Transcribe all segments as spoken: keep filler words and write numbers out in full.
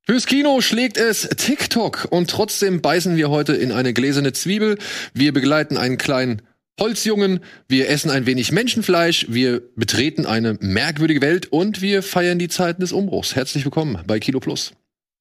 Fürs Kino schlägt es TikTok und trotzdem beißen wir heute in eine gläserne Zwiebel. Wir begleiten einen kleinen Holzjungen, wir essen ein wenig Menschenfleisch, wir betreten eine merkwürdige Welt und wir feiern die Zeiten des Umbruchs. Herzlich willkommen bei Kino Plus.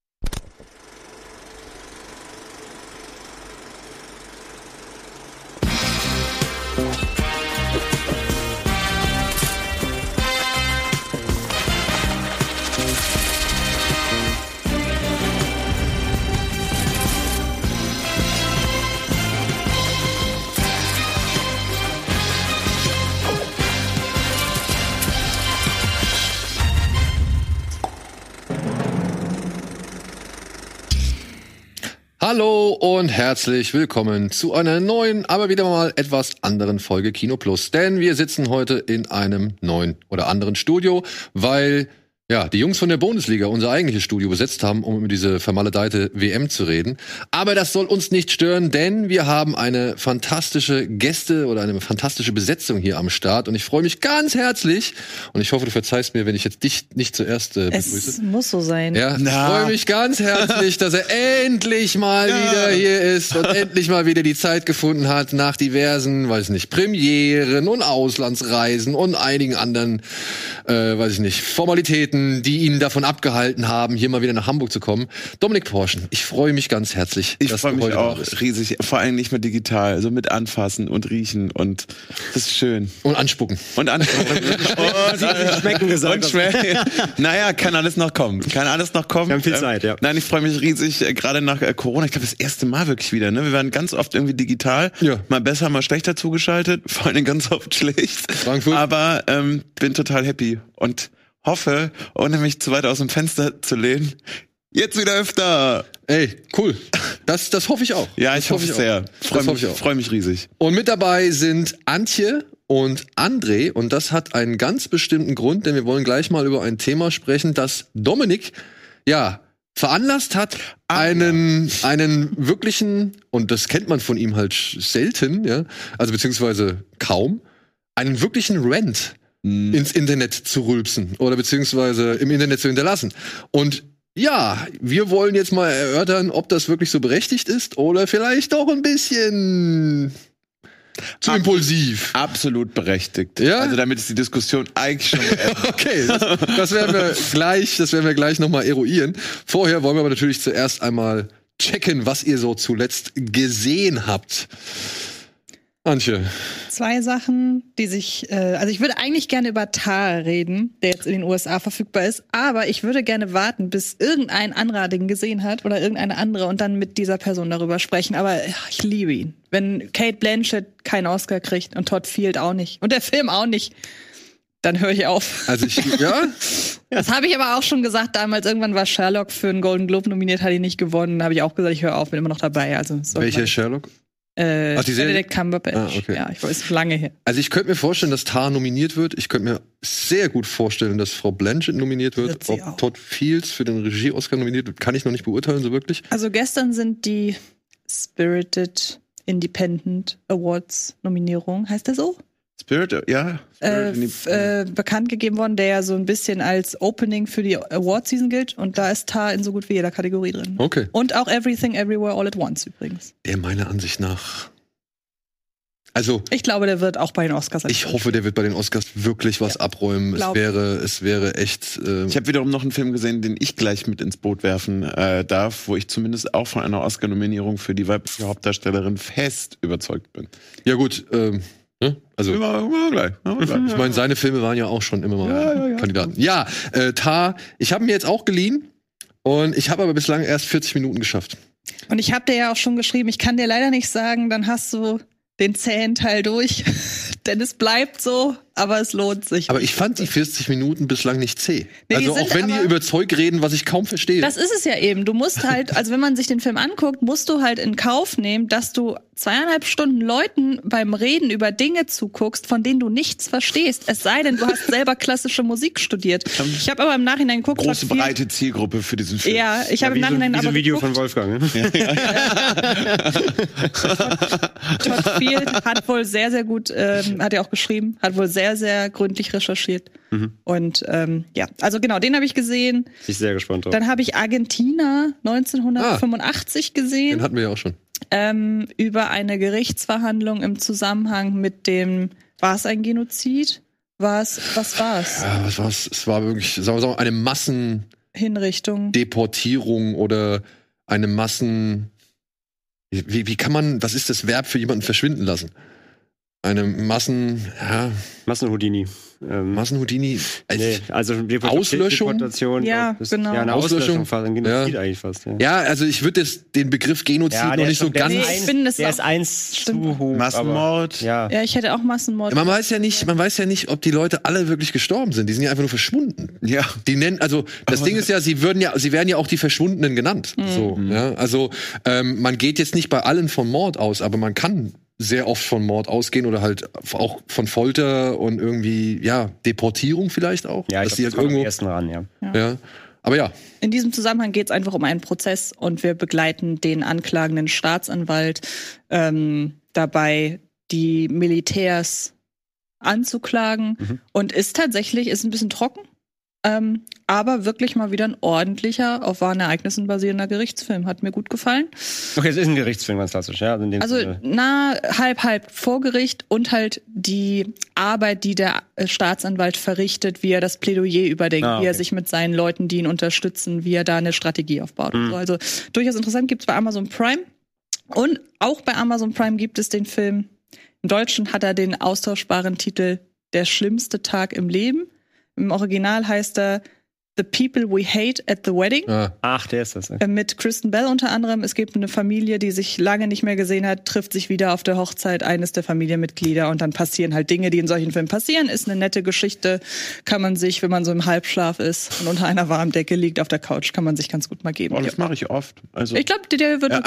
Hallo und herzlich willkommen zu einer neuen, aber wieder mal etwas anderen Folge Kino Plus. Denn wir sitzen heute in einem neuen oder anderen Studio, weil ja die Jungs von der Bundesliga unser eigentliches Studio besetzt haben, um über diese vermaledeite W M zu reden. Aber das soll uns nicht stören, denn wir haben eine fantastische Gäste oder eine fantastische Besetzung hier am Start. Und ich freue mich ganz herzlich und ich hoffe, du verzeihst mir, wenn ich jetzt dich nicht zuerst äh, begrüße. Es muss so sein. Ja, ich freue mich ganz herzlich, dass er endlich mal ja. wieder hier ist und endlich mal wieder die Zeit gefunden hat nach diversen, weiß nicht, Premieren und Auslandsreisen und einigen anderen, äh, weiß ich nicht, Formalitäten, die ihn davon abgehalten haben, hier mal wieder nach Hamburg zu kommen. Dominik Porschen, ich freue mich ganz herzlich. Ich freue mich auch riesig, vor allem nicht mehr digital, also mit anfassen und riechen und das ist schön. Und anspucken. Und anspucken. und, und schmecken gesagt. Und schmecken. Naja, kann alles noch kommen. Kann alles noch kommen. Wir haben viel Zeit, ja. Nein, ich freue mich riesig, äh, gerade nach äh, Corona. Ich glaube, das erste Mal wirklich wieder. Ne? Wir waren ganz oft irgendwie digital. Ja. Mal besser, mal schlechter zugeschaltet. Vor allem ganz oft schlecht. Frankfurt. Aber ähm, bin total happy und hoffe, ohne mich zu weit aus dem Fenster zu lehnen, jetzt wieder öfter. Ey, cool. Das, das hoffe ich auch. Ja, das ich hoffe es sehr. Freue mich, freu mich riesig. Und mit dabei sind Antje und André. Und das hat einen ganz bestimmten Grund, denn wir wollen gleich mal über ein Thema sprechen, das Dominik, ja, veranlasst hat, ah, einen, ja. einen wirklichen, und das kennt man von ihm halt selten, ja, also beziehungsweise kaum, einen wirklichen Rant ins Internet zu rülpsen oder beziehungsweise im Internet zu hinterlassen. Und ja, wir wollen jetzt mal erörtern, ob das wirklich so berechtigt ist oder vielleicht auch ein bisschen zu Ab- impulsiv. Absolut berechtigt. Ja? Also damit ist die Diskussion eigentlich schon okay, das, das werden wir gleich, das werden wir gleich noch mal eruieren. Vorher wollen wir aber natürlich zuerst einmal checken, was ihr so zuletzt gesehen habt. Antje. Zwei Sachen, die sich, äh, also ich würde eigentlich gerne über Tar reden, der jetzt in den U S A verfügbar ist, aber ich würde gerne warten, bis irgendein anderer den gesehen hat oder irgendeine andere und dann mit dieser Person darüber sprechen, aber ach, ich liebe ihn. Wenn Cate Blanchett keinen Oscar kriegt und Todd Field auch nicht und der Film auch nicht, dann höre ich auf. Also ich, ja? Das habe ich aber auch schon gesagt damals, irgendwann war Sherlock für einen Golden Globe nominiert, hat ihn nicht gewonnen, da habe ich auch gesagt, ich höre auf, bin immer noch dabei. Also welcher Sherlock? Äh, Ach, die Benedict Cumberbatch. Ah, okay. Ja, ich weiß, lange her. Also ich könnte mir vorstellen, dass Tar nominiert wird. Ich könnte mir sehr gut vorstellen, dass Frau Blanchett nominiert wird. wird Ob auch. Todd Fields für den Regie-Oscar nominiert wird, kann ich noch nicht beurteilen, so wirklich. Also gestern sind die Spirited Independent Awards Nominierungen, heißt der so? Spirit, ja. Spirit äh, f- äh, bekannt gegeben worden, der ja so ein bisschen als Opening für die Award-Season gilt. Und da ist Tar in so gut wie jeder Kategorie drin. Okay. Und auch Everything Everywhere All at Once übrigens. Der meiner Ansicht nach. Also. Ich glaube, der wird auch bei den Oscars. Ich hoffe, der wird bei den Oscars wirklich was ja. abräumen. Es wäre, es wäre echt. Äh ich habe wiederum noch einen Film gesehen, den ich gleich mit ins Boot werfen äh, darf, wo ich zumindest auch von einer Oscar-Nominierung für die weibliche Hauptdarstellerin fest überzeugt bin. Ja, gut, ähm. Also, immer, immer gleich. Immer gleich. Ich meine, seine Filme waren ja auch schon immer mal ja, ja, ja. Kandidaten. Ja, äh, Tar, ich habe mir jetzt auch geliehen und ich habe aber bislang erst vierzig Minuten geschafft. Und ich habe dir ja auch schon geschrieben, ich kann dir leider nicht sagen, dann hast du den zähen Teil durch, denn es bleibt so, aber es lohnt sich. Aber ich fand die vierzig Minuten bislang nicht zäh. Nee, also auch wenn die über Zeug reden, was ich kaum verstehe. Das ist es ja eben. Du musst halt, also wenn man sich den Film anguckt, musst du halt in Kauf nehmen, dass du zweieinhalb Stunden Leuten beim Reden über Dinge zuguckst, von denen du nichts verstehst. Es sei denn, du hast selber klassische Musik studiert. Ich habe aber im Nachhinein geguckt. Große, breite Zielgruppe für diesen Film. Ja, ich habe ja, im Nachhinein so, aber Video geguckt. von Wolfgang. Ne? Ja, ja. Todd Field hat wohl sehr, sehr gut ähm, ähm, hat er auch geschrieben, hat wohl sehr, sehr gründlich recherchiert. Mhm. Und ähm, ja, also genau, den habe ich gesehen. Bin ich sehr gespannt drauf. Dann habe ich Argentina neunzehnhundertfünfundachtzig gesehen. Den hatten wir ja auch schon. Ähm, über eine Gerichtsverhandlung im Zusammenhang mit dem, war es ein Genozid? War es, was war es? Ja, was war's? Es war wirklich, sagen wir mal, eine Massendeportierung Hinrichtung. oder eine Massen. Wie, wie kann man, was ist das Verb für jemanden verschwinden lassen? Eine Massen, ja, Massenhoudini. Ähm, Massenhoudini. nee, also Deport- Auslöschung? Deportation, Ja, ist, genau. Ja, eine Auslöschung. Auslöschung, fast, ein Genozid Ja. eigentlich fast. Ja, Ja, also ich würde jetzt den Begriff Genozid Ja, noch der nicht ist so schon- der ganz. Nee, ist ich eins, finde, es der auch- ist eins stimmt. zu hoch. Massenmord. Aber, ja. Ja, ich hätte auch Massenmord. Man weiß ja nicht, man weiß ja nicht, ob die Leute alle wirklich gestorben sind. Die sind ja einfach nur verschwunden. Ja. Die nennen, also das Ding ist ja, sie würden ja, sie werden ja auch die Verschwundenen genannt. So, ja, also ähm, man geht jetzt nicht bei allen von Mord aus, aber man kann sehr oft von Mord ausgehen oder halt auch von Folter und irgendwie ja Deportierung vielleicht auch. Ja, ich dass glaub, die das halt kommt am irgendwo. ersten ran, ja. Ja, aber ja, In diesem Zusammenhang geht es einfach um einen Prozess und wir begleiten den anklagenden Staatsanwalt ähm, dabei, die Militärs anzuklagen. Mhm. Und ist tatsächlich, ist ein bisschen trocken, ähm, aber wirklich mal wieder ein ordentlicher, auf wahren Ereignissen basierender Gerichtsfilm. Hat mir gut gefallen. Okay, es ist ein Gerichtsfilm, ganz klassisch, ja. Also, in dem Also Sinne. na, halb, halb vor Gericht und halt die Arbeit, die der äh, Staatsanwalt verrichtet, wie er das Plädoyer überdenkt, Ah, wie er okay. sich mit seinen Leuten, die ihn unterstützen, wie er da eine Strategie aufbaut. Mhm. Und so. Also durchaus interessant, gibt's bei Amazon Prime. Und auch bei Amazon Prime gibt es den Film, im Deutschen hat er den austauschbaren Titel Der schlimmste Tag im Leben. Im Original heißt er The People We Hate at the Wedding. ah, Ach, der ist das. Äh, Mit Kristen Bell unter anderem. Es gibt eine Familie, die sich lange nicht mehr gesehen hat, trifft sich wieder auf der Hochzeit eines der Familienmitglieder und dann passieren halt Dinge, die in solchen Filmen passieren. Ist eine nette Geschichte, kann man sich, wenn man so im Halbschlaf ist und unter einer warmen Decke liegt auf der Couch, kann man sich ganz gut mal geben. Oh, das mache ich oft. Also Ich glaube, der wird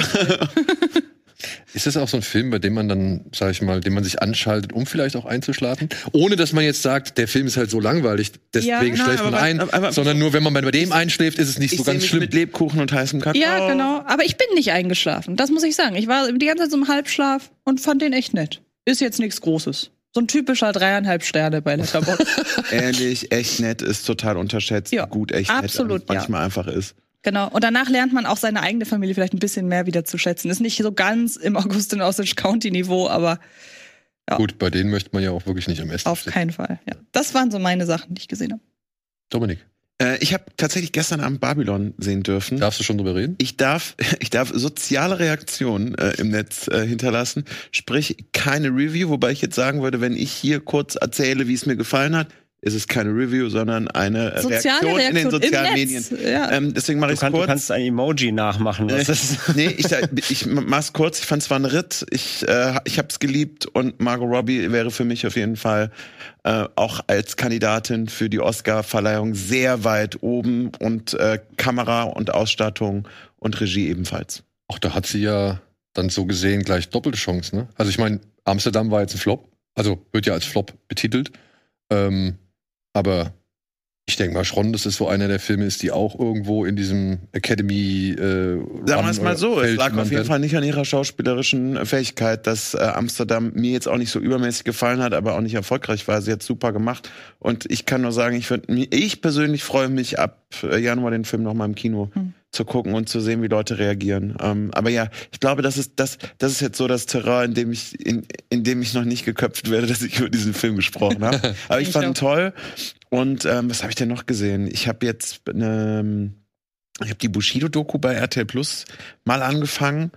ist das auch so ein Film, bei dem man dann, sag ich mal, den man sich anschaltet, um vielleicht auch einzuschlafen? Ohne dass man jetzt sagt, der Film ist halt so langweilig, deswegen Ja, nein, schläft man aber- ein, aber- sondern nur, wenn man bei dem einschläft, ist es nicht ich so sehe ganz mich schlimm. mit Lebkuchen und heißem Kakao. Ja, genau. Aber ich bin nicht eingeschlafen. Das muss ich sagen. Ich war die ganze Zeit so im Halbschlaf und fand den echt nett. Ist jetzt nichts Großes. So ein typischer dreieinhalb Sterne bei Letterboxd. Ehrlich, echt nett ist total unterschätzt, Ja, wie gut echt absolut, nett manchmal einfach ist. Genau. Und danach lernt man auch seine eigene Familie vielleicht ein bisschen mehr wieder zu schätzen. Ist nicht so ganz im Augustin Osage County Niveau, aber ja. Gut, bei denen möchte man ja auch wirklich nicht am Essen auf sitzen. keinen Fall. Ja. Das waren so meine Sachen, die ich gesehen habe. Dominik, Äh, ich habe tatsächlich gestern Abend Babylon sehen dürfen. darfst du schon drüber reden? Ich darf, ich darf soziale Reaktionen äh, im Netz äh, hinterlassen, sprich keine Review, wobei ich jetzt sagen würde, wenn ich hier kurz erzähle, wie es mir gefallen hat, ist es keine Review, sondern eine äh, Soziale Reaktion, in den Reaktion sozialen im Medien. Netz. Ja. Ähm, deswegen mache Du, ich kann, du kurz. kannst ein Emoji nachmachen. Was ist? Nee, ich, ich mach's kurz. Ich fand es war ein Ritt. Ich, äh, ich hab's geliebt und Margot Robbie wäre für mich auf jeden Fall äh, auch als Kandidatin für die Oscar-Verleihung sehr weit oben und äh, Kamera und Ausstattung und Regie ebenfalls. Auch da hat sie ja dann so gesehen gleich doppelte Chance, ne? Also ich meine, Amsterdam war jetzt ein Flop, also wird ja als Flop betitelt. Ähm, aber ich denke mal schon, dass es so einer der Filme ist, die auch irgendwo in diesem Academy äh, Sagen wir es mal so, es lag auf jeden Fall nicht an ihrer schauspielerischen Fähigkeit, dass äh, Amsterdam mir jetzt auch nicht so übermäßig gefallen hat, aber auch nicht erfolgreich war. Sie hat super gemacht und ich kann nur sagen, ich, würd, ich persönlich freue mich ab äh, Januar den Film nochmal im Kino hm. zu gucken und zu sehen, wie Leute reagieren. Ähm, aber ja, ich glaube, das ist das, das ist jetzt so das Terrain, in dem ich in, in dem ich noch nicht geköpft werde, dass ich über diesen Film gesprochen habe. Aber ich, ich fand ihn toll. Und ähm, was habe ich denn noch gesehen? Ich habe jetzt eine, ich habe die Bushido-Doku bei R T L Plus mal angefangen.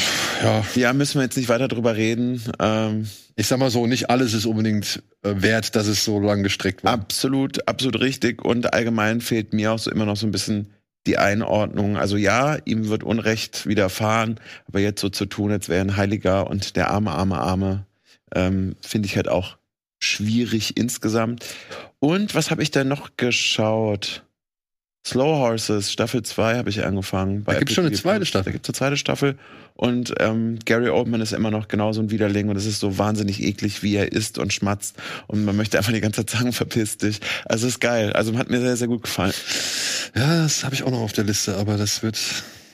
Ja. ja, müssen wir jetzt nicht weiter drüber reden. Ähm, ich sag mal so, nicht alles ist unbedingt äh, wert, dass es so lang gestreckt wird. Absolut, absolut richtig. Und allgemein fehlt mir auch so immer noch so ein bisschen die Einordnung. Also ja, ihm wird Unrecht widerfahren, aber jetzt so zu tun, als wäre er ein Heiliger und der arme, arme, arme, ähm, finde ich halt auch schwierig insgesamt. Und was habe ich denn noch geschaut? Slow Horses, Staffel zwei habe ich angefangen. Da gibt es schon eine zweite Staffel. Da gibt es eine zweite Staffel. Und ähm, Gary Oldman ist immer noch genauso ein Widerling und es ist so wahnsinnig eklig, wie er isst und schmatzt. Und man möchte einfach die ganze Zeit sagen, verpiss dich. Also ist geil. Also hat mir sehr, sehr gut gefallen. Ja, das habe ich auch noch auf der Liste, aber das wird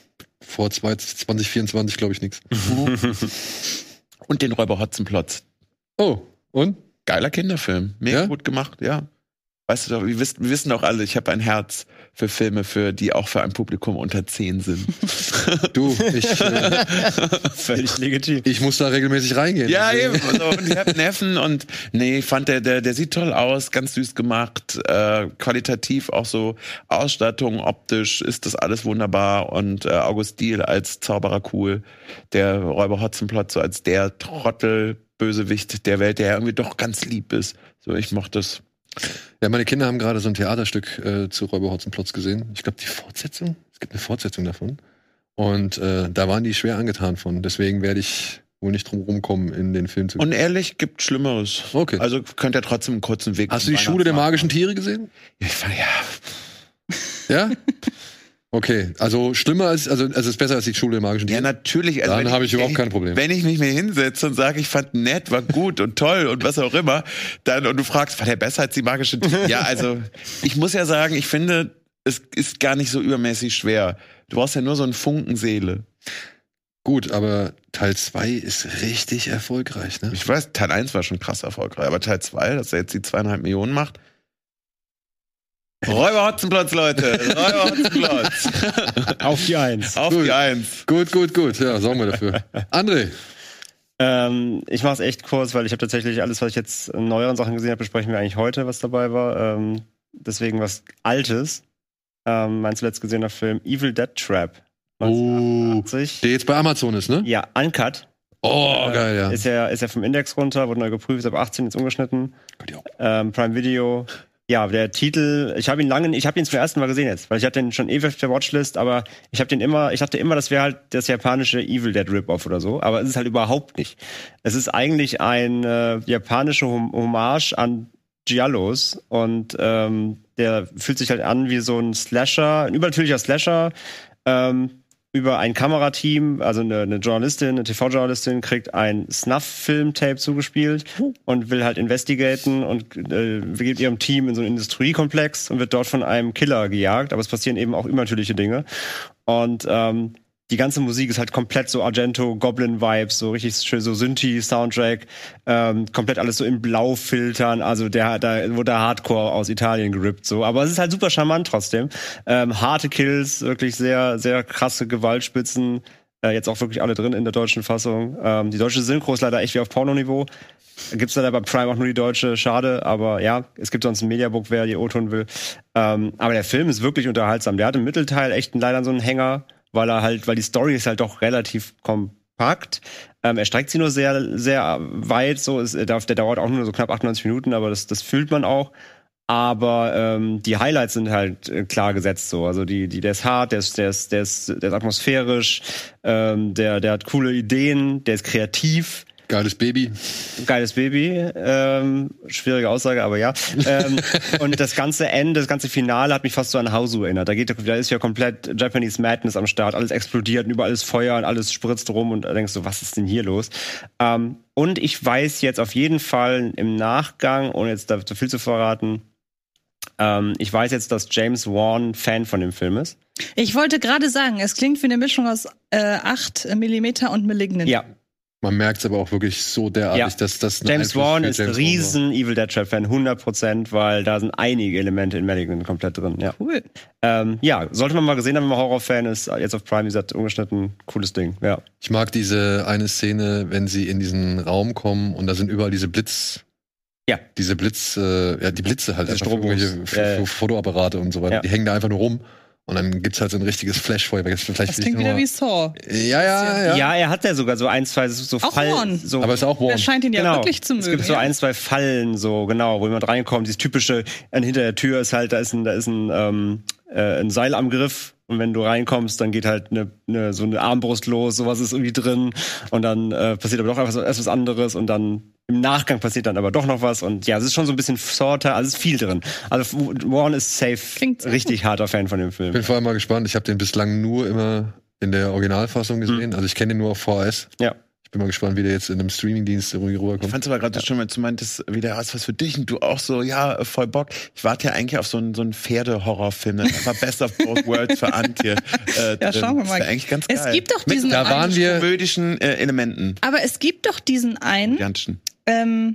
vor zwanzig vierundzwanzig, glaube ich, nichts. Und den Räuber Hotzenplotz. Oh, und? geiler Kinderfilm. Mega Ja? gut gemacht, ja. Weißt du doch, wir wissen, wir wissen doch alle, ich habe ein Herz für Filme, für die auch für ein Publikum unter zehn sind. Du, ich, äh, Völlig legitim. ich muss da regelmäßig reingehen. Ja, Deswegen- eben. Also, und ich hab Neffen und nee, ich fand der, der, der sieht toll aus, ganz süß gemacht, äh, qualitativ auch so Ausstattung, optisch ist das alles wunderbar und äh, August Diehl als Zauberer cool, der Räuber Hotzenplotz so als der Trottel Bösewicht der Welt, der irgendwie doch ganz lieb ist. So, ich mochte das. Ja, meine Kinder haben gerade so ein Theaterstück äh, zu Räuber Hotzenplotz gesehen. Ich glaube, die Fortsetzung? Es gibt eine Fortsetzung davon. Und äh, da waren die schwer angetan von. Deswegen werde ich wohl nicht drum rumkommen, in den Film zu gehen. Und ehrlich, gibt Schlimmeres. Okay. Also könnt ihr trotzdem einen kurzen Weg. Hast du die Schule der magischen Tiere gesehen? Ich fand, ja. Ja? Okay, also schlimmer als, also, also es ist besser als die Schule der magischen Ja, Tiere. natürlich. Also Dann wenn habe ich überhaupt wenn kein Problem. Wenn ich mich mir hinsetze und sage, ich fand nett, war gut und toll und was auch immer, dann und du fragst, war der besser als die magische Tiere? Ja, also ich muss ja sagen, ich finde, es ist gar nicht so übermäßig schwer. Du brauchst ja nur so einen Funken Seele. Gut, aber Teil zwei ist richtig erfolgreich, ne? Ich weiß, Teil eins war schon krass erfolgreich, aber Teil zwei, dass er jetzt die zweieinhalb Millionen macht. Räuber Hotzenplotz, Leute. Räuber Hotzenplotz. Auf die Eins. Auf Gut. die Eins. Gut, gut, gut. Ja, sorgen wir dafür. André. Ähm, ich mache es echt kurz, weil ich habe tatsächlich alles, was ich jetzt in neueren Sachen gesehen habe, besprechen wir eigentlich heute, was dabei war. Ähm, deswegen was Altes. Ähm, mein zuletzt gesehener Film Evil Dead Trap. Oh, neunzehnhundertachtzig. der jetzt bei Amazon ist, ne? Ja, Uncut. Oh, geil, ja. Ist ja, ist ja vom Index runter, wurde neu geprüft, ist ab achtzehn jetzt umgeschnitten. Gott, ja. Ähm, Prime Video. Ja, der Titel, ich habe ihn lange, ich habe ihn zum ersten Mal gesehen jetzt, weil ich hatte den schon ewig auf der Watchlist, aber ich habe den immer, ich dachte immer, das wäre halt das japanische Evil Dead Rip-Off oder so, aber es ist halt überhaupt nicht. Es ist eigentlich ein äh, japanische Hom- Hommage an Giallos und ähm, der fühlt sich halt an wie so ein Slasher, ein übernatürlicher Slasher, ähm, über ein Kamerateam, also eine, eine Journalistin, eine T V-Journalistin, kriegt ein Snuff-Film-Tape zugespielt und will halt investigaten und äh, begibt ihrem Team in so einen Industriekomplex und wird dort von einem Killer gejagt, aber es passieren eben auch übernatürliche Dinge. Und ähm, die ganze Musik ist halt komplett so Argento, Goblin-Vibes, so richtig schön so Synthi-Soundtrack, ähm, komplett alles so in Blau-Filtern, also der, da wurde Hardcore aus Italien gerippt, so. Aber es ist halt super charmant trotzdem. Ähm, harte Kills, wirklich sehr, sehr krasse Gewaltspitzen, äh, jetzt auch wirklich alle drin in der deutschen Fassung. Ähm, die deutsche Synchro ist leider echt wie auf Pornoniveau. Gibt's leider bei Prime auch nur die deutsche, schade, aber ja, es gibt sonst ein Mediabook, wer die O-Ton will. Ähm, aber der Film ist wirklich unterhaltsam. Der hat im Mittelteil echt leider so einen Hänger, weil er halt, weil die Story ist halt doch relativ kompakt. Ähm, er streckt sie nur sehr, sehr weit, so, es, der, der dauert auch nur so knapp achtundneunzig Minuten, aber das, das fühlt man auch. Aber ähm, die Highlights sind halt äh, klar gesetzt so. Also die, die, der ist hart, der ist, der ist, der ist, der ist atmosphärisch, ähm, der, der hat coole Ideen, der ist kreativ. Geiles Baby. Geiles Baby, ähm, schwierige Aussage, aber ja. ähm, und das ganze Ende, das ganze Finale hat mich fast so an Hausu erinnert. Da geht, da ist ja komplett Japanese Madness am Start, alles explodiert und überall ist Feuer und alles spritzt rum und da denkst du, was ist denn hier los? Ähm, und ich weiß jetzt auf jeden Fall im Nachgang, ohne jetzt da zu viel zu verraten, ähm, ich weiß jetzt, dass James Wan Fan von dem Film ist. Ich wollte gerade sagen, es klingt wie eine Mischung aus äh, acht Millimeter und Malignant. Ja. Man merkt es aber auch wirklich so derartig, Ja. dass das ein James Einfluss Wan für ist James riesen Evil Dead Trap Fan, hundert Prozent, weil da sind einige Elemente in Malignant komplett drin. Ja, Cool. ähm, ja, sollte man mal gesehen haben, wenn man Horror-Fan ist. Jetzt auf Prime, wie gesagt, ungeschnitten, cooles Ding. Ja, Ich mag diese eine Szene, wenn sie in diesen Raum kommen und da sind überall diese Blitz. Ja. Diese Blitz, äh, ja, die Blitze halt, Diese einfach irgendwelche Strobos. F- Ja, ja. F- Fotoapparate und so weiter. Ja. Die hängen da einfach nur rum. Und dann gibt's halt so ein richtiges Flashfeuer. Vielleicht Das klingt wieder wie Saw. Ja, ja, ja. ja, er hat ja sogar so ein, zwei so Auch Fallen. Warren. So, Aber es ist auch Der Warren. scheint ihn ja genau. wirklich zu mögen. Es gibt so ja. ein, zwei Fallen, so genau, wo jemand reinkommt. Dieses typische, äh, hinter der Tür ist halt, da ist ein, da ist ein, ähm, äh, ein Seil am Griff. Und wenn du reinkommst, dann geht halt eine, eine, so eine Armbrust los, sowas ist irgendwie drin. Und dann äh, passiert aber doch einfach so, erst was anderes. Und dann im Nachgang passiert dann aber doch noch was. Und ja, es ist schon so ein bisschen Sorter, also es ist viel drin. Also Warren ist safe Klingt sehr richtig harter Fan von dem Film. Ich bin vor allem mal gespannt. Ich habe den bislang nur immer in der Originalfassung gesehen. Also ich kenne den nur auf V H S. Ja. Ich bin mal gespannt, wie der jetzt in einem Streamingdienst irgendwie Ich rüberkommt. fand's aber gerade so schön, weil du meintest, wieder was was für dich und du auch so, ja, voll Bock. Ich warte ja eigentlich auf so einen, so einen Pferde-Horrorfilm. Das war Best of Both Worlds für Antje. Äh, Ja, schauen wir das mal. wär eigentlich ganz geil. Es gibt doch diesen Da waren einen, wir- komödischen äh, Elementen. aber es gibt doch diesen einen, Janschen. ähm,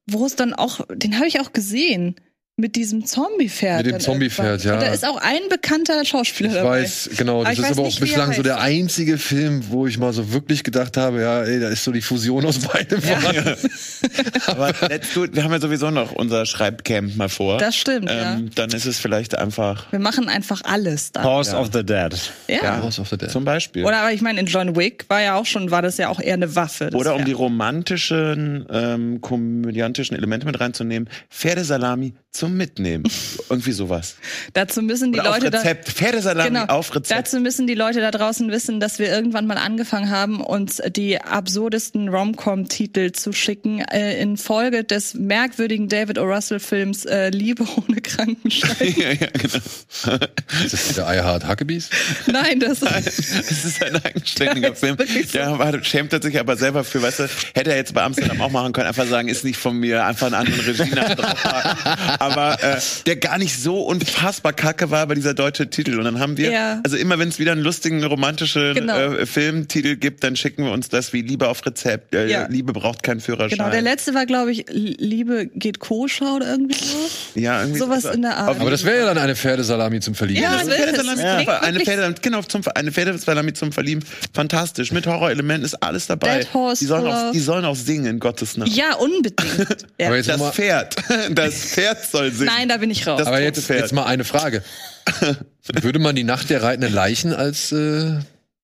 wo es dann auch, den habe ich auch gesehen. Mit diesem Zombie-Pferd. Mit dem Zombie-Pferd, ja. Und da ist auch ein bekannter Schauspieler ich dabei. Ich weiß, genau. Das aber ist aber auch nicht, bislang so der einzige Film, wo ich mal so wirklich gedacht habe, ja, ey, da ist so die Fusion aus beidem ja. vorhanden. Aber let's do, wir haben ja sowieso noch unser Schreibcamp mal vor. Das stimmt, ähm, ja. Dann ist es vielleicht einfach... Wir machen einfach alles dann. House ja. of the Dead. Ja. ja. House of the Dead. Zum Beispiel. Oder aber ich meine, in John Wick war ja auch schon, war das ja auch eher eine Waffe. Oder um wär. die romantischen, ähm, komödiantischen Elemente mit reinzunehmen, Pferdesalami zum Mitnehmen. Irgendwie sowas. Dazu müssen die Oder Leute auf Rezept. Da, Pferdesalami genau, auf Rezept. Dazu müssen die Leute da draußen wissen, dass wir irgendwann mal angefangen haben, uns die absurdesten Rom-Com-Titel zu schicken äh, in Folge des merkwürdigen David O. Russell-Films äh, Liebe ohne Krankenschein. ja, ja, genau. Ist das der I Heart Huckabees? Nein, das Es ist ein eigenständiger Ja, Film. so. Ja, aber schämt er sich aber selber für, weißt du, hätte er jetzt bei Amsterdam auch machen können, einfach sagen, ist nicht von mir, einfach einen anderen Regina drauf. Aber äh, der gar nicht so unfassbar kacke war bei dieser deutsche Titel. Und dann haben wir, ja. also immer wenn es wieder einen lustigen romantischen genau. äh, Filmtitel gibt, dann schicken wir uns das wie Liebe auf Rezept. Äh, ja. Liebe braucht keinen Führerschein. Genau, der letzte war, glaube ich, Liebe geht koscher oder irgendwie so. Ja, irgendwie sowas so. in der Art. Aber das wäre ja dann eine Pferdesalami zum Verlieben. Ja, das das ist ist Pferdesalami ja. zum Ver- eine Pferdesalami, genau, zum, eine Pferdesalami zum Verlieben. Fantastisch. Mit Horrorelementen ist alles dabei. Dead Horse die, sollen auch, Love. die sollen auch singen, in Gottes Namen. Ja, unbedingt. Ja. Aber jetzt Das mal, Pferd. Das Pferd soll singen. Nein, da bin ich raus. Das aber tote jetzt, Pferd. jetzt mal eine Frage. Würde man die Nacht der reitenden Leichen als äh,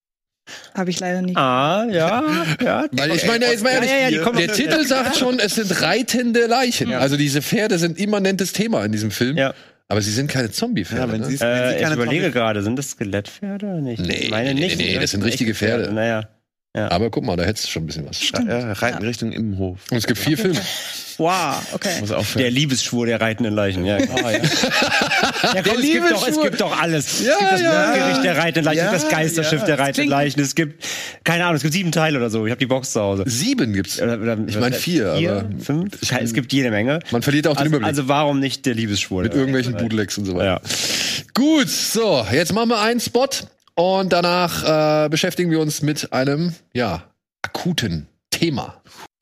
Habe ich leider nie. Ah, ja, ja. weil ich meine, jetzt mal ehrlich, Ja, ja, ja, die kommen der auf- Titel sagt schon, es sind reitende Leichen. Ja. Also diese Pferde sind immanentes Thema in diesem Film. Ja. Aber sie sind keine Zombie-Pferde. Ja, wenn ne? sie- Äh, ich keine überlege Zombie- gerade, sind das Skelettpferde oder nicht? Nee, ich meine nee, nicht. nee, ne? das sind richtige Echte Pferde. Naja. Aber guck mal, da hättest du schon ein bisschen was. Ja, reiten Richtung Immenhof. Und es gibt vier Filme. Wow, okay. Muss auch Der Liebesschwur der reitenden Leichen, ja. Oh, ja. ja komm, Der es, gibt doch, es Liebesschwur. gibt doch alles. Ja, es gibt das ja. Mondgericht der reitenden Leichen, Ja, es gibt das Geisterschiff ja. der reitenden klingt- Leichen, es gibt, keine Ahnung, es gibt sieben Teile oder so. Ich habe die Box zu Hause. Sieben gibt's. Oder, oder, Ich meine vier, vier, aber fünf. Es gibt jede Menge. man verliert auch den Also, Überblick. also warum nicht der Liebesschwur? mit irgendwelchen Bootlegs und so weiter. Ja. Gut, so, jetzt machen wir einen Spot und danach äh, beschäftigen wir uns mit einem, ja, akuten Thema.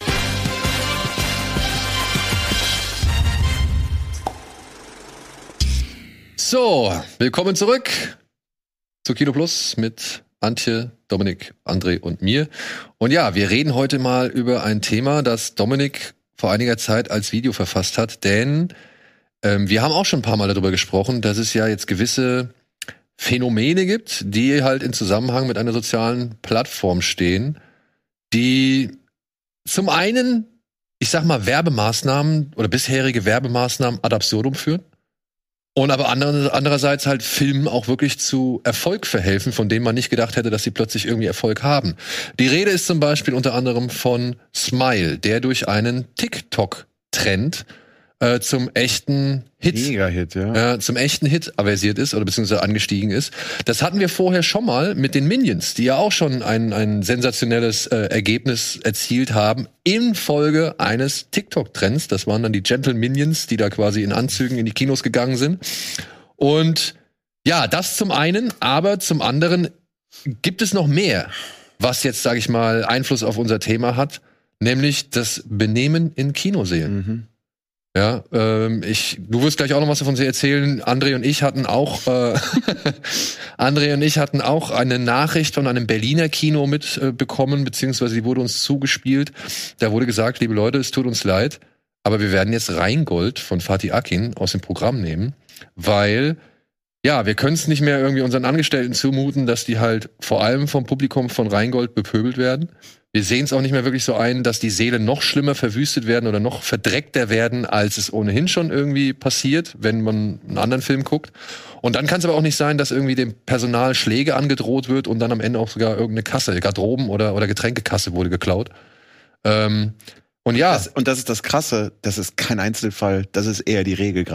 So, willkommen zurück zu Kino Plus mit Antje, Dominik, André und mir. Und ja, wir reden heute mal über ein Thema, das Dominik vor einiger Zeit als Video verfasst hat, denn ähm, wir haben auch schon ein paar Mal darüber gesprochen, dass es ja jetzt gewisse Phänomene gibt, die halt in Zusammenhang mit einer sozialen Plattform stehen, die zum einen, ich sag mal, Werbemaßnahmen oder bisherige Werbemaßnahmen ad absurdum führen und aber andere, andererseits halt Filmen auch wirklich zu Erfolg verhelfen, von denen man nicht gedacht hätte, dass sie plötzlich irgendwie Erfolg haben. Die Rede ist zum Beispiel unter anderem von Smile, der durch einen TikTok-Trend äh, zum echten Hit Mega-Hit, ja. äh, zum echten Hit aversiert ist oder beziehungsweise angestiegen ist. Das hatten wir vorher schon mal mit den Minions, die ja auch schon ein, ein sensationelles äh, Ergebnis erzielt haben in Folge eines TikTok-Trends. Das waren dann die Gentle Minions, die da quasi in Anzügen in die Kinos gegangen sind. Und ja, das zum einen, aber zum anderen gibt es noch mehr, was jetzt, sage ich mal, Einfluss auf unser Thema hat, nämlich das Benehmen in Kinosälen. Mhm. Ja, ähm, ich, du wirst gleich auch noch was davon erzählen. André und ich hatten auch, äh, André und ich hatten auch eine Nachricht von einem Berliner Kino mitbekommen, äh, beziehungsweise die wurde uns zugespielt. Da wurde gesagt, liebe Leute, es tut uns leid, aber wir werden jetzt Rheingold von Fatih Akin aus dem Programm nehmen, weil ja, wir können es nicht mehr irgendwie unseren Angestellten zumuten, dass die halt vor allem vom Publikum von Rheingold bepöbelt werden. Wir sehen es auch nicht mehr wirklich so ein, dass die Seelen noch schlimmer verwüstet werden oder noch verdreckter werden, als es ohnehin schon irgendwie passiert, wenn man einen anderen Film guckt. Und dann kann es aber auch nicht sein, dass irgendwie dem Personal Schläge angedroht wird und dann am Ende auch sogar irgendeine Kasse, Garderoben- oder, oder Getränkekasse wurde geklaut. Ähm, und ja. Das, und das ist das Krasse, das ist kein Einzelfall, das ist eher die Regel gerade.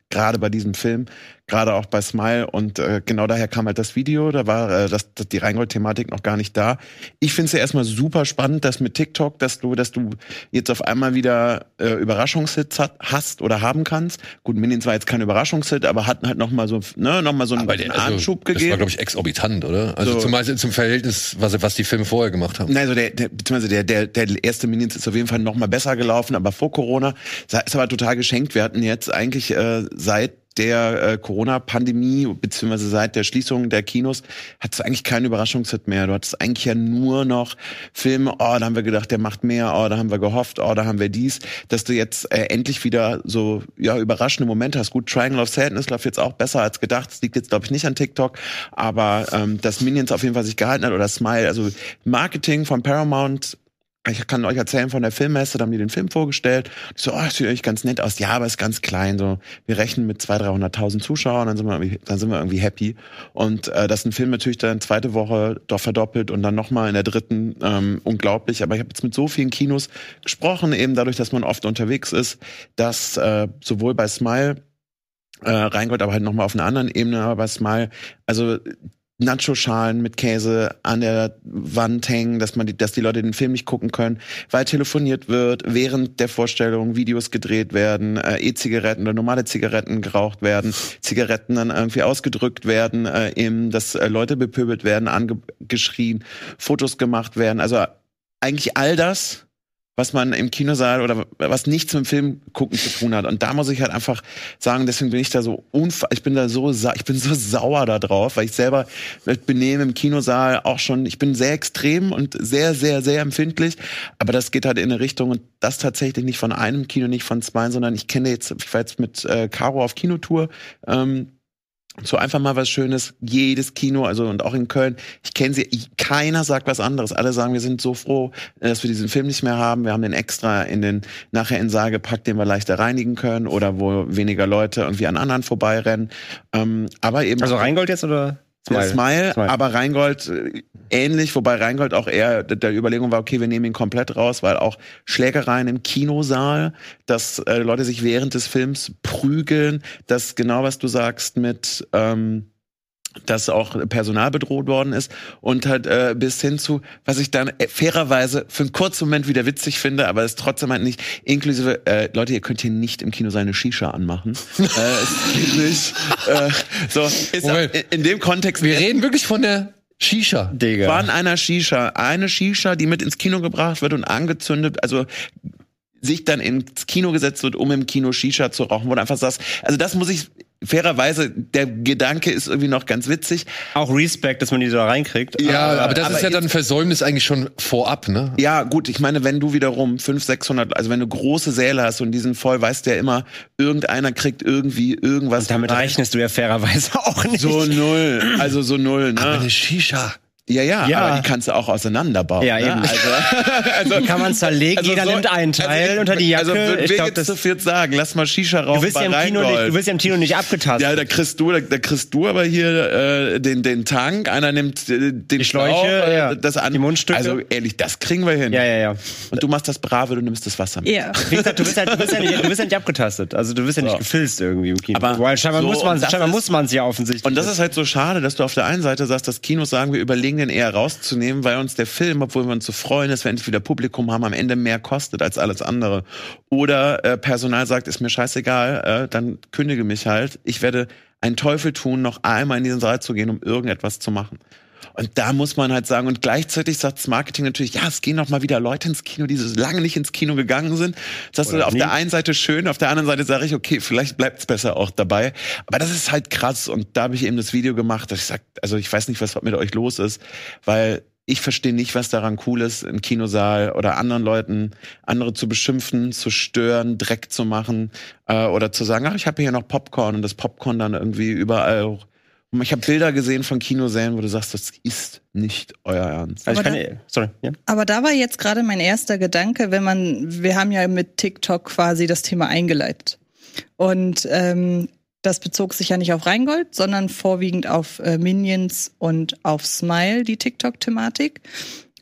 gerade bei diesem Film, gerade auch bei Smile und äh, genau daher kam halt das Video, da war äh, das, das, die Rheingold-Thematik noch gar nicht da. Ich finde es ja erstmal super spannend, dass mit TikTok, dass du, dass du jetzt auf einmal wieder äh, Überraschungshits hat, hast oder haben kannst. Gut, Minions war jetzt kein Überraschungshit, aber hat halt noch mal so, ne, noch mal so einen, einen also, Anschub gegeben. Das war, glaube ich, exorbitant, oder? Also so. zum Beispiel zum Verhältnis, was, was die Filme vorher gemacht haben. Also der, der, beziehungsweise der, der, der erste Minions ist auf jeden Fall noch mal besser gelaufen, aber vor Corona ist aber total geschenkt. Wir hatten jetzt eigentlich äh, seit der äh, Corona-Pandemie, beziehungsweise seit der Schließung der Kinos, hat es eigentlich keinen Überraschungshit mehr. Du hattest eigentlich ja nur noch Filme, oh, da haben wir gedacht, der macht mehr, oh, da haben wir gehofft, oh, da haben wir dies, dass du jetzt äh, endlich wieder so, ja, überraschende Momente hast. Gut, Triangle of Sadness läuft jetzt auch besser als gedacht. Das liegt jetzt, glaube ich, nicht an TikTok, aber ähm, dass Minions auf jeden Fall sich gehalten hat oder Smile, also Marketing von Paramount. Ich kann euch erzählen von der Filmmesse, da haben die den Film vorgestellt. Ich so, oh, das sieht eigentlich ganz nett aus. Ja, aber ist ganz klein. So, wir rechnen mit zweihunderttausend, dreihunderttausend Zuschauern, dann sind wir irgendwie, dann sind wir irgendwie happy. Und äh, dass ein Film natürlich dann zweite Woche doch verdoppelt und dann nochmal in der dritten, ähm, unglaublich. Aber ich habe jetzt mit so vielen Kinos gesprochen, eben dadurch, dass man oft unterwegs ist, dass äh, sowohl bei Smile, äh, Rheingold, aber halt nochmal auf einer anderen Ebene, aber bei Smile, also Nacho-Schalen mit Käse an der Wand hängen, dass man die, dass die Leute den Film nicht gucken können, weil telefoniert wird, während der Vorstellung Videos gedreht werden, äh, E-Zigaretten oder normale Zigaretten geraucht werden, Zigaretten dann irgendwie ausgedrückt werden, äh, eben, dass äh, Leute bepöbelt werden, angeschrien, Fotos gemacht werden. Also eigentlich all das, was man im Kinosaal oder was nichts mit dem Film gucken zu tun hat. Und da muss ich halt einfach sagen, deswegen bin ich da so unfa- ich bin da so sa- ich bin so sauer da drauf, weil ich selber benehme im Kinosaal auch schon, ich bin sehr extrem und sehr, sehr, sehr empfindlich, aber das geht halt in eine Richtung und das tatsächlich nicht von einem Kino, nicht von zwei, sondern ich kenne jetzt, ich war jetzt mit äh, Caro auf Kinotour, ähm, so einfach mal was Schönes, jedes Kino, also und auch in Köln, ich kenne sie, ich, keiner sagt was anderes. Alle sagen, wir sind so froh, dass wir diesen Film nicht mehr haben. Wir haben den extra in den, nachher in den Saal gepackt, den wir leichter reinigen können oder wo weniger Leute irgendwie an anderen vorbeirennen. Ähm, aber eben. Also Rheingold jetzt oder? Smile. Smile, Smile, aber Rheingold äh, ähnlich, wobei Rheingold auch eher der Überlegung war, okay, wir nehmen ihn komplett raus, weil auch Schlägereien im Kinosaal, dass äh, Leute sich während des Films prügeln, dass genau was du sagst mit ähm, dass auch Personal bedroht worden ist und halt äh, bis hin zu, was ich dann äh, fairerweise für einen kurzen Moment wieder witzig finde, aber es trotzdem halt nicht, inklusive, äh, Leute, ihr könnt hier nicht im Kino seine Shisha anmachen. äh, es geht nicht. Äh, so, ist Moment. in, in dem Kontext. Wir reden wirklich von der Shisha. Digga. Von einer Shisha. Eine Shisha, die mit ins Kino gebracht wird und angezündet, also sich dann ins Kino gesetzt wird, um im Kino Shisha zu rauchen, wo du einfach sagst, also das muss ich fairerweise, der Gedanke ist irgendwie noch ganz witzig. Auch Respekt, dass man die da reinkriegt. Ja, aber, aber das aber ist ja dann ein Versäumnis eigentlich schon vorab, ne? Ja, gut, ich meine, wenn du wiederum fünfhundert, sechshundert, also wenn du große Säle hast und die sind voll, weißt du ja immer, irgendeiner kriegt irgendwie irgendwas. Und damit rein. Rechnest du ja fairerweise auch nicht. So null, also so null, ne? Aber eine Shisha. Ja, ja, ja, aber die kannst du auch auseinanderbauen. Ja, eben. Ne? Also, also kann man zerlegen, also jeder so, nimmt einen Teil also, unter die Jacke. Also würden ich wir glaub, jetzt zu viert sagen, lass mal Shisha rauchen, du wirst, ja im Kino nicht, du wirst ja im Kino nicht abgetastet. Ja, da kriegst du, da, da kriegst du aber hier äh, den den Tank, einer nimmt äh, den die Schläuche, Schlauch, äh, ja. das an, die Mundstücke. Also ehrlich, das kriegen wir hin. Ja, ja, ja. Und du machst das Brave, du nimmst das Wasser mit. Ja. Wie gesagt, du wirst, halt, du, wirst ja nicht, du wirst ja nicht abgetastet. Also du wirst ja nicht so. gefilzt irgendwie im Kino. Aber Weil scheinbar so, muss man es scheinbar ist, muss man es ja offensichtlich. Und das ist halt so schade, dass du auf der einen Seite sagst, dass Kinos sagen, wir überlegen den eher rauszunehmen, weil uns der Film, obwohl wir uns so freuen, dass wir endlich wieder Publikum haben, am Ende mehr kostet als alles andere. Oder äh, Personal sagt, ist mir scheißegal, äh, dann kündige mich halt. Ich werde einen Teufel tun, noch einmal in diesen Saal zu gehen, um irgendetwas zu machen. Und da muss man halt sagen, und gleichzeitig sagt das Marketing natürlich, ja, es gehen noch mal wieder Leute ins Kino, die so lange nicht ins Kino gegangen sind. Das ist auf nie. Der einen Seite schön, auf der anderen Seite sage ich, okay, vielleicht bleibt es besser auch dabei. Aber das ist halt krass. Und da habe ich eben das Video gemacht, dass ich sage, also ich weiß nicht, was mit euch los ist, weil ich verstehe nicht, was daran cool ist, im Kinosaal oder anderen Leuten, andere zu beschimpfen, zu stören, Dreck zu machen äh, oder zu sagen, ach, ich habe hier noch Popcorn und das Popcorn dann irgendwie überall hoch. Und ich habe Bilder gesehen von Kinosälen, wo du sagst, das ist nicht euer Ernst. Also ich aber, kann, da, sorry, ja. aber da war jetzt gerade mein erster Gedanke, wenn man, wir haben ja mit TikTok quasi das Thema eingeleitet. Und ähm, das bezog sich ja nicht auf Rheingold, sondern vorwiegend auf äh, Minions und auf Smile, die TikTok-Thematik.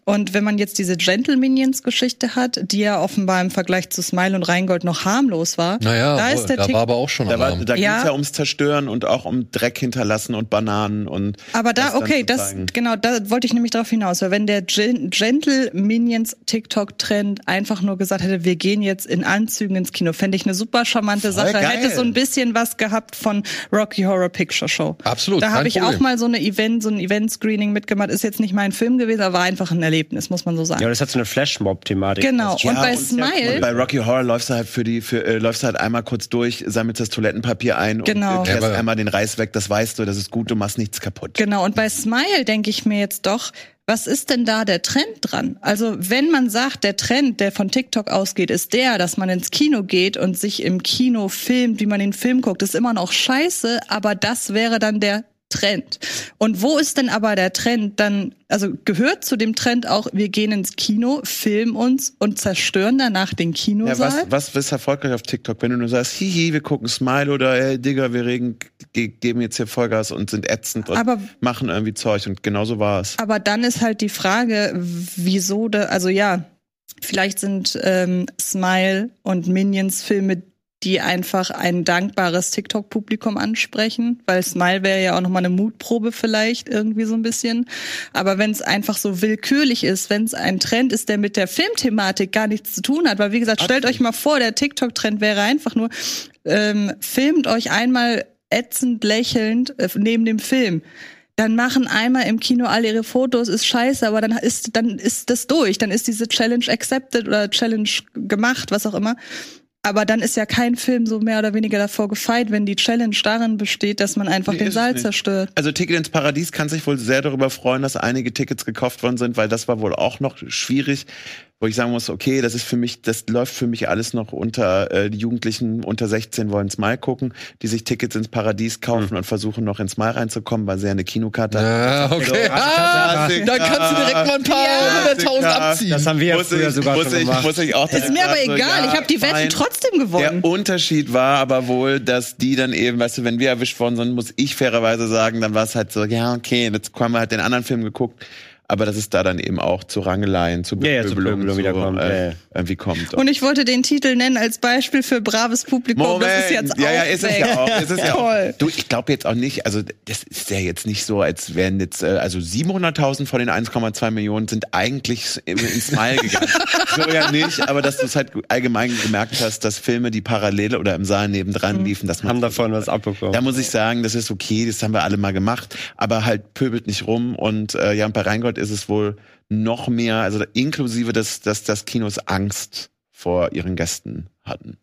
Und wenn man jetzt diese Gentle Minions Geschichte hat, die ja offenbar im Vergleich zu Smile und Rheingold noch harmlos war. Naja, da, wo, ist der da Tick, war aber auch schon Da, war, da ja. ging es ja ums Zerstören und auch um Dreck hinterlassen und Bananen und. Aber da, okay, das, genau, da wollte ich nämlich drauf hinaus. Weil wenn der Gen- Gentle Minions TikTok-Trend einfach nur gesagt hätte, wir gehen jetzt in Anzügen ins Kino, fände ich eine super charmante Voll Sache. geil. Hätte so ein bisschen was gehabt von Rocky Horror Picture Show. Absolut. Da habe kein ich Problem. auch mal so eine Event, so ein Event-Screening mitgemacht. Ist jetzt nicht mein Film gewesen, aber war einfach ein Erlebnis, muss man so sagen. Ja, das hat so eine Flashmob-Thematik. Genau. Ja, und bei und- Smile. Und bei Rocky Horror läufst du halt für die, für, äh, läufst halt einmal kurz durch, sammelst das Toilettenpapier ein Genau. und äh, kehrst Ja, aber- einmal den Reis weg, das weißt du, das ist gut, du machst nichts kaputt. Genau, und bei Smile denke ich mir jetzt doch, was ist denn da der Trend dran? Also wenn man sagt, der Trend, der von TikTok ausgeht, ist der, dass man ins Kino geht und sich im Kino filmt, wie man den Film guckt, ist immer noch scheiße, aber das wäre dann der Trend. Und wo ist denn aber der Trend dann, also gehört zu dem Trend auch, wir gehen ins Kino, filmen uns und zerstören danach den Ja, Kinosaal? was, was ist erfolgreich auf TikTok, wenn du nur sagst, hihi, wir gucken Smile oder ey, Digga, wir regen, ge geben jetzt hier Vollgas und sind ätzend und Aber- machen irgendwie Zeug und genauso war es. Aber dann ist halt die Frage, wieso, da, also ja, vielleicht sind ähm, Smile und Minions Filme, die einfach ein dankbares TikTok-Publikum ansprechen, weil Smile wäre ja auch nochmal eine Mutprobe vielleicht irgendwie so ein bisschen. Aber wenn es einfach so willkürlich ist, wenn es ein Trend ist, der mit der Filmthematik gar nichts zu tun hat, weil wie gesagt, stellt euch mal vor, der TikTok-Trend wäre einfach nur, ähm, filmt euch einmal ätzend lächelnd äh, neben dem Film. Dann machen einmal im Kino alle ihre Fotos, ist scheiße, aber dann ist, dann ist das durch. Dann ist diese Challenge accepted oder Challenge gemacht, was auch immer. Aber dann ist ja kein Film so mehr oder weniger davor gefeit, wenn die Challenge darin besteht, dass man einfach Nee, den ist Saal es nicht. zerstört. Also Ticket ins Paradies kann sich wohl sehr darüber freuen, dass einige Tickets gekauft worden sind, weil das war wohl auch noch schwierig, wo ich sagen muss, okay, das ist für mich, das läuft für mich alles noch unter, äh, die Jugendlichen unter sechzehn wollen Smile gucken, die sich Tickets ins Paradies kaufen Mhm. und versuchen noch ins Smile reinzukommen, weil sie ja eine Kinokarte Ja, okay. Ah, dann kannst du direkt mal ein paar hunderttausend abziehen. Das haben wir ja muss früher ich, sogar muss schon ich, gemacht. muss ich auch Ist mir aber sagen, so, egal, ja, ich habe die Wette fein. trotzdem gewonnen. Der Unterschied war aber wohl, dass die dann eben, weißt du, wenn wir erwischt worden sind, muss ich fairerweise sagen, dann war es halt so, ja, okay, jetzt haben wir halt den anderen Film geguckt, aber dass es da dann eben auch zu Rangeleien, zu Ja, ja, zu Bepöbelung Bepöbelung so, wieder kommt, äh, ja, ja. irgendwie kommt. Und ich wollte den Titel nennen als Beispiel für braves Publikum. Das ist jetzt ja, auch ja, ist es weg. ja auch. Ist es ja Toll. auch. Du, ich glaube jetzt auch nicht, also das ist ja jetzt nicht so, als wären jetzt, äh, also siebenhunderttausend von den eins Komma zwei Millionen sind eigentlich ins Smile gegangen. So ja nicht, aber dass du es halt allgemein gemerkt hast, dass Filme, die parallel oder im Saal nebendran liefen, dass man Haben davon was abbekommen. da muss ich sagen, das ist okay, das haben wir alle mal gemacht, aber halt pöbelt nicht rum und äh, ja, und bei Rheingold ist es wohl noch mehr, also inklusive, dass, dass das Kinos Angst vor ihren Gästen hatten.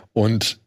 Und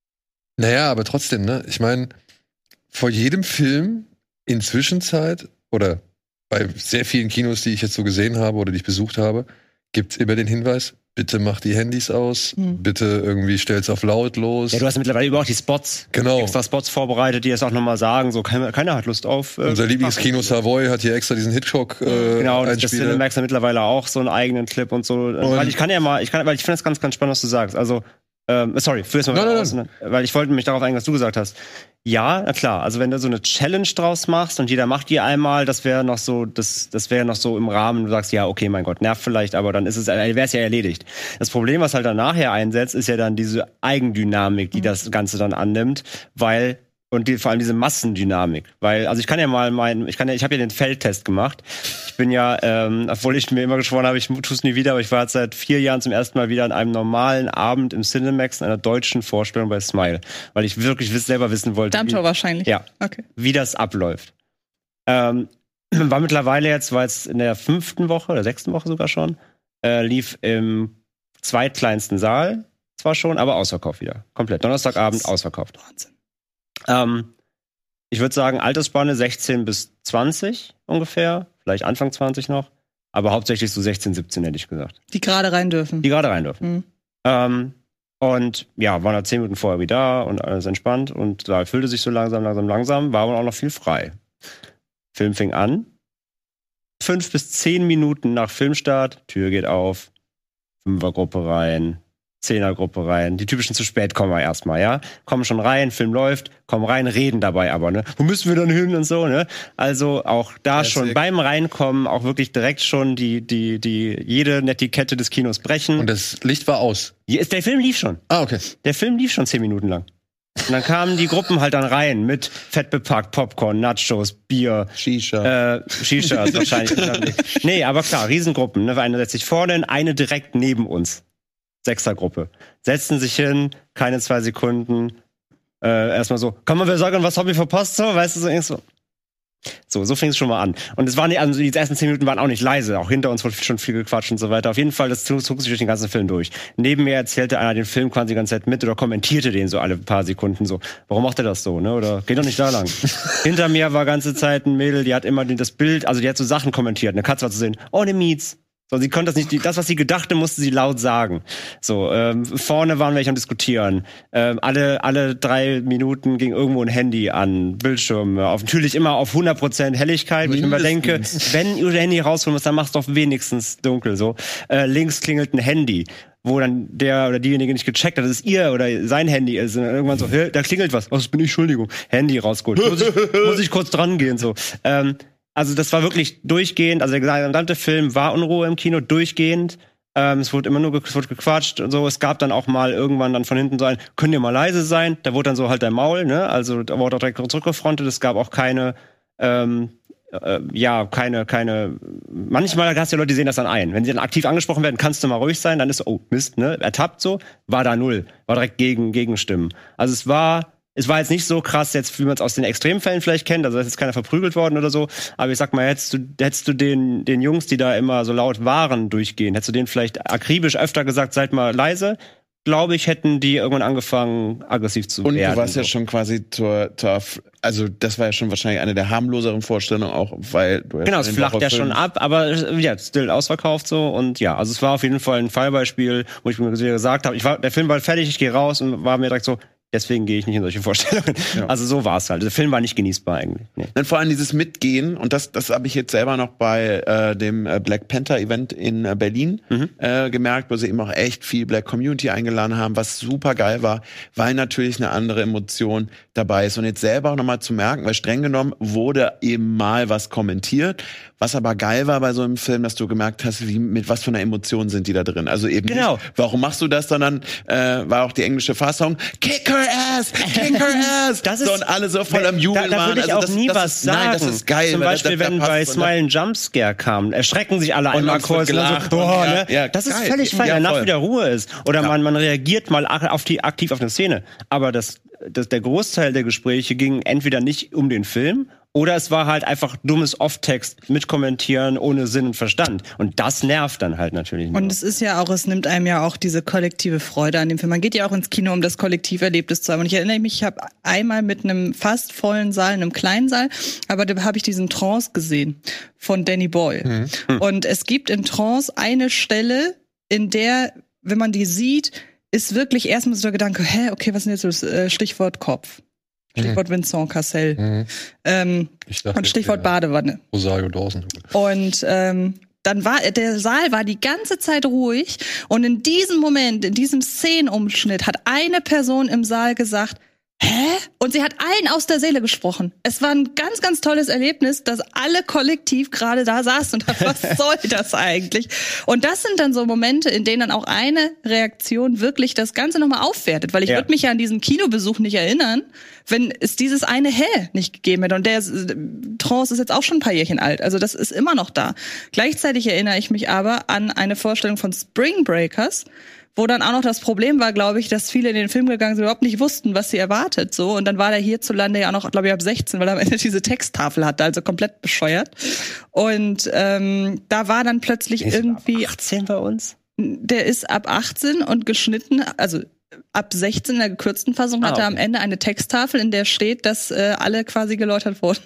naja, aber trotzdem, ne? Ich meine, vor jedem Film in Zwischenzeit oder bei sehr vielen Kinos, die ich jetzt so gesehen habe oder die ich besucht habe, gibt's immer den Hinweis, bitte mach die Handys aus, Hm. bitte irgendwie stell's auf lautlos. Ja, du hast mittlerweile überall die Spots. Genau. Extra Spots vorbereitet, die es auch nochmal sagen. So, keiner, keiner hat Lust auf. Äh, Unser Lieblingskino Savoy hat hier extra diesen Hitchcock äh, Genau, und das Einspieler. Cinemax hat mittlerweile auch so einen eigenen Clip und so. weil ich kann ja mal, ich kann, weil ich finde das ganz, ganz spannend, was du sagst. Also, ähm, sorry, führ es mal Nein, weiter nein, aus, ne? Weil ich wollte mich darauf eingehen, was du gesagt hast. Ja, na klar, also wenn du so eine Challenge draus machst und jeder macht die einmal, das wäre noch so, das, das wäre noch so im Rahmen, du sagst, ja, okay, mein Gott, nervt vielleicht, aber dann ist es, wäre es ja erledigt. Das Problem, was halt dann nachher einsetzt, ist ja dann diese Eigendynamik, die das Ganze dann annimmt, weil und die, vor allem diese Massendynamik, weil also ich kann ja mal meinen, ich kann ja, ich habe ja den Feldtest gemacht. Ich bin ja, ähm, obwohl ich mir immer geschworen habe, ich tue es nie wieder, aber ich war jetzt seit vier Jahren zum ersten Mal wieder an einem normalen Abend im Cinemax in einer deutschen Vorstellung bei Smile, weil ich wirklich wiss, selber wissen wollte, Dammtor wie, wahrscheinlich. ja, Okay. wie das abläuft. Ähm, war mittlerweile jetzt, war jetzt in der fünften Woche oder sechsten Woche sogar schon, äh, lief im zweitkleinsten Saal zwar schon, aber ausverkauft wieder, komplett. Donnerstagabend ausverkauft. Wahnsinn. Ähm, ich würde sagen, Altersspanne sechzehn bis zwanzig ungefähr, vielleicht Anfang zwanzig noch, aber hauptsächlich so sechzehn, siebzehn hätte ich gesagt, Die gerade rein dürfen. die gerade rein dürfen. Mhm. Ähm, und ja, waren da zehn Minuten vorher wieder da und alles entspannt und da füllte sich so langsam, langsam, langsam, war aber auch noch viel frei. Film fing an, fünf bis zehn Minuten nach Filmstart, Tür geht auf, Fünfergruppe rein, Zehnergruppe rein. Die typischen zu spät kommen erstmal, ja. Kommen schon rein, Film läuft, kommen rein, reden dabei aber, ne. Wo müssen wir dann hin und so, ne. Also auch da das schon beim Reinkommen auch wirklich direkt schon die, die, die, jede Netiquette des Kinos brechen. Und das Licht war aus. Der Film lief schon. Ah, okay. Der Film lief schon zehn Minuten lang. Und dann kamen die Gruppen halt dann rein mit fettbepackt, Popcorn, Nachos, Bier. Shisha. Äh, Shisha ist wahrscheinlich. Nee, aber klar, Riesengruppen. Ne? Eine setzt sich vorne, eine direkt neben uns. Sechsergruppe. Setzen sich hin, keine zwei Sekunden. Äh, erstmal so, kann man wer sagen, was hab ich verpasst? So, weißt du, so, so. So, so fing es schon mal an. Und es waren nicht, also die ersten zehn Minuten waren auch nicht leise. Auch hinter uns wurde schon viel gequatscht und so weiter. Auf jeden Fall, das zog sich durch den ganzen Film durch. Neben mir erzählte einer den Film quasi die ganze Zeit mit oder kommentierte den so alle paar Sekunden so. Warum macht er das so, ne? Oder geht doch nicht da lang. Hinter mir war ganze Zeit ein Mädel, die hat immer das Bild, also die hat so Sachen kommentiert. Eine Katze war zu sehen, oh, ne Mietz. So, sie konnte das nicht, die, das, was sie gedachte, musste sie laut sagen. So, ähm, vorne waren welche am Diskutieren. Ähm, alle, alle drei Minuten ging irgendwo ein Handy an, Bildschirm, auf, natürlich immer auf hundert Prozent Helligkeit, wo ich immer denke, wenn du dein Handy rausholen musst, dann mach's doch wenigstens dunkel, so. Äh, links klingelt ein Handy, wo dann der oder diejenige nicht gecheckt hat, dass es ihr oder sein Handy ist. Und dann irgendwann so, da klingelt was. Oh, das bin ich, Entschuldigung. Handy rausgeholt. Muss ich, muss ich kurz dran gehen, so. Ähm, Also das war wirklich durchgehend, also der gesamte Film war Unruhe im Kino, durchgehend. Ähm, es wurde immer nur ge- es wurde gequatscht und so. Es gab dann auch mal irgendwann dann von hinten so ein, könnt ihr mal leise sein? Da wurde dann so halt dein Maul, ne? Also da wurde auch direkt zurückgefrontet. Es gab auch keine, ähm, äh, ja, keine, keine, manchmal hast du ja Leute, die sehen das dann ein. Wenn sie dann aktiv angesprochen werden, kannst du mal ruhig sein, dann ist so, oh Mist, ne? Ertappt so, war da null. War direkt gegen, Gegenstimmen. Also es war... Es war jetzt nicht so krass, jetzt wie man es aus den Extremfällen vielleicht kennt, also da ist jetzt keiner verprügelt worden oder so, aber ich sag mal, hättest du, hättest du den, den Jungs, die da immer so laut waren, durchgehen, hättest du denen vielleicht akribisch öfter gesagt, seid mal leise, glaube ich, hätten die irgendwann angefangen, aggressiv zu Und werden. Und du warst so. ja schon quasi zur, zur, also das war ja schon wahrscheinlich eine der harmloseren Vorstellungen, auch weil du ja Genau, es flacht ja schon ab, aber ja, still ausverkauft so und ja, also es war auf jeden Fall ein Fallbeispiel, wo ich mir gesagt habe, ich war, der Film war fertig, ich gehe raus und war mir direkt so, deswegen gehe ich nicht in solche Vorstellungen. Ja. Also so war es halt. Der Film war nicht genießbar eigentlich. Nee. Dann vor allem dieses Mitgehen, und das, das habe ich jetzt selber noch bei äh, dem Black Panther Event in äh, Berlin mhm. äh, gemerkt, wo sie eben auch echt viel Black Community eingeladen haben, was super geil war, weil natürlich eine andere Emotion dabei ist. Und jetzt selber auch nochmal zu merken, weil streng genommen wurde eben mal was kommentiert, was aber geil war bei so einem Film, dass du gemerkt hast, wie mit was für einer Emotion sind die da drin. Also eben genau. nicht, warum machst du das, sondern äh, war auch die englische Fassung, kick her ass, kick her ass. Das ist, so, und alle so voll am Jubeln da, da würde ich waren. auch Also das, nie das was ist, sagen. Nein, das ist geil. Zum Beispiel, das, wenn da bei passt, Smile ein Jumpscare kam, erschrecken sich alle einmal kurz. Gelacht, so, oh, ne? ja, das ist geil. völlig fein, ja, danach voll. wieder Ruhe ist. Oder ja. man, man reagiert mal auf die, aktiv auf eine Szene. Aber das, das, der Großteil der Gespräche ging entweder nicht um den Film, oder es war halt einfach dummes Off-Text mit kommentieren ohne Sinn und Verstand. Und das nervt dann halt natürlich nur. Und es ist ja auch, es nimmt einem ja auch diese kollektive Freude an dem Film. Man geht ja auch ins Kino, um das Kollektiverlebnis zu haben. Und ich erinnere mich, ich habe einmal mit einem fast vollen Saal, einem kleinen Saal, aber da habe ich diesen Trance gesehen von Danny Boyle. Mhm. Und es gibt in Trance eine Stelle, in der, wenn man die sieht, ist wirklich erstmal so der Gedanke, hä, okay, was ist denn jetzt das äh, Stichwort Kopf? Stichwort Vincent Cassel. Mhm. Ähm, und Stichwort Badewanne. Rosario Dawson. Und ähm, dann war der Saal war die ganze Zeit ruhig und in diesem Moment, in diesem Szenenumschnitt hat eine Person im Saal gesagt, hä? Und sie hat allen aus der Seele gesprochen. Es war ein ganz, ganz tolles Erlebnis, dass alle kollektiv gerade da saßen und dachten, was soll das eigentlich? Und das sind dann so Momente, in denen dann auch eine Reaktion wirklich das Ganze nochmal aufwertet. Weil ich ja. würde mich ja an diesen Kinobesuch nicht erinnern, wenn es dieses eine Hä nicht gegeben hätte. Und der Trance ist jetzt auch schon ein paar Jährchen alt. Also das ist immer noch da. Gleichzeitig erinnere ich mich aber an eine Vorstellung von Spring Breakers, wo dann auch noch das Problem war, glaube ich, dass viele in den Film gegangen sind, überhaupt nicht wussten, was sie erwartet. So, und dann war der hierzulande ja auch noch, glaube ich, ab sechzehn, weil er am Ende diese Texttafel hatte, also komplett bescheuert. Und ähm, da war dann plötzlich ist irgendwie ab achtzehn bei uns? Der ist ab achtzehn und geschnitten, also ab sechzehn in der gekürzten Fassung ah, hat er okay. am Ende eine Texttafel, in der steht, dass äh, alle quasi geläutert wurden.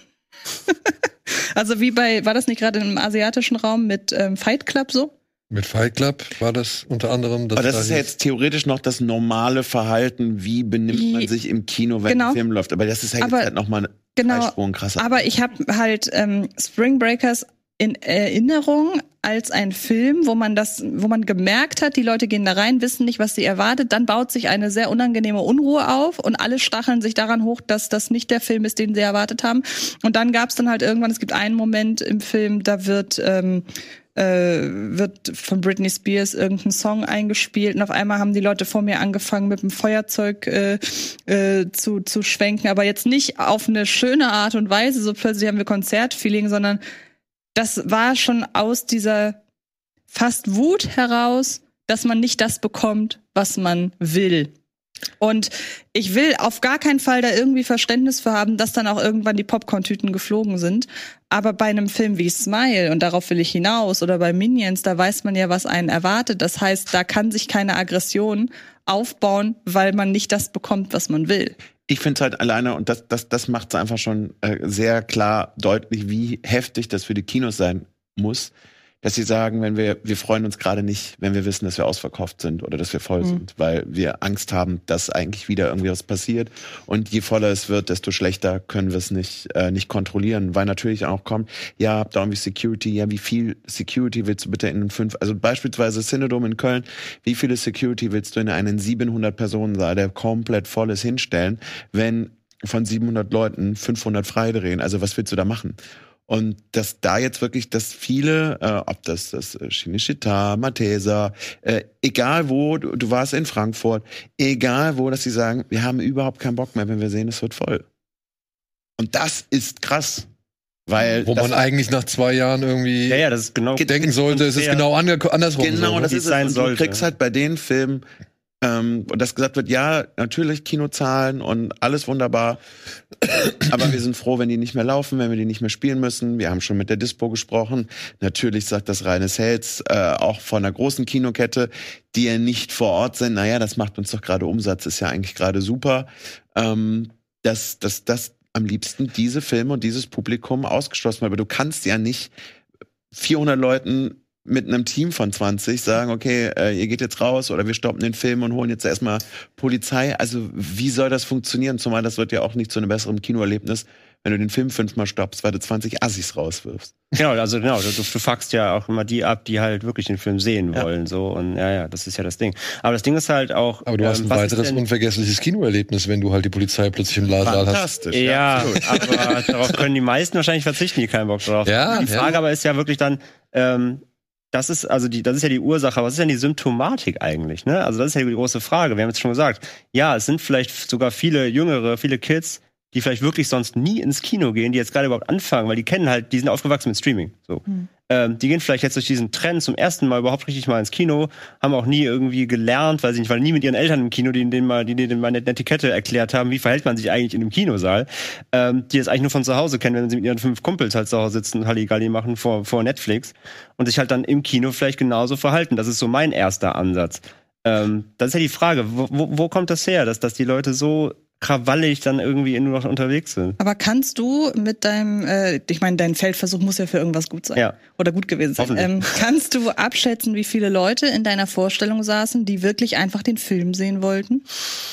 Also wie bei, war das nicht gerade im asiatischen Raum mit ähm, Fight Club so? Mit Fight Club war das unter anderem. Das Aber das da ist ja jetzt theoretisch noch das normale Verhalten, wie benimmt man sich im Kino, wenn genau. ein Film läuft. Aber das ist ja jetzt Aber, halt nochmal genau, drei Spuren krasser. Aber ich habe halt ähm, Spring Breakers in Erinnerung als ein Film, wo man das, wo man gemerkt hat, die Leute gehen da rein, wissen nicht, was sie erwartet, dann baut sich eine sehr unangenehme Unruhe auf und alle stacheln sich daran hoch, dass das nicht der Film ist, den sie erwartet haben. Und dann gab es dann halt irgendwann, es gibt einen Moment im Film, da wird ähm, äh, wird von Britney Spears irgendein Song eingespielt und auf einmal haben die Leute vor mir angefangen, mit dem Feuerzeug äh, äh, zu, zu schwenken, aber jetzt nicht auf eine schöne Art und Weise, so plötzlich haben wir Konzertfeeling, sondern das war schon aus dieser fast Wut heraus, dass man nicht das bekommt, was man will. Und ich will auf gar keinen Fall da irgendwie Verständnis für haben, dass dann auch irgendwann die Popcorn-Tüten geflogen sind. Aber bei einem Film wie Smile, und darauf will ich hinaus, oder bei Minions, da weiß man ja, was einen erwartet. Das heißt, da kann sich keine Aggression aufbauen, weil man nicht das bekommt, was man will. Ich finde es halt alleine, und das, das, das macht es einfach schon äh, sehr klar deutlich, wie heftig das für die Kinos sein muss, dass sie sagen, wenn wir, wir freuen uns gerade nicht, wenn wir wissen, dass wir ausverkauft sind oder dass wir voll mhm. sind, weil wir Angst haben, dass eigentlich wieder irgendwie was passiert. Und je voller es wird, desto schlechter können wir es nicht, äh, nicht kontrollieren, weil natürlich auch kommt, ja, habt ihr irgendwie Security, ja, wie viel Security willst du bitte in einen fünf, also beispielsweise Cinedom in Köln, wie viele Security willst du in einen siebenhundert-Personen-Saal, der komplett voll ist, hinstellen, wenn von siebenhundert Leuten fünfhundert freidrehen? Also was willst du da machen? Und dass da jetzt wirklich, dass viele, äh, ob das das äh, Cinecittà, Malteser, äh, egal wo, du, du warst in Frankfurt, egal wo, dass sie sagen, wir haben überhaupt keinen Bock mehr, wenn wir sehen, es wird voll. Und das ist krass. Weil Wo man eigentlich nach zwei Jahren irgendwie ja, ja, das ist genau denken sollte, es ist genau ange- andersrum. Genau, so, das ne? ist es. Und du kriegst halt bei den Filmen, ähm, und das gesagt wird, ja, natürlich Kinozahlen und alles wunderbar, aber wir sind froh, wenn die nicht mehr laufen, wenn wir die nicht mehr spielen müssen. Wir haben schon mit der Dispo gesprochen. Natürlich sagt das reine Sales, äh, auch von einer großen Kinokette, die ja nicht vor Ort sind. Naja, das macht uns doch gerade Umsatz, ist ja eigentlich gerade super. Ähm, dass, dass, dass am liebsten diese Filme und dieses Publikum ausgeschlossen wird. Aber du kannst ja nicht vierhundert Leuten mit einem Team von zwanzig sagen, okay, äh, ihr geht jetzt raus oder wir stoppen den Film und holen jetzt erstmal Polizei. Also wie soll das funktionieren? Zumal das wird ja auch nicht zu einem besseren Kinoerlebnis, wenn du den Film fünfmal stoppst, weil du zwanzig Assis rauswirfst. Genau, also genau, du, du fuckst ja auch immer die ab, die halt wirklich den Film sehen wollen. Ja. So und ja, ja, das ist ja das Ding. Aber das Ding ist halt auch. Aber du hast ein ähm, weiteres unvergessliches Kinoerlebnis, wenn du halt die Polizei plötzlich im Laden hast. Fantastisch. Ja, ja aber darauf können die meisten wahrscheinlich verzichten, die keinen Bock drauf. Ja, die Frage ja. aber ist ja wirklich dann, ähm, Das ist also die, das ist ja die Ursache. Was ist denn die Symptomatik eigentlich? Ne? Also das ist ja die große Frage. Wir haben jetzt schon gesagt, ja, es sind vielleicht sogar viele Jüngere, viele Kids, die vielleicht wirklich sonst nie ins Kino gehen, die jetzt gerade überhaupt anfangen, weil die kennen halt, die sind aufgewachsen mit Streaming. So, mhm. ähm, die gehen vielleicht jetzt durch diesen Trend zum ersten Mal überhaupt richtig mal ins Kino, haben auch nie irgendwie gelernt, weiß ich nicht, weil nie mit ihren Eltern im Kino, die denen mal, die denen mal eine Etikette erklärt haben, wie verhält man sich eigentlich in einem Kinosaal, ähm, die das eigentlich nur von zu Hause kennen, wenn sie mit ihren fünf Kumpels halt zu Hause sitzen, Halligalli machen vor vor Netflix und sich halt dann im Kino vielleicht genauso verhalten. Das ist so mein erster Ansatz. Ähm, das ist ja die Frage, wo, wo, wo kommt das her, dass, dass die Leute so krawallig dann irgendwie nur noch unterwegs sind. Aber kannst du mit deinem, äh, ich meine, dein Feldversuch muss ja für irgendwas gut sein. Ja. Oder gut gewesen sein. Ähm, kannst du abschätzen, wie viele Leute in deiner Vorstellung saßen, die wirklich einfach den Film sehen wollten?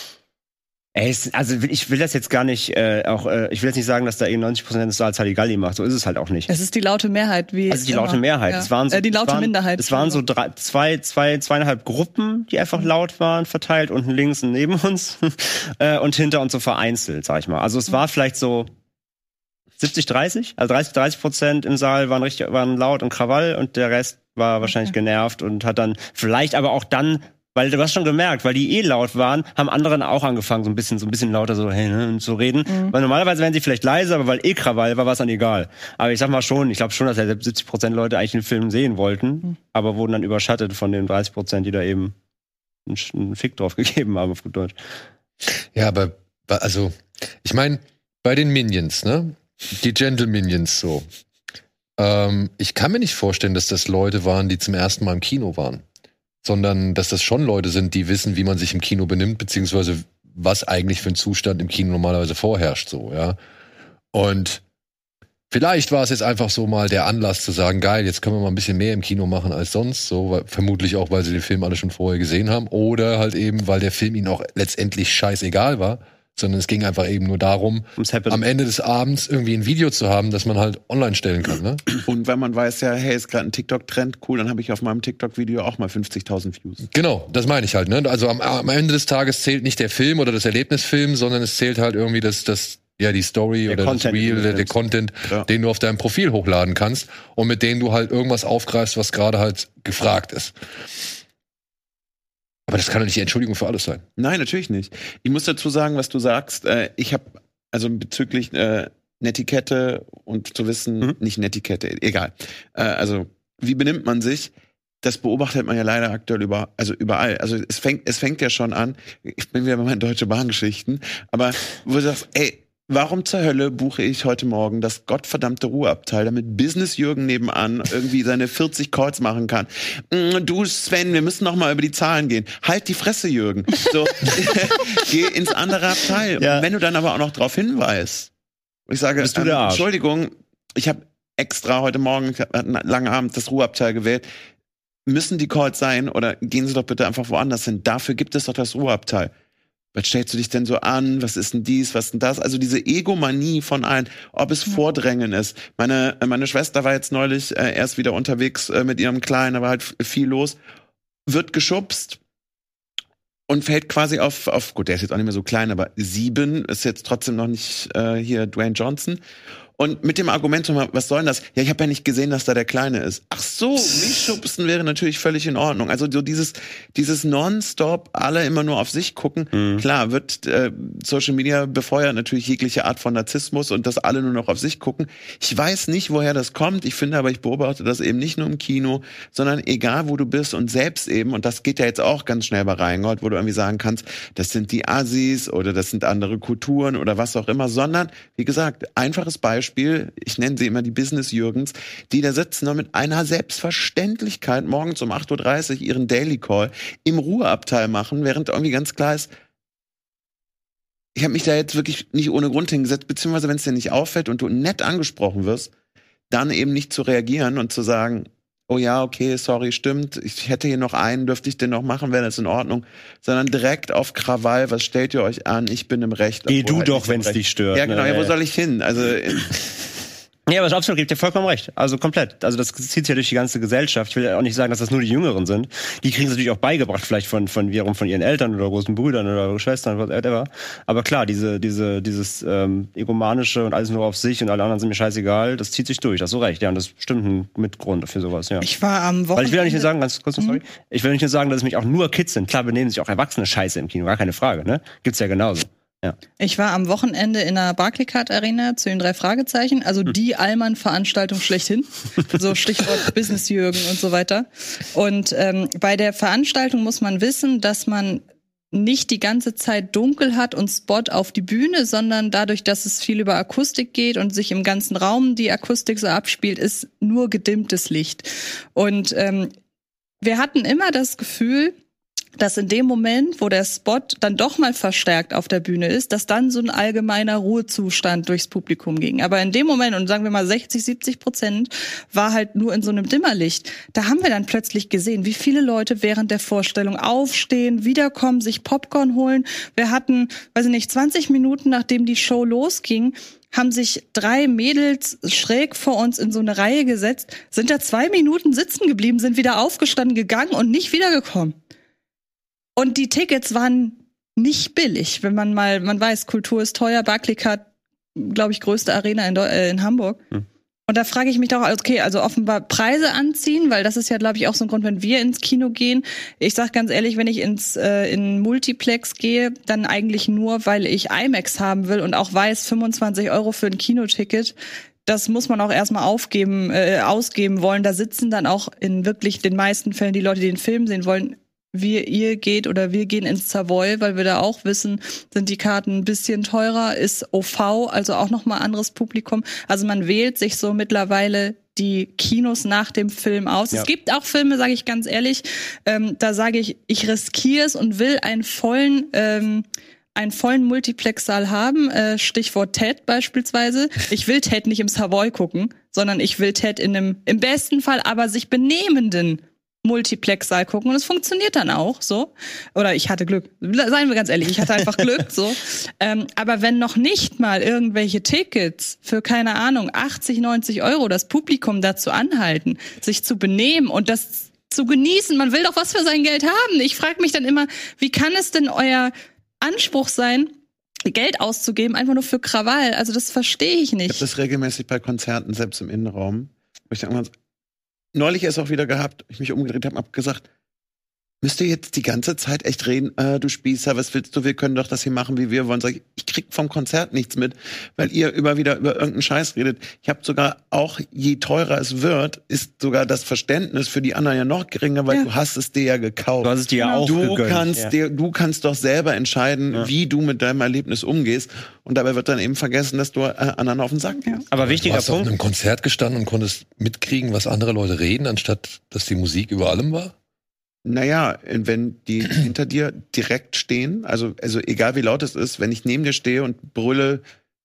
Ey, es, also ich will das jetzt gar nicht, äh, auch äh, ich will jetzt nicht sagen, dass da eben neunzig Prozent des Saals Halligalli macht. So ist es halt auch nicht. Es ist die laute Mehrheit, wie also die laute immer. Mehrheit. Ja. Es waren so, äh, die laute es waren, Minderheit. Es waren so drei, zwei, zwei, zweieinhalb Gruppen, die einfach laut waren, verteilt unten links und neben uns äh, und hinter uns so vereinzelt, sag ich mal. Also es war vielleicht so siebzig dreißig, also dreißig dreißig Prozent im Saal waren richtig, waren laut und Krawall und der Rest war wahrscheinlich okay. genervt und hat dann vielleicht aber auch dann, weil du hast schon gemerkt, weil die eh laut waren, haben andere auch angefangen, so ein bisschen, so ein bisschen lauter so hey, ne, zu reden. Mhm. Weil normalerweise wären sie vielleicht leiser, aber weil eh Krawall war, war es dann egal. Aber ich sag mal schon, ich glaube schon, dass ja siebzig Prozent Leute eigentlich den Film sehen wollten, mhm. aber wurden dann überschattet von den dreißig Prozent, die da eben einen, einen Fick drauf gegeben haben, auf gut Deutsch. Ja, aber, also, ich meine, bei den Minions, ne? Die Gentle Minions so. Ähm, ich kann mir nicht vorstellen, dass das Leute waren, die zum ersten Mal im Kino waren. Sondern dass das schon Leute sind, die wissen, wie man sich im Kino benimmt, beziehungsweise was eigentlich für ein Zustand im Kino normalerweise vorherrscht, so, ja. Und vielleicht war es jetzt einfach so mal der Anlass zu sagen, geil, jetzt können wir mal ein bisschen mehr im Kino machen als sonst, so, weil, vermutlich auch, weil sie den Film alle schon vorher gesehen haben, oder halt eben, weil der Film ihnen auch letztendlich scheißegal war, sondern es ging einfach eben nur darum, am Ende des Abends irgendwie ein Video zu haben, das man halt online stellen kann. Ne? Und wenn man weiß, ja, hey, ist gerade ein TikTok-Trend, cool, dann habe ich auf meinem TikTok-Video auch mal fünfzigtausend Views. Genau, das meine ich halt. Ne? Also am, am Ende des Tages zählt nicht der Film oder das Erlebnisfilm, sondern es zählt halt irgendwie das, das ja die Story der oder Content, das Reel, der, der Content, ja. den du auf deinem Profil hochladen kannst und mit dem du halt irgendwas aufgreifst, was gerade halt gefragt ist. Aber das kann doch nicht die Entschuldigung für alles sein. Nein, natürlich nicht. Ich muss dazu sagen, was du sagst. Äh, ich habe also bezüglich äh, Netiquette und zu wissen, mhm. nicht Netiquette, egal. Äh, also wie benimmt man sich? Das beobachtet man ja leider aktuell über, also überall. Also es fängt, es fängt ja schon an. Ich bin wieder bei meinen Deutsche Bahn-Geschichten. Aber wo du sagst, ey, warum zur Hölle buche ich heute Morgen das gottverdammte Ruheabteil, damit Business Jürgen nebenan irgendwie seine vierzig Calls machen kann? Du Sven, wir müssen noch mal über die Zahlen gehen. Halt die Fresse, Jürgen. So, geh ins andere Abteil. Ja. Und wenn du dann aber auch noch darauf hinweist, ich sage, ähm, Entschuldigung, ich habe extra heute Morgen, ich hatte einen langen Abend, das Ruheabteil gewählt. Müssen die Calls sein oder gehen Sie doch bitte einfach woanders hin? Dafür gibt es doch das Ruheabteil. Was stellst du dich denn so an? Was ist denn dies? Was ist denn das? Also diese Egomanie von allen, ob es Vordrängen ist. Meine, meine Schwester war jetzt neulich äh, erst wieder unterwegs äh, mit ihrem Kleinen, da war halt viel los, wird geschubst und fällt quasi auf, auf, gut, der ist jetzt auch nicht mehr so klein, aber sieben ist jetzt trotzdem noch nicht äh, hier Dwayne Johnson. Und mit dem Argument, was soll denn das? Ja, ich habe ja nicht gesehen, dass da der Kleine ist. Ach so, mich schubsen wäre natürlich völlig in Ordnung. Also so dieses dieses Nonstop, alle immer nur auf sich gucken. Mhm. Klar, wird äh, Social Media befeuert natürlich jegliche Art von Narzissmus und dass alle nur noch auf sich gucken. Ich weiß nicht, woher das kommt. Ich finde aber, ich beobachte das eben nicht nur im Kino, sondern egal, wo du bist und selbst eben, und das geht ja jetzt auch ganz schnell bei Rheingold, wo du irgendwie sagen kannst, das sind die Assis oder das sind andere Kulturen oder was auch immer, sondern, wie gesagt, einfaches Beispiel, Spiel, ich nenne sie immer die Business-Jürgens, die da sitzen und mit einer Selbstverständlichkeit morgens um acht Uhr dreißig ihren Daily Call im Ruheabteil machen, während irgendwie ganz klar ist, ich habe mich da jetzt wirklich nicht ohne Grund hingesetzt, beziehungsweise wenn es dir nicht auffällt und du nett angesprochen wirst, dann eben nicht zu reagieren und zu sagen, oh ja, okay, sorry, stimmt, ich hätte hier noch einen, dürfte ich den noch machen, wäre das in Ordnung, sondern direkt auf Krawall, was stellt ihr euch an, ich bin im Recht. Geh du halt doch, wenn es dich stört. Ja, genau, ne? Ja, wo soll ich hin? Also ja, aber absolut, gibt dir vollkommen recht. Also komplett. Also das zieht sich ja durch die ganze Gesellschaft. Ich will ja auch nicht sagen, dass das nur die Jüngeren sind. Die kriegen es natürlich auch beigebracht, vielleicht von von wiederum von ihren Eltern oder großen Brüdern oder Schwestern, whatever. Aber klar, diese diese dieses ähm, egomanische und alles nur auf sich und alle anderen sind mir scheißegal, das zieht sich durch. Das hast du recht. Ja, und das ist bestimmt ein Mitgrund für sowas. Ja. Ich war am Wochenende. Weil ich will ja nicht nur sagen, ganz kurz, mhm. sorry. Ich will nicht nur sagen, dass es mich auch nur Kids sind. Klar benehmen sich auch Erwachsene Scheiße im Kino, gar keine Frage. Ne, gibt's ja genauso. Ja. Ich war am Wochenende in der Barclaycard Arena zu den drei Fragezeichen, also hm. die Allmann-Veranstaltung schlechthin, so Stichwort Business Jürgen und so weiter. Und ähm, bei der Veranstaltung muss man wissen, dass man nicht die ganze Zeit dunkel hat und Spot auf die Bühne, sondern dadurch, dass es viel über Akustik geht und sich im ganzen Raum die Akustik so abspielt, ist nur gedimmtes Licht. Und ähm, wir hatten immer das Gefühl, dass in dem Moment, wo der Spot dann doch mal verstärkt auf der Bühne ist, dass dann so ein allgemeiner Ruhezustand durchs Publikum ging. Aber in dem Moment, und sagen wir mal sechzig, siebzig Prozent, war halt nur in so einem Dimmerlicht. Da haben wir dann plötzlich gesehen, wie viele Leute während der Vorstellung aufstehen, wiederkommen, sich Popcorn holen. Wir hatten, weiß ich nicht, zwanzig Minuten, nachdem die Show losging, haben sich drei Mädels schräg vor uns in so eine Reihe gesetzt, sind da zwei Minuten sitzen geblieben, sind wieder aufgestanden, gegangen und nicht wiedergekommen. Und die Tickets waren nicht billig, wenn man mal, man weiß, Kultur ist teuer, Barclaycard, glaube ich, größte Arena in, äh, in Hamburg. Hm. Und da frage ich mich doch, okay, also offenbar Preise anziehen, weil das ist ja, glaube ich, auch so ein Grund, wenn wir ins Kino gehen. Ich sag ganz ehrlich, wenn ich ins äh, in Multiplex gehe, dann eigentlich nur, weil ich IMAX haben will und auch weiß, fünfundzwanzig Euro für ein Kinoticket. Das muss man auch erstmal aufgeben, äh, ausgeben wollen. Da sitzen dann auch in wirklich den meisten Fällen die Leute, die den Film sehen wollen, wir, ihr geht oder wir gehen ins Savoy, weil wir da auch wissen, sind die Karten ein bisschen teurer, ist O V, also auch nochmal anderes Publikum. Also man wählt sich so mittlerweile die Kinos nach dem Film aus. Ja. Es gibt auch Filme, sage ich ganz ehrlich, ähm, da sage ich, ich riskiere es und will einen vollen ähm, einen vollen Multiplex-Saal haben, äh, Stichwort Ted beispielsweise. Ich will Ted nicht im Savoy gucken, sondern ich will Ted in einem, im besten Fall aber sich benehmenden Multiplex-Saal gucken und es funktioniert dann auch so. Oder ich hatte Glück. Seien wir ganz ehrlich, ich hatte einfach Glück so. Ähm, aber wenn noch nicht mal irgendwelche Tickets für, keine Ahnung, achtzig, neunzig Euro das Publikum dazu anhalten, sich zu benehmen und das zu genießen, man will doch was für sein Geld haben. Ich frage mich dann immer, wie kann es denn euer Anspruch sein, Geld auszugeben, einfach nur für Krawall? Also das verstehe ich nicht. Ich habe das regelmäßig bei Konzerten, selbst im Innenraum. Wo ich dann neulich erst auch wieder gehabt, ich mich umgedreht habe, hab gesagt, müsst ihr jetzt die ganze Zeit echt reden, äh, du Spießer, was willst du, wir können doch das hier machen, wie wir wollen. Sag ich, ich krieg vom Konzert nichts mit, weil ihr immer wieder über irgendeinen Scheiß redet. Ich habe sogar auch, je teurer es wird, ist sogar das Verständnis für die anderen ja noch geringer, weil ja. du hast es dir ja gekauft. Du hast es dir ja auch du gegönnt. Kannst ja. dir, du kannst doch selber entscheiden, ja. wie du mit deinem Erlebnis umgehst. Und dabei wird dann eben vergessen, dass du äh, anderen auf den Sack gehst. Aber wichtiger du hast Punkt. auf einem Konzert gestanden und konntest mitkriegen, was andere Leute reden, anstatt dass die Musik über allem war? Naja, wenn die hinter dir direkt stehen, also, also egal wie laut es ist, wenn ich neben dir stehe und brülle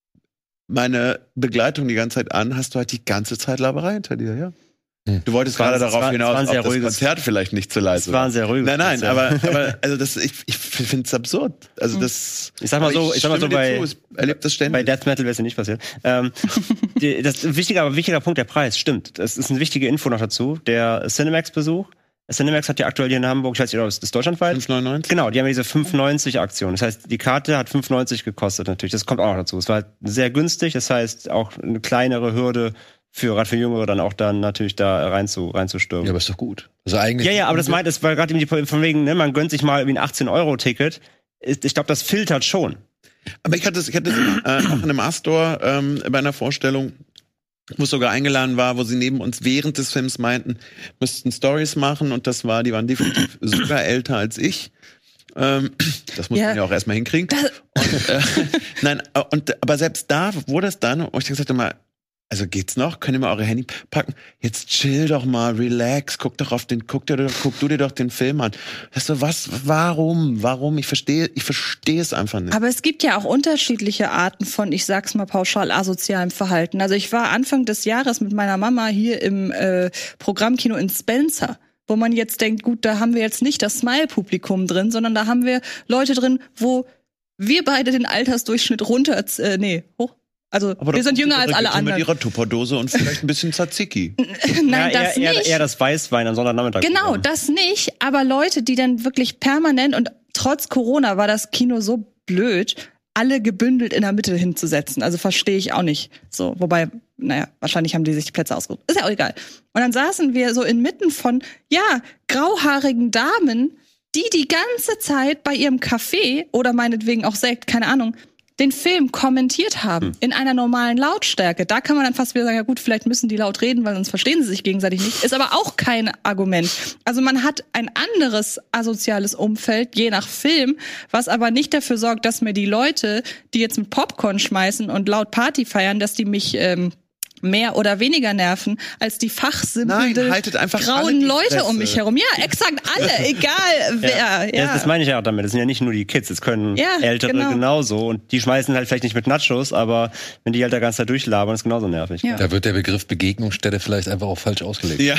meine Begleitung die ganze Zeit an, hast du halt die ganze Zeit Laberei hinter dir, ja. Hm. Du wolltest gerade darauf war, hinaus, ob das ruhiges, Konzert vielleicht nicht zu leise war. Es war ein sehr ruhiges Nein, nein, aber, aber also das, ich, ich finde es absurd. Also das. Ich sag mal so, ich, ich sag mal so bei, zu, erlebt das ständig. Bei Death Metal wäre es ja nicht passiert. Ähm, die, das ist wichtiger, aber wichtiger Punkt, der Preis, stimmt. Das ist eine wichtige Info noch dazu. Der Cinemax-Besuch. Cinemax hat ja aktuell hier in Hamburg, ich weiß nicht, ob es ist deutschlandweit. fünf neunundneunzig? Genau, die haben ja diese fünf neunzig Aktion. Das heißt, die Karte hat fünf neunzig gekostet natürlich. Das kommt auch noch dazu. Es war halt sehr günstig, das heißt auch eine kleinere Hürde für gerade für Jüngere dann auch dann natürlich da rein zu, reinzustürmen. Ja, aber ist doch gut. Also eigentlich. Ja, ja, aber das meint, das war gerade die von wegen, ne, man gönnt sich mal irgendwie ein achtzehn Euro Ticket. Ich glaube, das filtert schon. Aber ich hatte es, ich hatte es äh, auch in einem A-Store ähm, bei einer Vorstellung, wo es sogar eingeladen war, wo sie neben uns während des Films meinten, müssten Stories machen und das war, die waren definitiv sogar älter als ich. Ähm, das muss ja. man ja auch erstmal hinkriegen. Und, äh, nein, und, aber selbst da wurde es dann, und ich gesagt mal, also geht's noch? Könnt ihr mal eure Handy packen? Jetzt chill doch mal, relax, guck doch auf den, guck dir, guck du dir doch den Film an. Weißt du, was, warum, warum? Ich verstehe, ich verstehe es einfach nicht. Aber es gibt ja auch unterschiedliche Arten von, ich sag's mal pauschal, asozialem Verhalten. Also ich war Anfang des Jahres mit meiner Mama hier im äh, Programmkino in Spencer, wo man jetzt denkt, gut, da haben wir jetzt nicht das Smile-Publikum drin, sondern da haben wir Leute drin, wo wir beide den Altersdurchschnitt runter, äh, nee, hoch, Also aber wir sind jünger als alle anderen. Mit ihrer Tupperdose und vielleicht ein bisschen Tzatziki. Nein, ja, das eher, nicht. Eher, eher das Weißwein am Sonntagnachmittag. Genau, bekommen. das nicht. Aber Leute, die dann wirklich permanent, und trotz Corona war das Kino so blöd, alle gebündelt in der Mitte hinzusetzen. Also verstehe ich auch nicht. So, wobei, naja, wahrscheinlich haben die sich die Plätze ausgesucht. Ist ja auch egal. Und dann saßen wir so inmitten von, ja, grauhaarigen Damen, die die ganze Zeit bei ihrem Kaffee oder meinetwegen auch Sekt, keine Ahnung, den Film kommentiert haben, hm. in einer normalen Lautstärke. Da kann man dann fast wieder sagen, ja gut, vielleicht müssen die laut reden, weil sonst verstehen sie sich gegenseitig nicht. Ist aber auch kein Argument. Also man hat ein anderes asoziales Umfeld, je nach Film, was aber nicht dafür sorgt, dass mir die Leute, die jetzt mit Popcorn schmeißen und laut Party feiern, dass die mich ähm, mehr oder weniger nerven als die fachsimpelnden, grauen Leute um mich herum. Ja, exakt alle, egal wer. Ja. Ja. Das meine ich ja auch damit. Das sind ja nicht nur die Kids, es können ja, Ältere genau. genauso. Und die schmeißen halt vielleicht nicht mit Nachos, aber wenn die halt die ganze Zeit durchlabern, ist genauso nervig. Ja. Da wird der Begriff Begegnungsstätte vielleicht einfach auch falsch ausgelegt. Ja,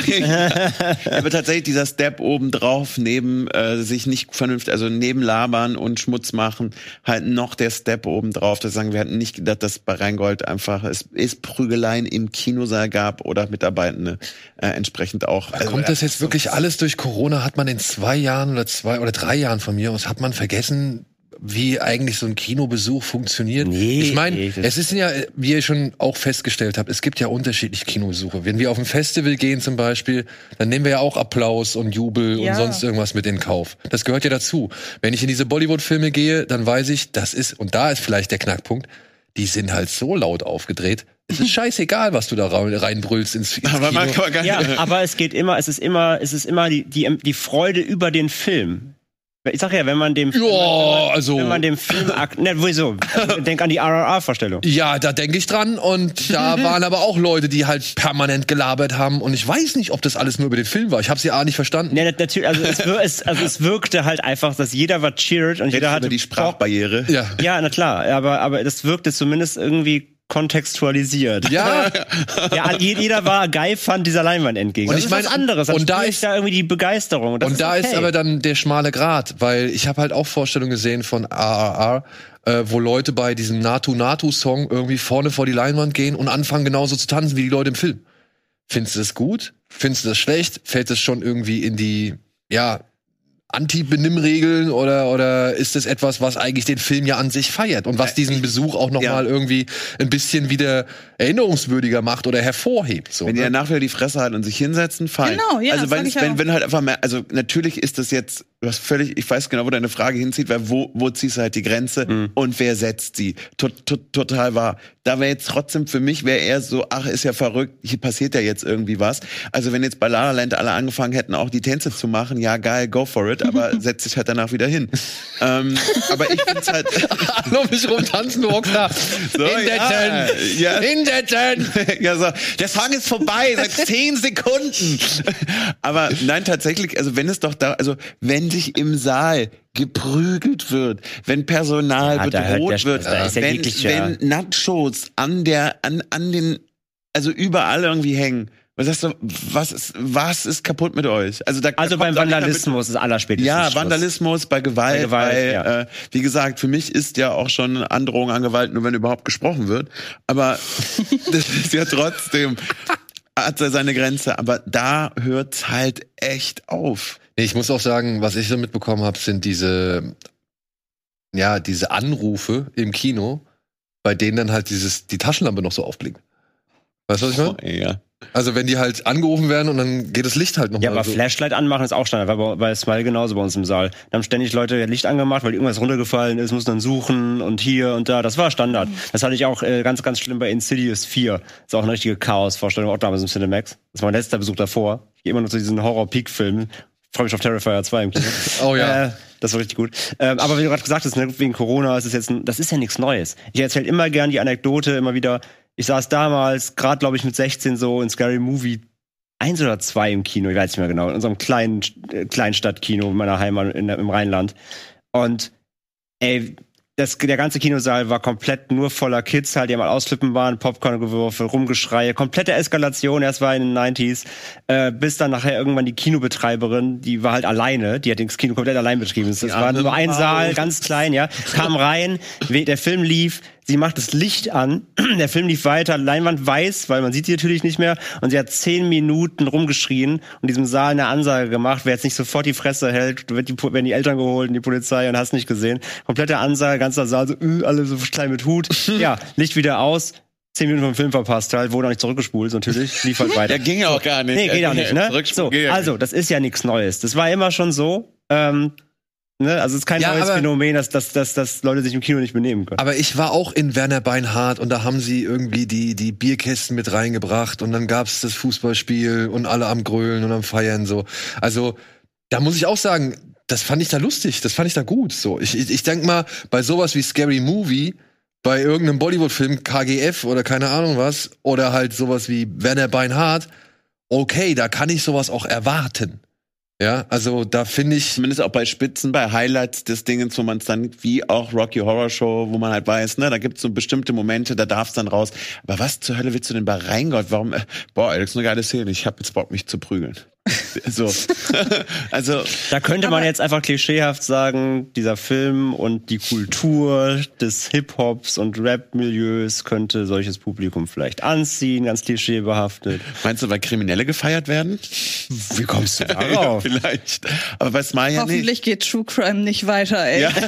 aber tatsächlich dieser Step oben drauf, neben äh, sich nicht vernünftig, also neben labern und Schmutz machen, halt noch der Step oben drauf. Das sagen wir hatten nicht gedacht, dass bei Rheingold einfach es ist Prügeleien im Kinosaal gab oder Mitarbeitende äh, entsprechend auch. Also, kommt das jetzt wirklich alles durch Corona? Hat man in zwei Jahren oder zwei oder drei Jahren von mir aus, hat man vergessen, wie eigentlich so ein Kinobesuch funktioniert? Nee, ich meine, es ist ja, wie ihr schon auch festgestellt habt, es gibt ja unterschiedliche Kinobesuche. Wenn wir auf ein Festival gehen zum Beispiel, dann nehmen wir ja auch Applaus und Jubel ja. und sonst irgendwas mit in Kauf. Das gehört ja dazu. Wenn ich in diese Bollywood-Filme gehe, dann weiß ich, das ist, und da ist vielleicht der Knackpunkt, die sind halt so laut aufgedreht. Es ist scheißegal, was du da reinbrüllst ins, ins aber man kann gar nicht. Ja, aber es geht immer, es ist immer, es ist immer die, die, die Freude über den Film. Ich sag ja, wenn man dem, ja, wenn man, also, wenn man dem Film, ne, wieso? Denk an die R R R-Vorstellung. Ja, da denke ich dran und da waren aber auch Leute, die halt permanent gelabert haben und ich weiß nicht, ob das alles nur über den Film war. Ich habe sie A nicht verstanden. Ne, natürlich, also es, es, also es wirkte halt einfach, dass jeder war cheered und jeder hatte die Sprachbarriere. Ja. Ja, na klar, aber aber das wirkte zumindest irgendwie kontextualisiert. Ja. ja, jeder war geil, fand dieser Leinwand entgegen. Und das ich ist mein, was anderes. Dann und da ist da irgendwie die Begeisterung. Und, das und ist da okay. ist aber dann der schmale Grat, weil ich habe halt auch Vorstellungen gesehen von A R R, äh, wo Leute bei diesem Natu-Natu-Song irgendwie vorne vor die Leinwand gehen und anfangen genauso zu tanzen wie die Leute im Film. Findest du das gut? Findest du das schlecht? Fällt das schon irgendwie in die, ja, Anti-Benimmregeln oder oder ist das etwas, was eigentlich den Film ja an sich feiert und was diesen Besuch auch noch ja. mal irgendwie ein bisschen wieder erinnerungswürdiger macht oder hervorhebt? So, wenn ne? die danach wieder die Fresse halten und sich hinsetzen, fein. Genau, ja, also wenn, ich wenn, auch. wenn halt einfach mehr, also natürlich ist das jetzt was völlig, ich weiß genau, wo deine Frage hinzieht, weil wo wo ziehst du halt die Grenze mhm. und wer setzt sie? Tot, tot, total wahr. Da wäre jetzt trotzdem für mich wäre eher so, ach, ist ja verrückt, hier passiert ja jetzt irgendwie was. Also wenn jetzt bei La La Land alle angefangen hätten, auch die Tänze zu machen, ja geil, go for it, aber setz dich halt danach wieder hin. ähm, aber ich find's halt Hallo, mich rumtanzen, du Rockstar. So, in der ja, ja. In der Ten. Ja, so, der Song ist vorbei, seit zehn Sekunden. Aber nein, tatsächlich, also wenn es doch da, also wenn sich im Saal geprügelt wird, wenn Personal ja, bedroht wird, da ist ja wenn, wirklich, wenn ja. Nachos an der, an, an den, also überall irgendwie hängen. Was sagst du, was ist, was ist kaputt mit euch? Also, da, also da beim Vandalismus ist allerspätestens Ja, Schluss. Vandalismus, bei Gewalt, bei, Gewalt, bei ja. äh, wie gesagt, für mich ist ja auch schon Androhung an Gewalt, nur wenn überhaupt gesprochen wird. Aber das ist ja trotzdem, hat er seine Grenze. Aber da hört's halt echt auf. Nee, ich muss auch sagen, was ich so mitbekommen habe, sind diese, ja, diese Anrufe im Kino, bei denen dann halt dieses, die Taschenlampe noch so aufblinkt. Weißt du, was ich meine? Oh, ja. Also wenn die halt angerufen werden und dann geht das Licht halt noch Ja, mal aber so. Flashlight anmachen ist auch Standard, weil bei, bei Smile genauso bei uns im Saal. Da haben ständig Leute Licht angemacht, weil irgendwas runtergefallen ist, mussten dann suchen und hier und da. Das war Standard. Das hatte ich auch äh, ganz, ganz schlimm bei Insidious vier. Das ist auch eine richtige Chaos-Vorstellung, auch damals im Cinemax. Das war mein letzter Besuch davor. Ich gehe immer nur zu diesen Horror-Peak-Filmen. Ich freue mich auf Terrifier zwei im Kino. Oh ja. Äh, das war richtig gut. Ähm, aber wie du gerade gesagt hast, ne, wegen Corona ist es jetzt, ein, das ist ja nichts Neues. Ich erzähle immer gern die Anekdote, immer wieder. Ich saß damals, gerade glaube ich mit sechzehn so in Scary Movie eins oder zwei im Kino, ich weiß nicht mehr genau, in unserem kleinen äh, Kleinstadtkino in meiner Heimat in, im Rheinland. Und ey, das, der ganze Kinosaal war komplett nur voller Kids, halt, die mal ausflippen waren, Popcorn geworfen, Rumgeschreie, komplette Eskalation, erst war in den neunziger, äh, bis dann nachher irgendwann die Kinobetreiberin, die war halt alleine, die hat das Kino komplett allein betrieben. Das war nur ein Saal, ganz klein, ja, kam rein, der Film lief, sie macht das Licht an, der Film lief weiter, Leinwand weiß, weil man sieht sie natürlich nicht mehr, und sie hat zehn Minuten rumgeschrien und diesem Saal eine Ansage gemacht, wer jetzt nicht sofort die Fresse hält, wird die, werden die Eltern geholt und die Polizei und hast nicht gesehen. Komplette Ansage, ganzer Saal, so, äh, alle so klein mit Hut. Ja, Licht wieder aus, zehn Minuten vom Film verpasst halt, wurde auch nicht zurückgespult, natürlich, lief halt weiter. Ja, ging ja auch gar nicht. Nee, geht auch nicht, ne? So, also, das ist ja nichts Neues. Das war immer schon so, ähm, Ne? Also es ist kein ja, neues aber, Phänomen, dass, dass, dass, dass Leute sich im Kino nicht benehmen können. Aber ich war auch in Werner Beinhardt und da haben sie irgendwie die, die Bierkästen mit reingebracht und dann gab's das Fußballspiel und alle am Grölen und am Feiern so. Also da muss ich auch sagen, das fand ich da lustig, das fand ich da gut. So, ich, ich, ich denk mal, bei sowas wie Scary Movie, bei irgendeinem Bollywood-Film, K G F oder keine Ahnung was, oder halt sowas wie Werner Beinhardt, okay, da kann ich sowas auch erwarten. Ja, also da finde ich... Zumindest auch bei Spitzen, bei Highlights des Dingens, wo man es dann, wie auch Rocky Horror Show, wo man halt weiß, ne, da gibt's so bestimmte Momente, da darf's dann raus. Aber was zur Hölle willst du denn bei Rheingott? Warum, äh, boah, ey, das ist eine geile Szene, ich hab jetzt Bock, mich zu prügeln. So. Also... Da könnte man jetzt einfach klischeehaft sagen, dieser Film und die Kultur des Hip-Hops und Rap-Milieus könnte solches Publikum vielleicht anziehen, ganz klischeebehaftet. Meinst du, weil Kriminelle gefeiert werden? Wie kommst du Ja, darauf? vielleicht. Aber bei Smile ja nicht. Hoffentlich geht True Crime nicht weiter, ey. Ja.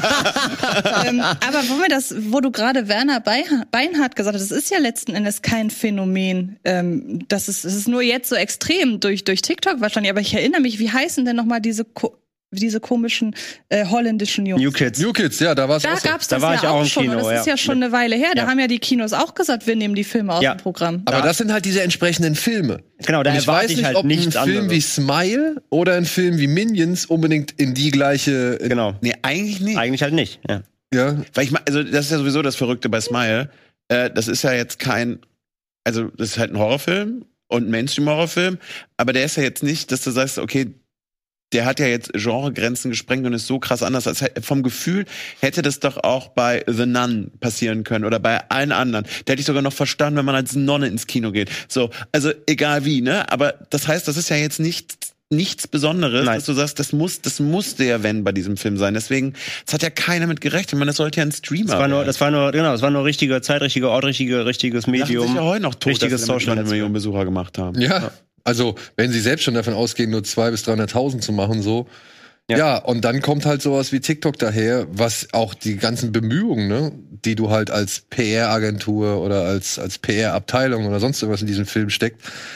ähm, aber wo wir das, wo du gerade Werner Beinhardt gesagt hast, das ist ja letzten Endes kein Phänomen. Ähm, das ist, es ist nur jetzt so extrem durch, durch TikTok wahrscheinlich. Aber ich erinnere mich, wie heißen denn nochmal diese Ko- diese komischen äh, holländischen Jungs? New Kids. New Kids, ja, da war's Da auch so. gab's das Da war ja ich auch auch im schon. Kino, und das ja. ist ja schon eine Weile her. Da Ja. haben ja die Kinos auch gesagt, wir nehmen die Filme aus Ja. dem Programm. Aber das sind halt diese entsprechenden Filme. Genau, da Und ich erwarte weiß ich nicht, halt ob ein nichts Film anderes. wie Smile oder ein Film wie Minions unbedingt in die gleiche... In, Genau. Nee, eigentlich nicht. Eigentlich halt nicht. Ja. Ja, Weil ich meine, also das ist ja sowieso das Verrückte bei Smile. Äh, das ist ja jetzt kein, also das ist halt ein Horrorfilm und ein Mainstream-Horrorfilm, aber der ist ja jetzt nicht, dass du sagst, okay, der hat ja jetzt Genregrenzen gesprengt und ist so krass anders. Als vom Gefühl hätte das doch auch bei The Nun passieren können oder bei allen anderen. Da hätte ich sogar noch verstanden, wenn man als Nonne ins Kino geht. So, also egal wie, ne? Aber das heißt, das ist ja jetzt nicht nichts Besonderes, Nein. dass du sagst, das muss, das musste ja wenn bei diesem Film sein. Deswegen, das hat ja keiner mit gerechnet. Ich meine, das sollte ja ein Streamer das war nur, Das war nur, genau, das war nur richtige Zeit, richtige Ort, richtige, richtiges Medium. Das ist ja heute noch tot, richtiges dass wir eine Million Besucher gemacht haben. Ja. ja. Also, wenn sie selbst schon davon ausgehen, nur zweihunderttausend bis dreihunderttausend zu machen, so. Ja. ja, und dann kommt halt sowas wie TikTok daher, was auch die ganzen Bemühungen, ne, die du halt als P R-Agentur oder als, als P R-Abteilung oder sonst irgendwas in diesem Film steckt,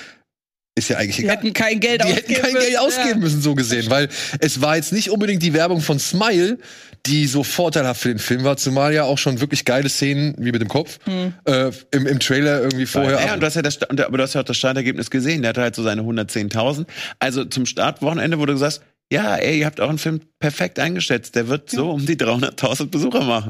ist ja eigentlich egal. Die hätten kein Geld die ausgeben hätten kein müssen, Geld ausgeben ja. müssen, so gesehen, weil es war jetzt nicht unbedingt die Werbung von Smile, die so vorteilhaft für den Film war, zumal ja auch schon wirklich geile Szenen, wie mit dem Kopf, hm. äh, im, im Trailer irgendwie vorher. Ja, und du hast ja das, aber du hast ja auch das Startergebnis gesehen, der hatte halt so seine hundertzehntausend. Also zum Startwochenende, wo du sagst, ja, ey, ihr habt euren Film perfekt eingeschätzt, der wird so um die dreihunderttausend Besucher machen.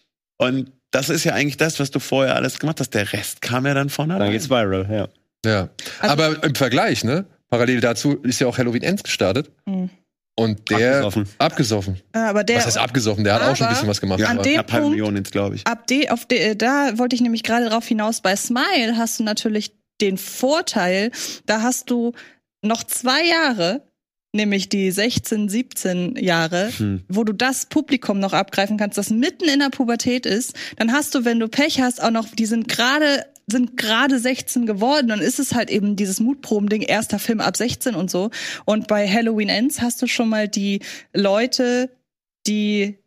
Und das ist ja eigentlich das, was du vorher alles gemacht hast. Der Rest kam ja dann von allein. Dann geht's viral, ja. Ja, also, aber im Vergleich, ne? Parallel dazu ist ja auch Halloween Ends gestartet. Mhm. Und der abgesoffen. abgesoffen. Aber der, was heißt abgesoffen? Der hat auch schon ein bisschen was gemacht. Ja, an dem Punkt, Millionen, glaube ich. Ab de, auf de, da wollte ich nämlich gerade drauf hinaus. Bei Smile hast du natürlich den Vorteil, da hast du noch zwei Jahre, nämlich die sechzehn, siebzehn Jahre, hm. wo du das Publikum noch abgreifen kannst, das mitten in der Pubertät ist. Dann hast du, wenn du Pech hast, auch noch, die sind gerade sind gerade sechzehn geworden, dann ist es halt eben dieses Mutproben-Ding, erster Film ab sechzehn und so. Und bei Halloween Ends hast du schon mal die Leute, die,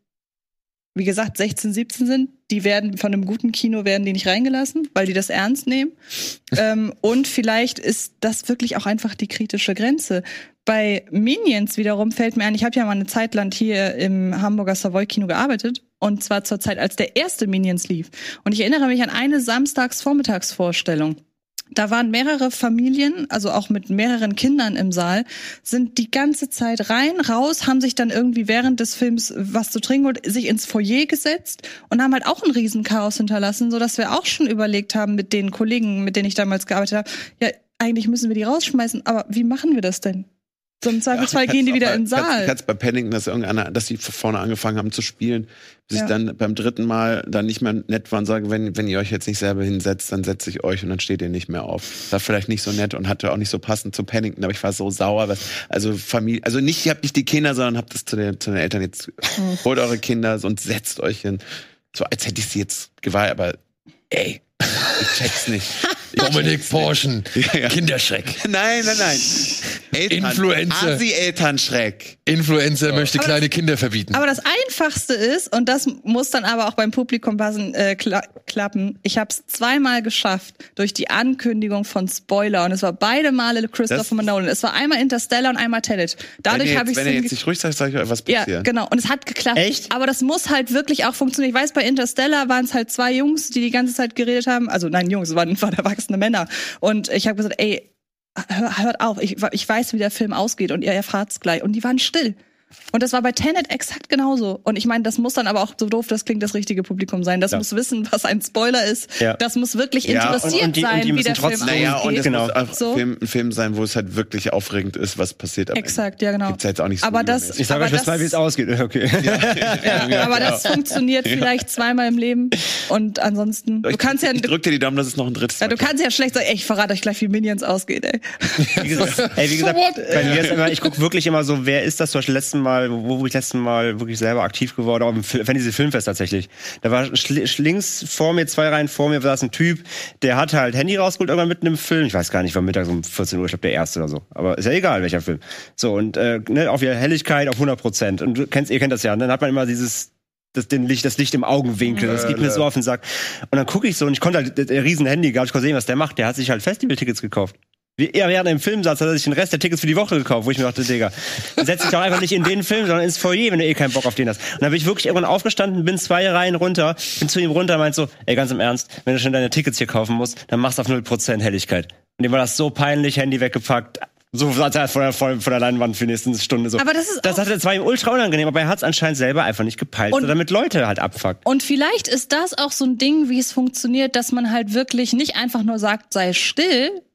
wie gesagt, sechzehn, siebzehn sind, die werden von einem guten Kino werden die nicht reingelassen, weil die das ernst nehmen. ähm, und vielleicht ist das wirklich auch einfach die kritische Grenze. Bei Minions wiederum fällt mir ein, ich habe ja mal eine Zeit lang hier im Hamburger Savoy-Kino gearbeitet. Und zwar zur Zeit, als der erste Minions lief. Und ich erinnere mich an eine Samstags-Vormittagsvorstellung. Da waren mehrere Familien, also auch mit mehreren Kindern im Saal, sind die ganze Zeit rein, raus, haben sich dann irgendwie während des Films was zu trinken und sich ins Foyer gesetzt und haben halt auch ein Riesenchaos hinterlassen, sodass wir auch schon überlegt haben mit den Kollegen, mit denen ich damals gearbeitet habe, ja, eigentlich müssen wir die rausschmeißen, aber wie machen wir das denn? So im Zweifelsfall ja, gehen die wieder bei, in den Saal. Ich hatte bei Paddington, dass irgendeiner, dass die vorne angefangen haben zu spielen, bis ja. ich dann beim dritten Mal dann nicht mehr nett war und sage, wenn, wenn ihr euch jetzt nicht selber hinsetzt, dann setze ich euch und dann steht ihr nicht mehr auf. War vielleicht nicht so nett und hatte auch nicht so passend zu Paddington, aber ich war so sauer, was, also Familie, also nicht, ihr habt nicht die Kinder, sondern habt das zu den, zu den Eltern jetzt, mhm. holt eure Kinder und setzt euch hin. So als hätte ich sie jetzt geweiht, aber ey, ich check's nicht. Dominik Porschen, ja, ja. Kinderschreck. Nein, nein, nein. Eltern, Influencer. Asi-Elternschreck. Influencer so. möchte kleine das, Kinder verbieten. Aber das Einfachste ist, und das muss dann aber auch beim Publikum passen, äh, kla- klappen, ich habe es zweimal geschafft durch die Ankündigung von Spoiler. Und es war beide Male Christopher Nolan. Es war einmal Interstellar und einmal Tenet. Dadurch habe ich Wenn ihr jetzt nicht ruhig seid, sage ich euch, was passiert. Ja, genau. Und es hat geklappt. Echt? Aber das muss halt wirklich auch funktionieren. Ich weiß, bei Interstellar waren es halt zwei Jungs, die die ganze Zeit geredet haben. Also nein, Jungs, es waren, waren erwachsene Männer. Und ich habe gesagt, ey, hör, hört auf, ich, ich weiß, wie der Film ausgeht und ihr erfahrt's gleich. Und die waren still. Und das war bei Tenet exakt genauso. Und ich meine, das muss dann aber auch, so doof das klingt, das richtige Publikum sein. Das ja. muss wissen, was ein Spoiler ist. Ja. Das muss wirklich ja, interessiert und, und die, sein, und die wie der Film ausgeht. Naja, und es genau. muss auch so. Film, ein Film sein, wo es halt wirklich aufregend ist, was passiert. Exakt, ja genau. Gibt's ja jetzt auch nicht so aber das, ich sage euch jetzt mal, wie es ausgeht. Okay. Ja. ja, ja, aber das funktioniert vielleicht zweimal im Leben. Und ansonsten, du kannst ja... Ich drück dir die Daumen, dass es noch ein drittes ja, du kannst ja schlecht sagen, ey, ich verrate euch gleich, wie Minions ausgeht, ey. Wie gesagt, ey, wie gesagt bei mir ist immer, ich gucke wirklich immer so, wer ist das zum Beispiel letzten Mal, wo, wo ich letzten Mal wirklich selber aktiv geworden, auch im Fantasy Filmfest tatsächlich. Da war schl- links vor mir, zwei Reihen vor mir, saß ein Typ, der hatte halt Handy rausgeholt irgendwann mitten im Film. Ich weiß gar nicht, war mittags um vierzehn Uhr, ich glaube der erste oder so. Aber ist ja egal, welcher Film. So, und äh, ne, auf ihre Helligkeit auf hundert Prozent. Und du kennst, ihr kennt das ja. Und dann hat man immer dieses Das, den Licht, das Licht im Augenwinkel, das geht mir so auf den Sack. Und dann gucke ich so und ich konnte halt, der, der riesen Handy gehabt, ich konnte sehen, was der macht. Der hat sich halt Festival-Tickets gekauft. Wie er während dem Filmsatz hat er sich den Rest der Tickets für die Woche gekauft, wo ich mir dachte, Digga, setz dich doch einfach nicht in den Film, sondern ins Foyer, wenn du eh keinen Bock auf den hast. Und dann bin ich wirklich irgendwann aufgestanden, bin zwei Reihen runter, bin zu ihm runter und meinte so, ey, ganz im Ernst, wenn du schon deine Tickets hier kaufen musst, dann machst du auf null Prozent Helligkeit. Und dem war das so peinlich, Handy weggepackt, so saß er vor der, vor der Leinwand für die nächste Stunde. So. Aber das ist das, das war ihm ultra unangenehm, aber er hat es anscheinend selber einfach nicht gepeilt, und, damit Leute halt abfuckt. Und vielleicht ist das auch so ein Ding, wie es funktioniert, dass man halt wirklich nicht einfach nur sagt, sei still,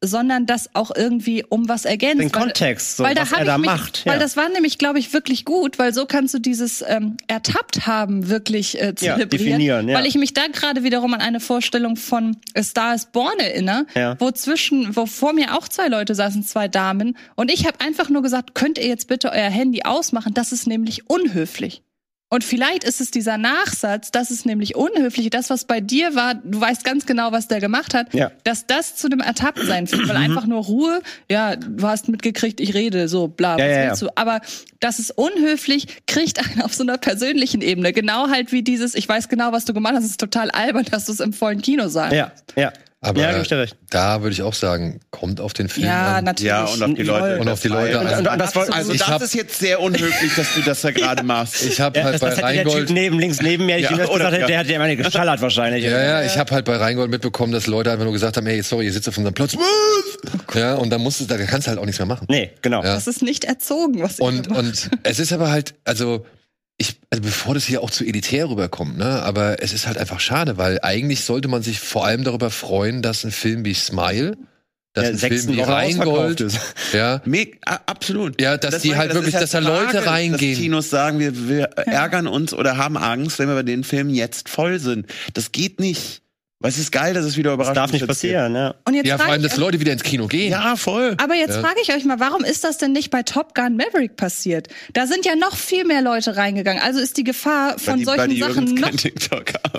sondern das auch irgendwie um was ergänzt. Den Kontext, so, weil da was er da mich, macht. Ja. Weil das war nämlich, glaube ich, wirklich gut, weil so kannst du dieses ähm, ertappt haben wirklich äh, zelebrieren. Ja, definieren, ja. Weil ich mich da gerade wiederum an eine Vorstellung von A Star is Born erinnere, ja. wo zwischen, wo vor mir auch zwei Leute saßen, zwei Damen, und ich habe einfach nur gesagt, könnt ihr jetzt bitte euer Handy ausmachen? Das ist nämlich unhöflich. Und vielleicht ist es dieser Nachsatz, das ist nämlich unhöflich, das, was bei dir war, du weißt ganz genau, was der gemacht hat, ja. dass das zu dem Ertapptsein führt, weil einfach nur Ruhe, ja, du hast mitgekriegt, ich rede, so, bla, ja, was ja, willst ja. du? Aber das ist unhöflich, kriegt einen auf so einer persönlichen Ebene. Genau halt wie dieses, ich weiß genau, was du gemacht hast, es ist total albern, dass du es im vollen Kino sagst. Ja, ja. Aber ja, ich dir recht. Da würde ich auch sagen, kommt auf den Film ja, an. Natürlich. Ja, und auf die Leute. Und auf die Leute. Also, Also, und das, war, also das hab, ist jetzt sehr unhöflich, dass du das da gerade machst. Ich habe ja, halt das, bei das hätte Rheingold... der Typ neben, links neben mir, ich ja, ihm das oder, gesagt hätte, ja. der hat ja meine geschallert wahrscheinlich. Ja, ja, ich habe halt bei Rheingold mitbekommen, dass Leute einfach nur gesagt haben, hey, sorry, ihr sitzt auf unserem Platz. Ja, und dann musst du, da kannst du halt auch nichts mehr machen. Nee, genau. Ja. Das ist nicht erzogen, was ich Und, und es ist aber halt, also... Ich, also bevor das hier auch zu elitär rüberkommt, ne, aber es ist halt einfach schade, weil eigentlich sollte man sich vor allem darüber freuen, dass ein Film wie Smile, dass Ja, ein sechsten Film wie Woche Rheingold, ausverkauft ist. ja, Meg, a- absolut. Ja, dass Das die meine halt ich, das wirklich, ist dass da Leute tragisch, reingehen. Dass Kinos sagen, wir, wir ärgern uns oder haben Angst, wenn wir bei den Filmen jetzt voll sind. Das geht nicht. Weil es ist geil, dass es wieder Das überraschend darf nicht passieren, ja. Und jetzt Ja, vor frage allem, ich dass euch- Leute wieder ins Kino gehen. Ja, voll. Aber jetzt Ja. frage ich euch mal, warum ist das denn nicht bei Top Gun Maverick passiert? Da sind ja noch viel mehr Leute reingegangen. Also ist die Gefahr von weil die, solchen weil die Sachen Jürgens noch... kein TikTok haben.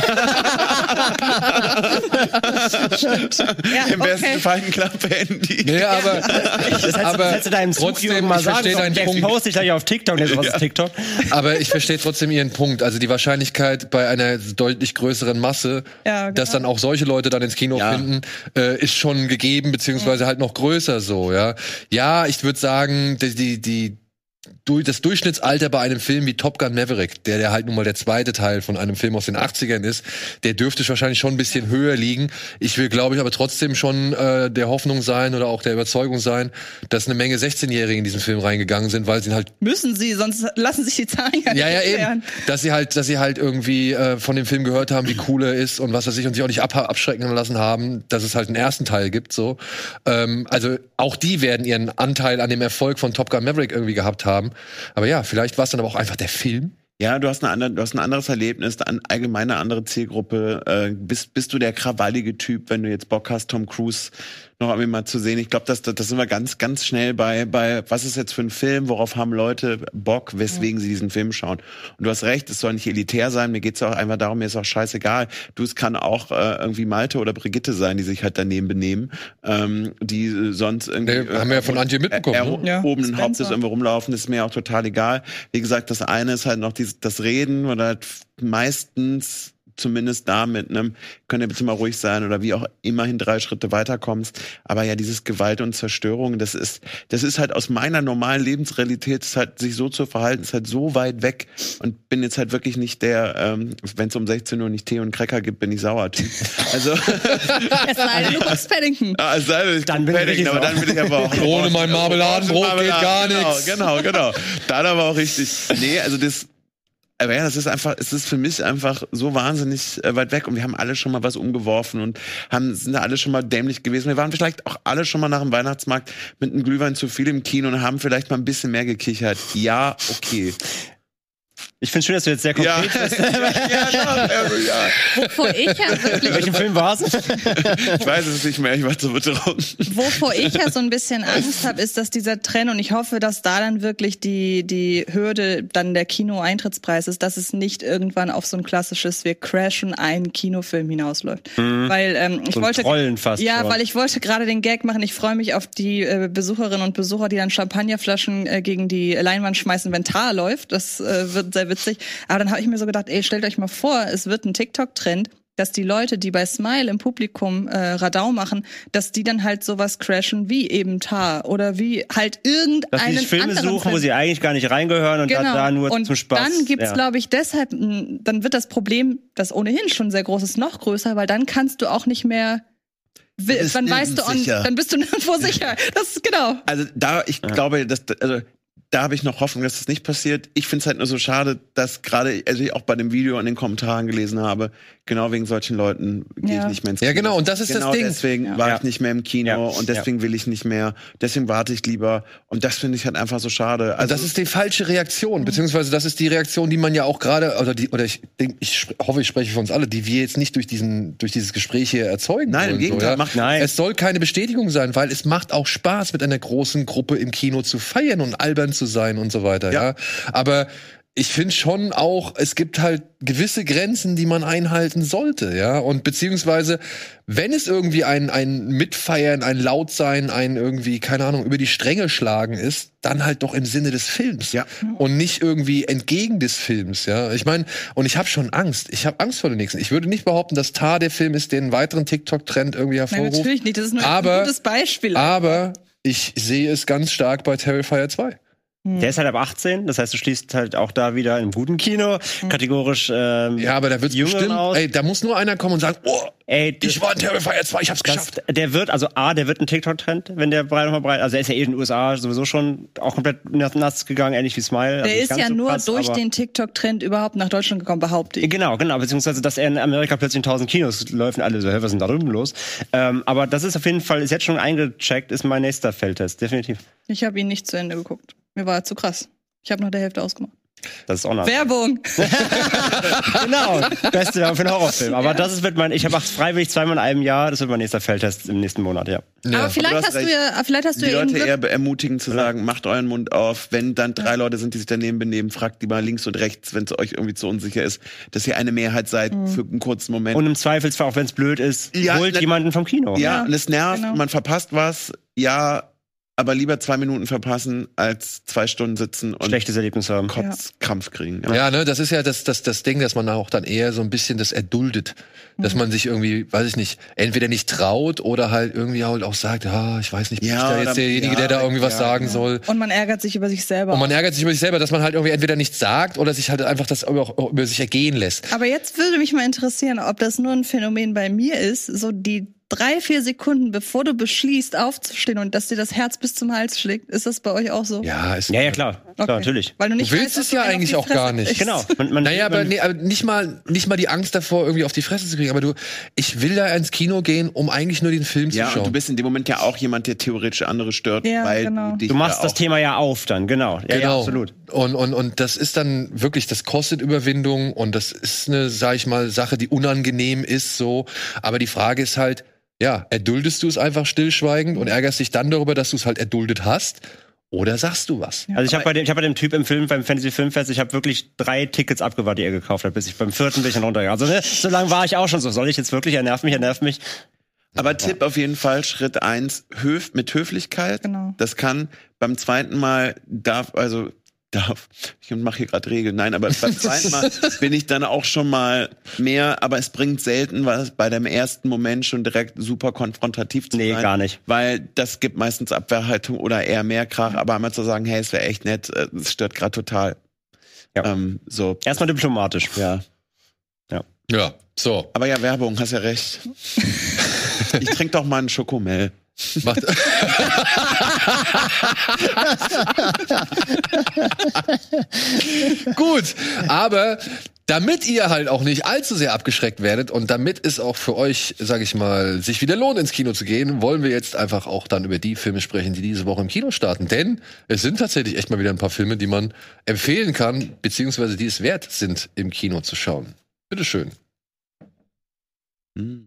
Ja, Im besten okay. Fall ein Klapp-Handy. Nee, aber, Das hättest, aber das hättest du deinem trotzdem, Zug mal ich sagen verstehe sollen. deinen Der Punkt. poste ich gleich auf TikTok. Der so, was ist TikTok? Aber ich verstehe trotzdem Ihren Punkt. Also die Wahrscheinlichkeit bei einer deutlich größeren Masse, Ja, genau. dass dann auch solche Leute dann ins Kino Ja. finden, äh, ist schon gegeben, beziehungsweise halt noch größer so, ja. Ja, ich würde sagen, die, die, die du- das Durchschnittsalter bei einem Film wie Top Gun Maverick, der, der halt nun mal der zweite Teil von einem Film aus den achtzigern ist, der dürfte wahrscheinlich schon ein bisschen höher liegen. Ich will, glaube ich, aber trotzdem schon äh, der Hoffnung sein oder auch der Überzeugung sein, dass eine Menge sechzehnjährige in diesen Film reingegangen sind, weil sie ihn halt Müssen sie, sonst lassen sich die Zahlen ja nicht ja, ja, erklären. eben. Dass sie halt, dass sie halt irgendwie äh, von dem Film gehört haben, wie cool er ist und was weiß ich, und sich auch nicht ab abschrecken lassen haben, dass es halt einen ersten Teil gibt, so. Ähm, also auch die werden ihren Anteil an dem Erfolg von Top Gun Maverick irgendwie gehabt haben. Aber ja, vielleicht war es dann aber auch einfach der Film. Ja, du hast, eine andere, du hast ein anderes Erlebnis, eine allgemeine andere Zielgruppe. Äh, bist, bist du der krawallige Typ, wenn du jetzt Bock hast, Tom Cruise noch irgendwie mal zu sehen? Ich glaube, das, das sind wir ganz, ganz schnell bei, bei, was ist jetzt für ein Film, worauf haben Leute Bock, weswegen sie diesen Film schauen. Und du hast recht, es soll nicht elitär sein, mir geht's auch einfach darum, mir ist auch scheißegal. Du, es kann auch äh, irgendwie Malte oder Brigitte sein, die sich halt daneben benehmen, ähm, die äh, sonst irgendwie... Nee, haben wir ja von Antje mitbekommen, Äh, ne? Ja, oben Spencer. Haupt ist irgendwo rumlaufen, das ist mir auch total egal. Wie gesagt, das eine ist halt noch dieses, das Reden oder halt meistens zumindest da mit einem, könnt ihr bitte mal ruhig sein oder wie auch immerhin drei Schritte weiterkommst. Aber ja, dieses Gewalt und Zerstörung, das ist, das ist halt aus meiner normalen Lebensrealität, ist halt, sich so zu verhalten, ist halt so weit weg und bin jetzt halt wirklich nicht der, ähm, wenn es um sechzehn Uhr nicht Tee und Cracker gibt, bin ich sauer. Typ. Also, Es sei denn, du guckst Paddington. ah, es sei denn, ich Dann bin bin ich fertig, richtig aber sauer. dann bin ich aber auch Ohne mein Marmeladenbrot geht gar genau, nichts. Genau, genau. Dann aber auch richtig. Nee, also das, aber ja, das ist einfach, es ist für mich einfach so wahnsinnig äh, weit weg und wir haben alle schon mal was umgeworfen und haben, sind da alle schon mal dämlich gewesen. Wir waren vielleicht auch alle schon mal nach dem Weihnachtsmarkt mit einem Glühwein zu viel im Kino und haben vielleicht mal ein bisschen mehr gekichert. Ja, okay. Ich finde schön, dass du jetzt sehr Ja, konkret bist. ja, ja, also, ja. Wovor ich ja wirklich, Welchen Film war's? Ich weiß es nicht mehr, ich war zu betrunken. wovor ich ja so ein bisschen Angst habe, ist, dass dieser Trend, und ich hoffe, dass da dann wirklich die, die Hürde dann der Kino-Eintrittspreis ist, dass es nicht irgendwann auf so ein klassisches, wir crashen einen Kinofilm hinausläuft. Mhm. Weil ähm, ich So ein wollte Trollen fast ja, schon. weil ich wollte gerade den Gag machen. Ich freue mich auf die äh, Besucherinnen und Besucher, die dann Champagnerflaschen äh, gegen die Leinwand schmeißen, wenn Tar läuft. Das äh, wird sehr witzig. Aber dann habe ich mir so gedacht, ey, stellt euch mal vor, es wird ein TikTok-Trend, dass die Leute, die bei Smile im Publikum äh, Radau machen, dass die dann halt sowas crashen wie eben Tar oder wie halt irgendeinen Dass sie sich Filme anderen suchen, Film. wo sie eigentlich gar nicht reingehören und Genau. da, da nur und zum Spaß. dann gibt's, ja. glaube ich, deshalb, m, dann wird das Problem, das ohnehin schon sehr groß ist, noch größer, weil dann kannst du auch nicht mehr, wi- bist dann weißt du, nirgends on, sicher. dann bist du nirgendwo sicher. Das ist genau. Also da, ich Ja. glaube, dass, also da habe ich noch Hoffnung, dass das nicht passiert. Ich finde es halt nur so schade, dass gerade, also ich auch bei dem Video in den Kommentaren gelesen habe, genau wegen solchen Leuten gehe Ja. ich nicht mehr ins Kino. Ja, genau, und das ist genau das Ding. deswegen Ja. war Ja. ich nicht mehr im Kino Ja. und deswegen will ich nicht mehr, deswegen warte ich lieber und das finde ich halt einfach so schade. Also Also das ist die falsche Reaktion, beziehungsweise das ist die Reaktion, die man ja auch gerade, oder die, oder ich denk, ich spre- hoffe, ich spreche für uns alle, die wir jetzt nicht durch diesen, durch dieses Gespräch hier erzeugen Nein, im wollen. Gegenteil, so, ja? macht- Nein. Es soll keine Bestätigung sein, weil es macht auch Spaß, mit einer großen Gruppe im Kino zu feiern und albern zu sein und so weiter, ja. Ja. Aber ich finde schon auch, es gibt halt gewisse Grenzen, die man einhalten sollte, ja. Und beziehungsweise, wenn es irgendwie ein, ein Mitfeiern, ein Lautsein, ein irgendwie, keine Ahnung, über die Stränge schlagen ist, dann halt doch im Sinne des Films. Ja. Und nicht irgendwie entgegen des Films, ja. Ich meine, und ich habe schon Angst. Ich habe Angst vor den nächsten. Ich würde nicht behaupten, dass Tar der Film ist, der einen weiteren TikTok-Trend irgendwie Nein, hervorruft. natürlich nicht. Das ist nur Aber- ein gutes Beispiel. Aber ich sehe es ganz stark bei Terrifier zwei. Der ist halt ab achtzehn, das heißt, du schließt halt auch da wieder im guten Kino kategorisch ähm, Ja, aber da wird's Jüngeren bestimmt, aus. ey, da muss nur einer kommen und sagen, oh, Ey, ich war in Terrifier zwei, ich hab's das, geschafft. der wird, also A, der wird ein TikTok-Trend, wenn der breit nochmal breit, also er ist ja eh in den U S A sowieso schon auch komplett nass gegangen, ähnlich wie Smile. Also Der nicht ist ganz ja so nur krass, durch aber- den TikTok-Trend überhaupt nach Deutschland gekommen, behaupte ich. Genau, genau, beziehungsweise, dass er in Amerika plötzlich in tausend Kinos läuft und alle so, hä, was ist denn da drüben los? Ähm, aber das ist auf jeden Fall, ist jetzt schon eingecheckt, ist mein nächster Feldtest, definitiv. Ich habe ihn nicht zu Ende geguckt. Mir war er zu krass. Ich habe nach der Hälfte ausgemacht. Das ist auch noch. Werbung! Genau, beste Werbung für einen Horrorfilm. Aber das ist, wird mein, ich habe freiwillig zweimal in einem Jahr, das wird mein nächster Feldtest im nächsten Monat, ja. Ja. Aber vielleicht Aber du hast, hast du ja, vielleicht hast du die ja Leute eben eher ermutigen zu sagen, macht euren Mund auf. Wenn dann drei Leute sind, die sich daneben benehmen, fragt die mal links und rechts, wenn es euch irgendwie zu unsicher ist, dass ihr eine Mehrheit seid für einen kurzen Moment. Und im Zweifelsfall, auch wenn es blöd ist, Ja, holt na- jemanden vom Kino. ja, Ja, und es nervt, genau. man verpasst was, ja, aber lieber zwei Minuten verpassen, als zwei Stunden sitzen und Schlechtes Erlebnis haben. Kotzkrampf kriegen. Ja, ne, das ist ja das, das, das Ding, dass man auch dann eher so ein bisschen das erduldet. Dass man sich irgendwie, weiß ich nicht, entweder nicht traut oder halt irgendwie halt auch sagt, ja, ich weiß nicht, bin Ja, ich da jetzt oder- derjenige, ja, der da irgendwie was ja, sagen ja. soll. Und man ärgert sich über sich selber. Und man ärgert sich über sich selber, dass man halt irgendwie entweder nichts sagt oder sich halt einfach das auch auch über sich ergehen lässt. Aber jetzt würde mich mal interessieren, ob das nur ein Phänomen bei mir ist, so die drei, vier Sekunden, bevor du beschließt, aufzustehen und dass dir das Herz bis zum Hals schlägt. Ist das bei euch auch so? Ja, ist Ja, ja, klar. Okay. Klar, natürlich. Weil du Du nicht willst weißt, es ja ob du einen eigentlich auf die auch gar Fresse nicht. kriegst. Genau. Man, man, Naja, aber, man, nee, aber nicht mal nicht mal die Angst davor, irgendwie auf die Fresse zu kriegen. Aber du, ich will da ins Kino gehen, um eigentlich nur den Film Ja, zu schauen. und du bist in dem Moment ja auch jemand, der theoretisch andere stört, Ja, weil genau. du dich du machst ja das auch Thema ja auf dann, genau. Ja, ja, Genau. absolut. Und, und, und das ist dann wirklich, das kostet Überwindung und das ist eine, sag ich mal, Sache, die unangenehm ist, so. Aber die Frage ist halt, ja, erduldest du es einfach stillschweigend und ärgerst dich dann darüber, dass du es halt erduldet hast? Oder sagst du was? Also ich habe bei dem, ich habe bei dem Typ im Film, beim Fantasy Filmfest, ich habe wirklich drei Tickets abgewartet, die er gekauft hat, bis ich beim vierten bin ich dann runtergegangen. Also ne, so lange war ich auch schon so. Soll ich jetzt wirklich? Er nervt mich, er nervt mich. Aber Tipp auf jeden Fall, Schritt eins, höf mit Höflichkeit. Genau. Das kann beim zweiten Mal darf, also darf, ich mache hier gerade Regeln, nein, aber beim zweiten Mal bin ich dann auch schon mal mehr, aber es bringt selten was bei dem ersten Moment schon direkt super konfrontativ zu Nee, sein. gar nicht. Weil das gibt meistens Abwehrhaltung oder eher mehr Krach, aber einmal zu sagen, hey, es wäre echt nett, äh, es stört gerade total. Ja. Ähm, so, Erstmal diplomatisch. ja. Ja, so. Aber ja, Werbung, hast ja recht. Ich trinke doch mal einen Schokomel. Macht Gut, aber damit ihr halt auch nicht allzu sehr abgeschreckt werdet und damit es auch für euch, sag ich mal, sich wieder lohnt, ins Kino zu gehen, wollen wir jetzt einfach auch dann über die Filme sprechen, die diese Woche im Kino starten. Denn es sind tatsächlich echt mal wieder ein paar Filme, die man empfehlen kann, beziehungsweise die es wert sind, im Kino zu schauen. Bitteschön. Hm.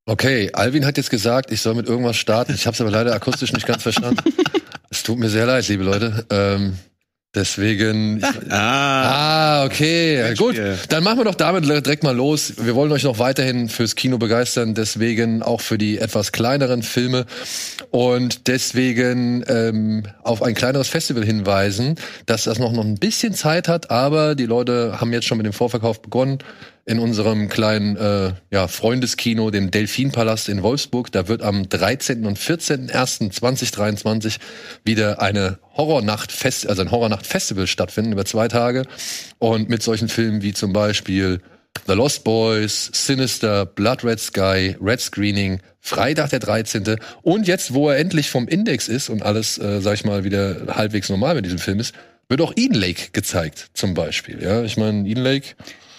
Okay, Alvin hat jetzt gesagt, ich soll mit irgendwas starten. Ich habe es aber leider akustisch nicht ganz verstanden. Es tut mir sehr leid, liebe Leute. Ähm, deswegen. Ich, ah. ah, okay. Gut, dann machen wir doch damit direkt mal los. Wir wollen euch noch weiterhin fürs Kino begeistern, deswegen auch für die etwas kleineren Filme und deswegen ähm, auf ein kleineres Festival hinweisen, dass das noch, noch ein bisschen Zeit hat, aber die Leute haben jetzt schon mit dem Vorverkauf begonnen. In unserem kleinen äh, ja, Freundeskino, dem Delfinpalast in Wolfsburg. Da wird am dreizehnten und vierzehnten ersten zweitausenddreiundzwanzig wieder eine Horrornacht-Fest, also ein Horrornacht-Festival stattfinden über zwei Tage. Und mit solchen Filmen wie zum Beispiel The Lost Boys, Sinister, Blood Red Sky, Red Screening, Freitag der dreizehnte Und jetzt, wo er endlich vom Index ist und alles, äh, sag ich mal, wieder halbwegs normal mit diesem Film ist, wird auch Eden Lake gezeigt, zum Beispiel. Ja, ich meine, Eden Lake...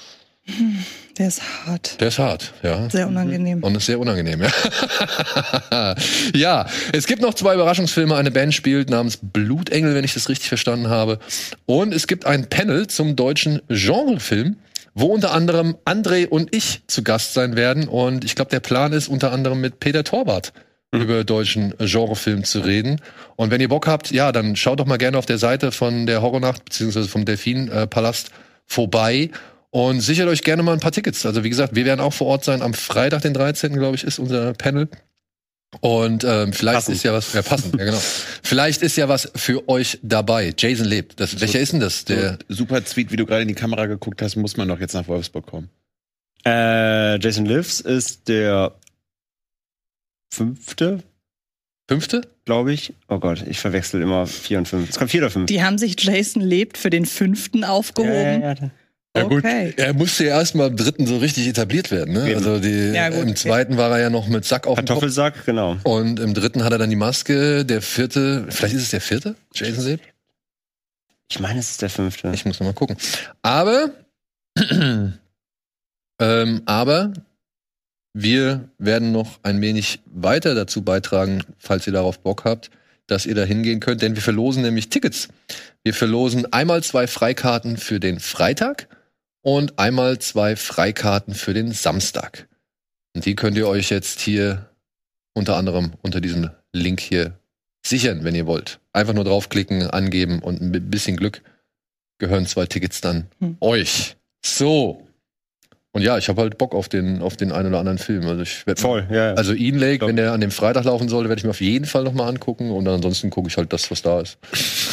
Der ist hart. Der ist hart, ja. Sehr unangenehm. Und ist sehr unangenehm, ja. Ja, es gibt noch zwei Überraschungsfilme. Eine Band spielt namens Blutengel, wenn ich das richtig verstanden habe. Und es gibt ein Panel zum deutschen Genrefilm, wo unter anderem André und ich zu Gast sein werden. Und ich glaube, der Plan ist, unter anderem mit Peter Torwart mhm. über deutschen Genrefilm zu reden. Und wenn ihr Bock habt, ja, dann schaut doch mal gerne auf der Seite von der Horrornacht, beziehungsweise vom Delfinpalast vorbei. Und sichert euch gerne mal ein paar Tickets. Also wie gesagt, wir werden auch vor Ort sein. Am Freitag, den dreizehnten glaube ich, ist unser Panel. Und ähm, vielleicht passend. ist ja was, ja passend, ja genau. Vielleicht ist ja was für euch dabei. Jason lebt. Das, welcher ist denn das? Der so, super Tweet, wie du gerade in die Kamera geguckt hast, muss man doch jetzt nach Wolfsburg kommen. Äh, Jason Lives ist der fünfte. Fünfte? Glaube ich. Oh Gott, ich verwechsel immer vier und fünf. Es kommt vier oder fünf. Die haben sich Jason lebt für den fünften aufgehoben. Ja, ja, ja. Ja gut, okay. Er musste ja erst mal im dritten so richtig etabliert werden. Ne? Also die, ja, gut, im zweiten okay. war er ja noch mit Sack auf dem Kopf. Kartoffelsack, genau. Und im dritten hat er dann die Maske. Der vierte, vielleicht ist es der vierte, Jason lebt? Ich meine, es ist der fünfte. Ich muss noch mal gucken. Aber, ähm, aber wir werden noch ein wenig weiter dazu beitragen, falls ihr darauf Bock habt, dass ihr da hingehen könnt. Denn wir verlosen nämlich Tickets. Wir verlosen einmal zwei Freikarten für den Freitag und einmal zwei Freikarten für den Samstag. Und die könnt ihr euch jetzt hier unter anderem unter diesem Link hier sichern, wenn ihr wollt. Einfach nur draufklicken, angeben und mit ein bisschen Glück gehören zwei Tickets dann hm. euch. So. Und ja, ich habe halt Bock auf den, auf den einen oder anderen Film. Also ich werd Voll, ja, ja. Also Eden Lake, wenn der an dem Freitag laufen sollte, werde ich mir auf jeden Fall noch mal angucken. Und ansonsten gucke ich halt das, was da ist.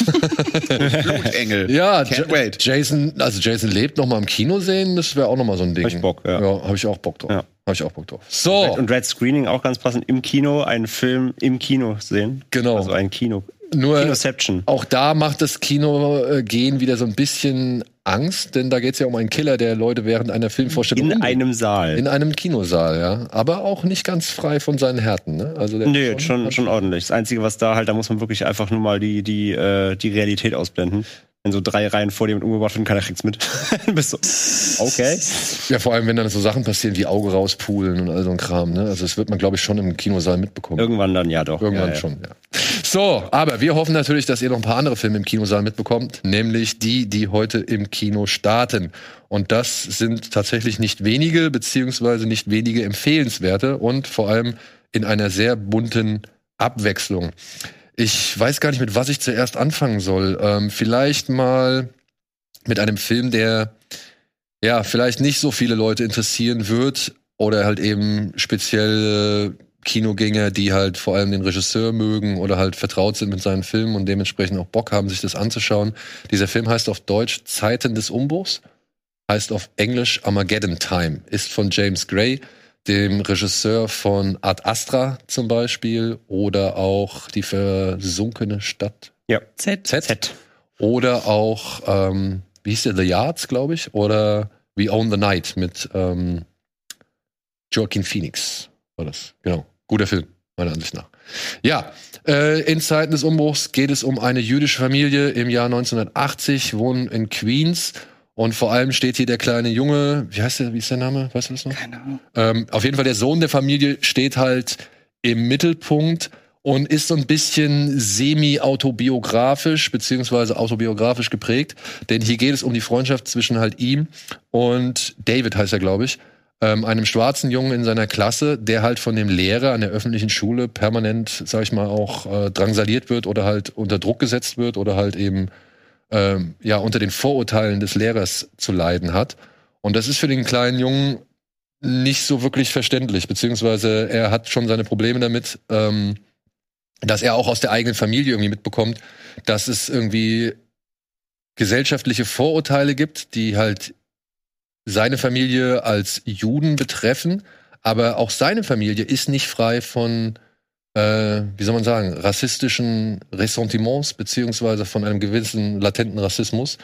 Blutengel. Ja, Can't wait. Jason, also Jason lebt noch mal im Kino sehen, das wäre auch noch mal so ein Ding. Hab ich Bock, ja. Ja, habe ich auch Bock drauf. Ja. Habe ich auch Bock drauf. So. Red und Red Screening auch ganz passend. Im Kino einen Film im Kino sehen. Genau. Also ein Kino. Nur Kinoception. Auch da macht das Kinogehen wieder so ein bisschen Angst, denn da geht es ja um einen Killer, der Leute während einer Filmvorstellung in einem Saal. In einem Kinosaal, ja. Aber auch nicht ganz frei von seinen Härten, ne? Also der nee, schon, schon, schon ordentlich. Das Einzige, was da halt, da muss man wirklich einfach nur mal die, die, äh, die Realität ausblenden. Wenn so drei Reihen vor dir mit umgebracht werden, keiner kriegt's mit. Bist so, okay. Ja, vor allem, wenn dann so Sachen passieren wie Auge rauspulen und all so ein Kram, ne? Also das wird man, glaube ich, schon im Kinosaal mitbekommen. Irgendwann dann, ja doch. Irgendwann ja, ja. schon, ja. So, aber wir hoffen natürlich, dass ihr noch ein paar andere Filme im Kinosaal mitbekommt, nämlich die, die heute im Kino starten. Und das sind tatsächlich nicht wenige, beziehungsweise nicht wenige empfehlenswerte und vor allem in einer sehr bunten Abwechslung. Ich weiß gar nicht, mit was ich zuerst anfangen soll. Ähm, vielleicht mal mit einem Film, der ja vielleicht nicht so viele Leute interessieren wird oder halt eben speziell Kinogänger, die halt vor allem den Regisseur mögen oder halt vertraut sind mit seinen Filmen und dementsprechend auch Bock haben, sich das anzuschauen. Dieser Film heißt auf Deutsch Zeiten des Umbruchs, heißt auf Englisch Armageddon Time, ist von James Gray, dem Regisseur von Ad Astra zum Beispiel oder auch Die versunkene Stadt. Ja, Z. Z. Z. Oder auch, ähm, wie hieß der, The Yards, glaube ich, oder We Own the Night mit ähm, Joaquin Phoenix war das, genau. Guter Film, meiner Ansicht nach. Ja, äh, in Zeiten des Umbruchs geht es um eine jüdische Familie im Jahr neunzehnhundertachtzig, wohnen in Queens. Und vor allem steht hier der kleine Junge, wie heißt der, wie ist der Name? Weißt du das noch? Keine Ahnung. Ähm, auf jeden Fall der Sohn der Familie steht halt im Mittelpunkt und ist so ein bisschen semi-autobiografisch, beziehungsweise autobiografisch geprägt. Denn hier geht es um die Freundschaft zwischen halt ihm und David heißt er, glaube ich. ähm, einem schwarzen Jungen in seiner Klasse, der halt von dem Lehrer an der öffentlichen Schule permanent, sag ich mal, auch äh, drangsaliert wird oder halt unter Druck gesetzt wird oder halt eben ähm, ja unter den Vorurteilen des Lehrers zu leiden hat. Und das ist für den kleinen Jungen nicht so wirklich verständlich, beziehungsweise er hat schon seine Probleme damit, ähm, dass er auch aus der eigenen Familie irgendwie mitbekommt, dass es irgendwie gesellschaftliche Vorurteile gibt, die halt seine Familie als Juden betreffen, aber auch seine Familie ist nicht frei von, äh, wie soll man sagen, rassistischen Ressentiments, beziehungsweise von einem gewissen latenten Rassismus.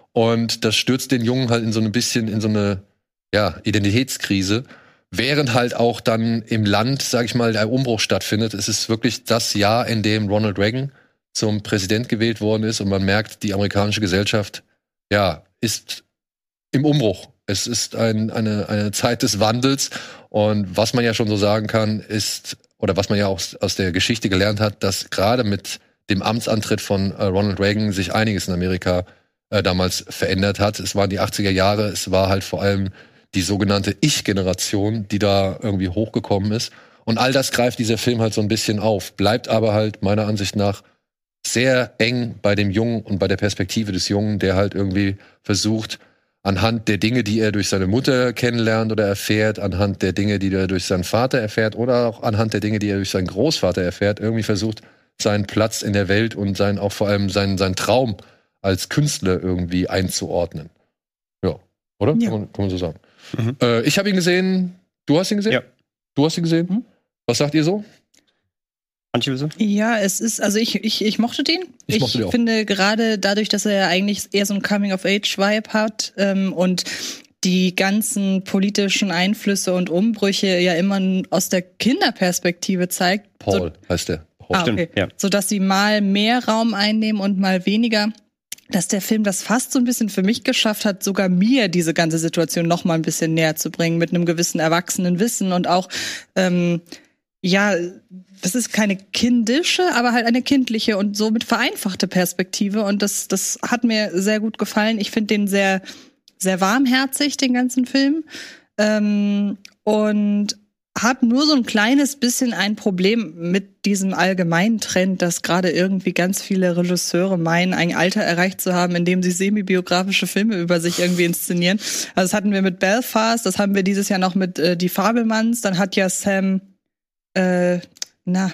Und das stürzt den Jungen halt in so ein bisschen in so eine ja, Identitätskrise, während halt auch dann im Land, sag ich mal, der Umbruch stattfindet. Es ist wirklich das Jahr, in dem Ronald Reagan zum Präsident gewählt worden ist und man merkt, die amerikanische Gesellschaft, ja, ist im Umbruch. Es ist ein, eine, eine Zeit des Wandels und was man ja schon so sagen kann, ist, oder was man ja auch aus der Geschichte gelernt hat, dass gerade mit dem Amtsantritt von äh, Ronald Reagan sich einiges in Amerika äh, damals verändert hat. Es waren die achtziger Jahre, es war halt vor allem die sogenannte Ich-Generation, die da irgendwie hochgekommen ist. Und all das greift dieser Film halt so ein bisschen auf, bleibt aber halt meiner Ansicht nach sehr eng bei dem Jungen und bei der Perspektive des Jungen, der halt irgendwie versucht, anhand der Dinge, die er durch seine Mutter kennenlernt oder erfährt, anhand der Dinge, die er durch seinen Vater erfährt oder auch anhand der Dinge, die er durch seinen Großvater erfährt, irgendwie versucht, seinen Platz in der Welt und seinen, auch vor allem seinen, seinen Traum als Künstler irgendwie einzuordnen. Ja, oder? Ja. Kann man, kann man so sagen. Mhm. Äh, ich habe ihn gesehen. Du hast ihn gesehen? Ja. Du hast ihn gesehen? Mhm. Was sagt ihr so? Manche wissen? Ja, es ist, also ich, ich, ich mochte den. Ich, ich mochte den auch. finde gerade dadurch, dass er ja eigentlich eher so ein Coming-of-Age-Vibe hat ähm, und die ganzen politischen Einflüsse und Umbrüche ja immer aus der Kinderperspektive zeigt. Paul so, heißt der. Paul. Ah, okay. Ja. Sodass sie mal mehr Raum einnehmen und mal weniger. Dass der Film das fast so ein bisschen für mich geschafft hat, sogar mir diese ganze Situation noch mal ein bisschen näher zu bringen, mit einem gewissen erwachsenen Wissen und auch, ähm, ja, das ist keine kindische, aber halt eine kindliche und somit vereinfachte Perspektive und das, das hat mir sehr gut gefallen. Ich finde den sehr, sehr warmherzig, den ganzen Film, ähm, und habe nur so ein kleines bisschen ein Problem mit diesem allgemeinen Trend, dass gerade irgendwie ganz viele Regisseure meinen, ein Alter erreicht zu haben, in dem sie semi-biografische Filme über sich irgendwie inszenieren. Also das hatten wir mit Belfast, das haben wir dieses Jahr noch mit äh, Die Fabelmanns. Dann hat ja Sam, äh, na,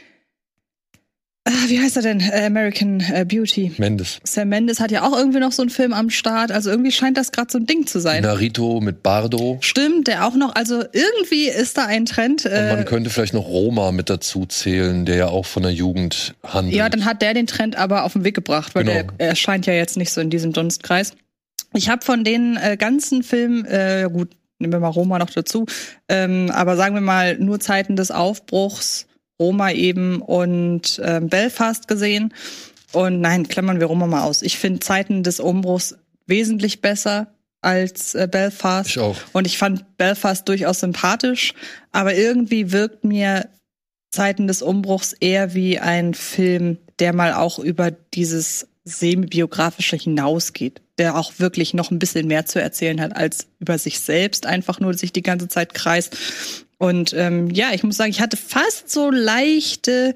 ah, wie heißt er denn? Äh, American äh, Beauty. Mendes. Sam Mendes hat ja auch irgendwie noch so einen Film am Start. Also irgendwie scheint das gerade so ein Ding zu sein. Narito mit Bardo. Stimmt, der auch noch. Also irgendwie ist da ein Trend. Und man könnte vielleicht noch Roma mit dazu zählen, der ja auch von der Jugend handelt. Ja, dann hat der den Trend aber auf den Weg gebracht, weil genau. der erscheint ja jetzt nicht so in diesem Dunstkreis. Ich habe von den äh, ganzen Filmen, äh, gut, nehmen wir mal Roma noch dazu, ähm, aber sagen wir mal nur Zeiten des Aufbruchs, Roma eben und äh, Belfast gesehen. Und nein, klammern wir Roma mal aus. Ich finde Zeiten des Umbruchs wesentlich besser als äh, Belfast. Ich auch. Und ich fand Belfast durchaus sympathisch. Aber irgendwie wirkt mir Zeiten des Umbruchs eher wie ein Film, der mal auch über dieses semi-biografische hinausgeht. Der auch wirklich noch ein bisschen mehr zu erzählen hat, als über sich selbst einfach nur sich die ganze Zeit kreist. Und ähm, ja, ich muss sagen, ich hatte fast so leichte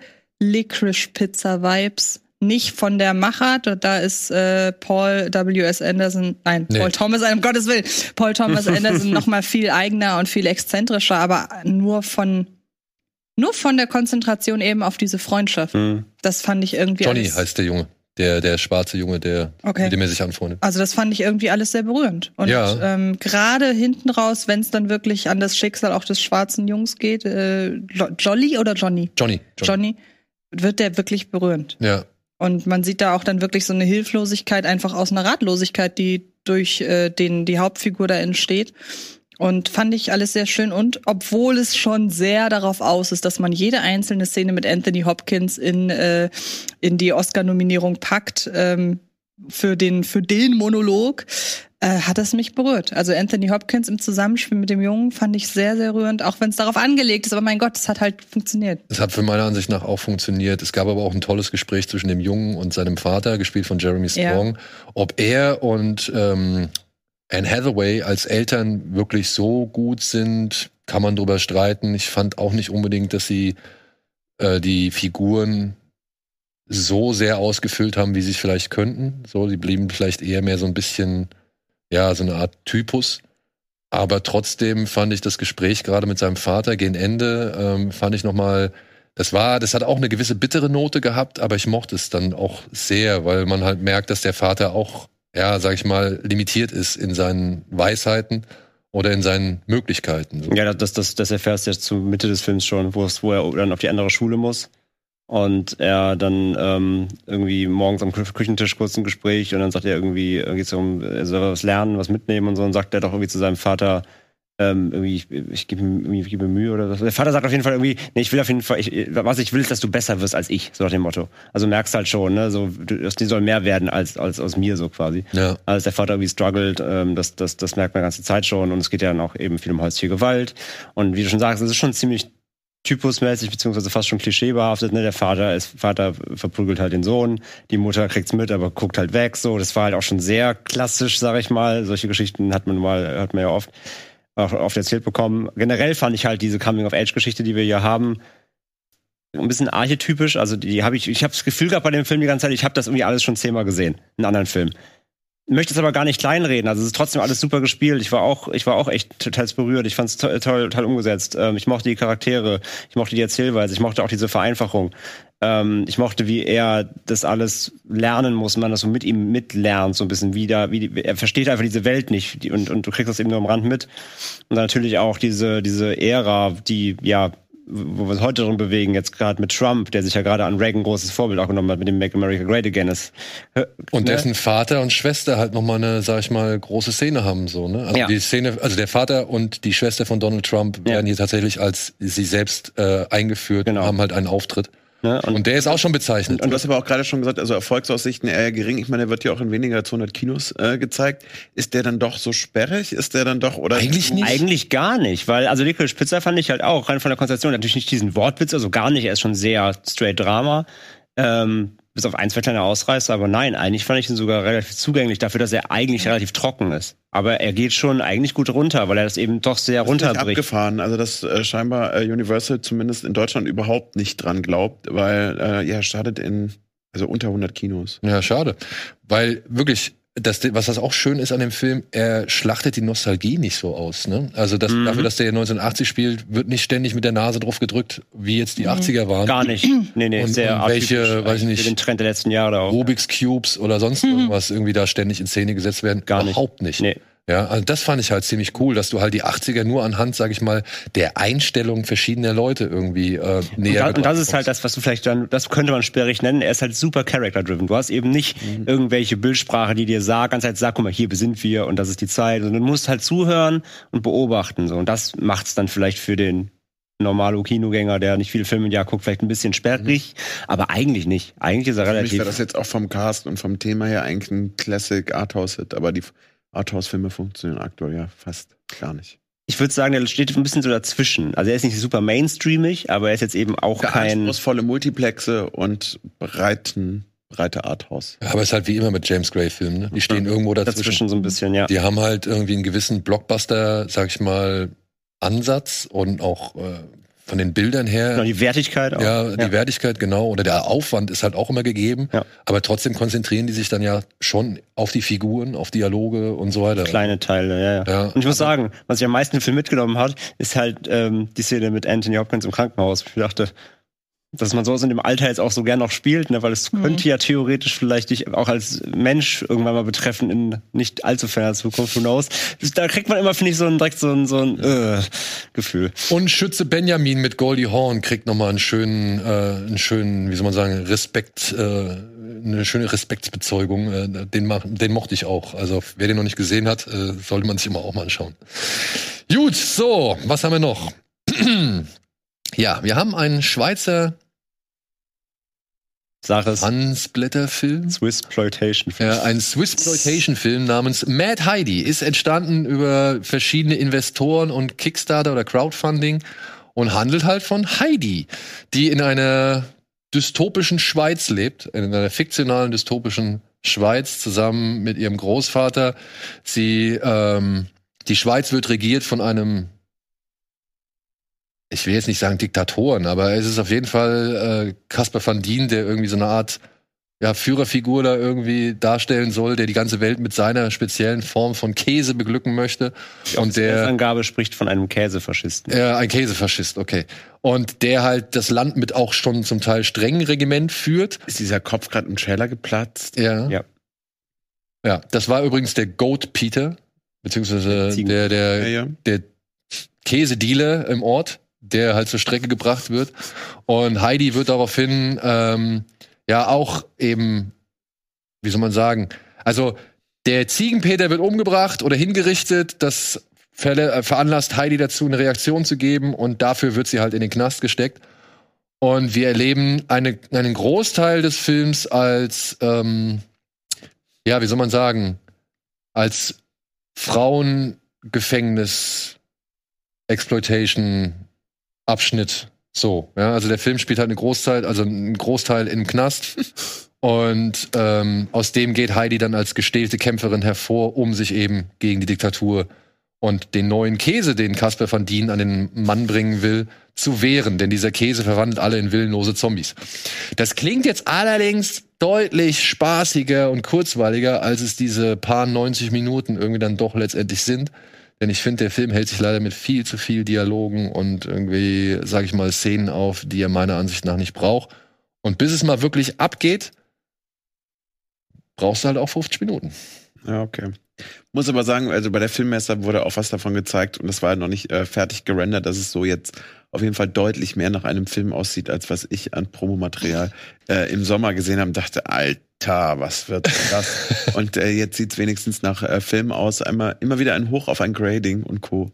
Licorice-Pizza-Vibes. Nicht von der Machart, da ist äh, Paul W S. Anderson, nein, nee. Paul Thomas, um Gottes Willen, Paul Thomas Anderson noch mal viel eigener und viel exzentrischer, aber nur von nur von der Konzentration eben auf diese Freundschaft. Mhm. Das fand ich irgendwie Johnny alles heißt der Junge. Der, der schwarze Junge, der, okay. mit dem er sich anfreundet. Also das fand ich irgendwie alles sehr berührend. Und ja. ähm, gerade hinten raus, wenn es dann wirklich an das Schicksal auch des schwarzen Jungs geht, äh, Jolly oder Johnny? Johnny. Johnny, wird der wirklich berührend. Ja. Und man sieht da auch dann wirklich so eine Hilflosigkeit, einfach aus einer Ratlosigkeit, die durch äh, den die Hauptfigur da entsteht. Und fand ich alles sehr schön. Und obwohl es schon sehr darauf aus ist, dass man jede einzelne Szene mit Anthony Hopkins in äh, in die Oscar-Nominierung packt ähm, für den für den Monolog, äh, hat es mich berührt. Also Anthony Hopkins im Zusammenspiel mit dem Jungen fand ich sehr, sehr rührend, auch wenn es darauf angelegt ist. Aber mein Gott, es hat halt funktioniert. Es hat für meiner Ansicht nach auch funktioniert. Es gab aber auch ein tolles Gespräch zwischen dem Jungen und seinem Vater, gespielt von Jeremy Strong, ja. ob er und ähm, Anne Hathaway als Eltern wirklich so gut sind, kann man drüber streiten. Ich fand auch nicht unbedingt, dass sie äh, die Figuren so sehr ausgefüllt haben, wie sie es vielleicht könnten. So, die blieben vielleicht eher mehr so ein bisschen, ja, so eine Art Typus. Aber trotzdem fand ich das Gespräch gerade mit seinem Vater gegen Ende, ähm, fand ich nochmal, das war, das hat auch eine gewisse bittere Note gehabt, aber ich mochte es dann auch sehr, weil man halt merkt, dass der Vater auch, ja, sag ich mal, limitiert ist in seinen Weisheiten oder in seinen Möglichkeiten. So. Ja, das, das, das erfährst du jetzt zur Mitte des Films schon, wo, es, wo er dann auf die andere Schule muss. Und er dann ähm, irgendwie morgens am Küchentisch kurz ein Gespräch und dann sagt er irgendwie, irgendwie so, er soll was lernen, was mitnehmen und so, und sagt er doch irgendwie zu seinem Vater, ähm, irgendwie, ich, ich gebe mir, geb mir Mühe oder so. Der Vater sagt auf jeden Fall irgendwie, nee, ich will auf jeden Fall, ich, was ich will, ist, dass du besser wirst als ich, so nach dem Motto. Also merkst halt schon, ne, so, die soll mehr werden als, als aus mir, so quasi. Ja. Als der Vater irgendwie struggelt, ähm, das, das, das merkt man die ganze Zeit schon, und es geht ja dann auch eben viel um häusliche Gewalt. Und wie du schon sagst, es ist schon ziemlich typusmäßig, beziehungsweise fast schon klischeebehaftet, ne? Der Vater ist, Vater verprügelt halt den Sohn, die Mutter kriegt's mit, aber guckt halt weg, so. Das war halt auch schon sehr klassisch, sag ich mal. Solche Geschichten hat man mal, hat man ja oft, auch oft erzählt bekommen. Generell fand ich halt diese Coming-of-Age-Geschichte, die wir hier haben, ein bisschen archetypisch. Also die habe ich, ich habe das Gefühl gehabt bei dem Film die ganze Zeit, ich habe das irgendwie alles schon zehnmal gesehen, in anderen Filmen. Möchte es aber gar nicht kleinreden. Also es ist trotzdem alles super gespielt. Ich war auch, ich war auch echt total berührt. Ich fand es toll, toll, toll umgesetzt. Ähm, ich mochte die Charaktere, ich mochte die Erzählweise, ich mochte auch diese Vereinfachung. Ähm, ich mochte, wie er das alles lernen muss, man das so mit ihm mitlernt, so ein bisschen wieder, wie die, er versteht einfach diese Welt nicht, die, und und du kriegst das eben nur am Rand mit. Und dann natürlich auch diese diese Ära, die ja, wo wir uns heute drin bewegen, jetzt gerade mit Trump, der sich ja gerade an Reagan großes Vorbild auch genommen hat, mit dem Make America Great Again ist. Und ne? dessen Vater und Schwester halt nochmal eine, sag ich mal, große Szene haben, so, ne? Also ja. die Szene, also der Vater und die Schwester von Donald Trump ja. werden hier tatsächlich als sie selbst äh, eingeführt, genau. haben halt einen Auftritt. Ne? Und, und der ist auch schon bezeichnet. Und, und du hast aber auch gerade schon gesagt, also Erfolgsaussichten eher gering. Ich meine, der wird ja auch in weniger als hundert Kinos äh, gezeigt. Ist der dann doch so sperrig? Ist der dann doch, oder? Eigentlich nicht. Eigentlich gar nicht, weil, also Licorice Pizza fand ich halt auch, rein von der Konstellation, natürlich nicht diesen Wortwitz, also gar nicht, er ist schon sehr straight Drama. Ähm, bis auf ein, zwei kleine Ausreißer, aber nein, eigentlich fand ich ihn sogar relativ zugänglich dafür, dass er eigentlich relativ trocken ist. Aber er geht schon eigentlich gut runter, weil er das eben doch sehr das runterbricht. Ist nicht abgefahren, also dass äh, scheinbar äh, Universal zumindest in Deutschland überhaupt nicht dran glaubt, weil äh, ja, startet in also unter hundert Kinos. Ja, schade, weil wirklich das, was das auch schön ist an dem Film, er schlachtet die Nostalgie nicht so aus. Ne? Also das, mhm. dafür, dass der neunzehnhundertachtzig spielt, wird nicht ständig mit der Nase drauf gedrückt, wie jetzt die mhm. achtziger waren. Gar nicht. Nee, nee, und, sehr und welche, weiß ich nicht, den Trend der letzten Jahre auch. Rubik's Cubes oder sonst mhm. irgendwas irgendwie da ständig in Szene gesetzt werden. Gar Überhaupt nicht. nicht. Nee. Ja, also das fand ich halt ziemlich cool, dass du halt die achtziger nur anhand, sag ich mal, der Einstellung verschiedener Leute irgendwie äh, näher Und, da, und das ist halt das, was du vielleicht dann, das könnte man sperrig nennen, er ist halt super character-driven. Du hast eben nicht mhm. irgendwelche Bildsprache, die dir sagt, ganz halt sagt, guck mal, hier sind wir und das ist die Zeit. Und du musst halt zuhören und beobachten. So. Und das macht's dann vielleicht für den normalo Kinogänger, der nicht viele Filme im Jahr guckt, vielleicht ein bisschen sperrig, mhm. aber eigentlich nicht. Eigentlich ist er relativ... Für mich wäre das jetzt auch vom Cast und vom Thema her eigentlich ein Classic Arthouse-Hit, aber die Arthouse-Filme funktionieren aktuell ja fast gar nicht. Ich würde sagen, der steht ein bisschen so dazwischen. Also er ist nicht super mainstreamig, aber er ist jetzt eben auch der kein... anspruchsvolle Multiplexe und breiten, breite Arthouse. Ja, aber es ist halt wie immer mit James Gray-Filmen. Ne? Die stehen ja. irgendwo dazwischen. Dazwischen so ein bisschen, ja. Die haben halt irgendwie einen gewissen Blockbuster, sag ich mal, Ansatz und auch äh, von den Bildern her. Genau, die Wertigkeit auch. Ja, die ja. Wertigkeit, genau. Oder der Aufwand ist halt auch immer gegeben. Ja. Aber trotzdem konzentrieren die sich dann ja schon auf die Figuren, auf Dialoge und so weiter. Kleine Teile, ja, ja. ja. Und ich muss sagen, was ich am meisten im Film mitgenommen hat, ist halt ähm, die Szene mit Anthony Hopkins im Krankenhaus. Ich dachte, dass man sowas in dem Alter jetzt auch so gern noch spielt, ne? Weil es mhm. könnte ja theoretisch vielleicht dich auch als Mensch irgendwann mal betreffen in nicht allzu ferner Zukunft, who knows. Da kriegt man immer, finde ich, so ein direkt so ein, so ein äh, Gefühl. Und Schütze Benjamin mit Goldie Hawn kriegt nochmal einen schönen, äh, einen schönen, wie soll man sagen, Respekt, äh, eine schöne Respektsbezeugung. Äh, den, den mochte ich auch. Also wer den noch nicht gesehen hat, äh, sollte man sich immer auch mal anschauen. Gut, so, was haben wir noch? Ja, wir haben einen Schweizer Fansblätterfilm. Swissploitation-Film. Ja, ein Swissploitation-Film namens Mad Heidi ist entstanden über verschiedene Investoren und Kickstarter oder Crowdfunding und handelt halt von Heidi, die in einer dystopischen Schweiz lebt, in einer fiktionalen dystopischen Schweiz zusammen mit ihrem Großvater. Sie, ähm, die Schweiz wird regiert von einem, ich will jetzt nicht sagen Diktatoren, aber es ist auf jeden Fall äh, Caspar Van Dien, der irgendwie so eine Art ja, Führerfigur da irgendwie darstellen soll, der die ganze Welt mit seiner speziellen Form von Käse beglücken möchte. Die und der Angabe spricht von einem Käsefaschisten. Äh, ein Käsefaschist, okay. Und der halt das Land mit auch schon zum Teil strengen Regiment führt. Ist dieser Kopf gerade im Trailer geplatzt? Ja. Ja. Ja, das war übrigens der Goat Peter, beziehungsweise der, der, ja, ja. der Käsedealer im Ort, der halt zur Strecke gebracht wird. Und Heidi wird daraufhin ähm, ja auch eben, wie soll man sagen, also der Ziegenpeter wird umgebracht oder hingerichtet, das ver- äh, veranlasst Heidi dazu, eine Reaktion zu geben und dafür wird sie halt in den Knast gesteckt. Und wir erleben eine, einen Großteil des Films als, ähm, ja, wie soll man sagen, als Frauengefängnis Exploitation Abschnitt. So, ja, also der Film spielt halt eine Großteil, also einen Großteil im Knast. Und ähm, aus dem geht Heidi dann als gestählte Kämpferin hervor, um sich eben gegen die Diktatur und den neuen Käse, den Caspar Van Dien an den Mann bringen will, zu wehren. Denn dieser Käse verwandelt alle in willenlose Zombies. Das klingt jetzt allerdings deutlich spaßiger und kurzweiliger, als es diese paar neunzig Minuten irgendwie dann doch letztendlich sind. Denn ich finde, der Film hält sich leider mit viel zu viel Dialogen und irgendwie, sag ich mal, Szenen auf, die er meiner Ansicht nach nicht braucht. Und bis es mal wirklich abgeht, brauchst du halt auch fünfzig Minuten. Ja, okay. Muss aber sagen, also bei der Filmmesse wurde auch was davon gezeigt und das war noch nicht äh, fertig gerendert, dass es so jetzt auf jeden Fall deutlich mehr nach einem Film aussieht, als was ich an Promomaterial äh, im Sommer gesehen habe und dachte, Alter, was wird das? Und äh, jetzt sieht's wenigstens nach äh, Film aus. Einmal immer wieder ein Hoch auf ein Grading und Co.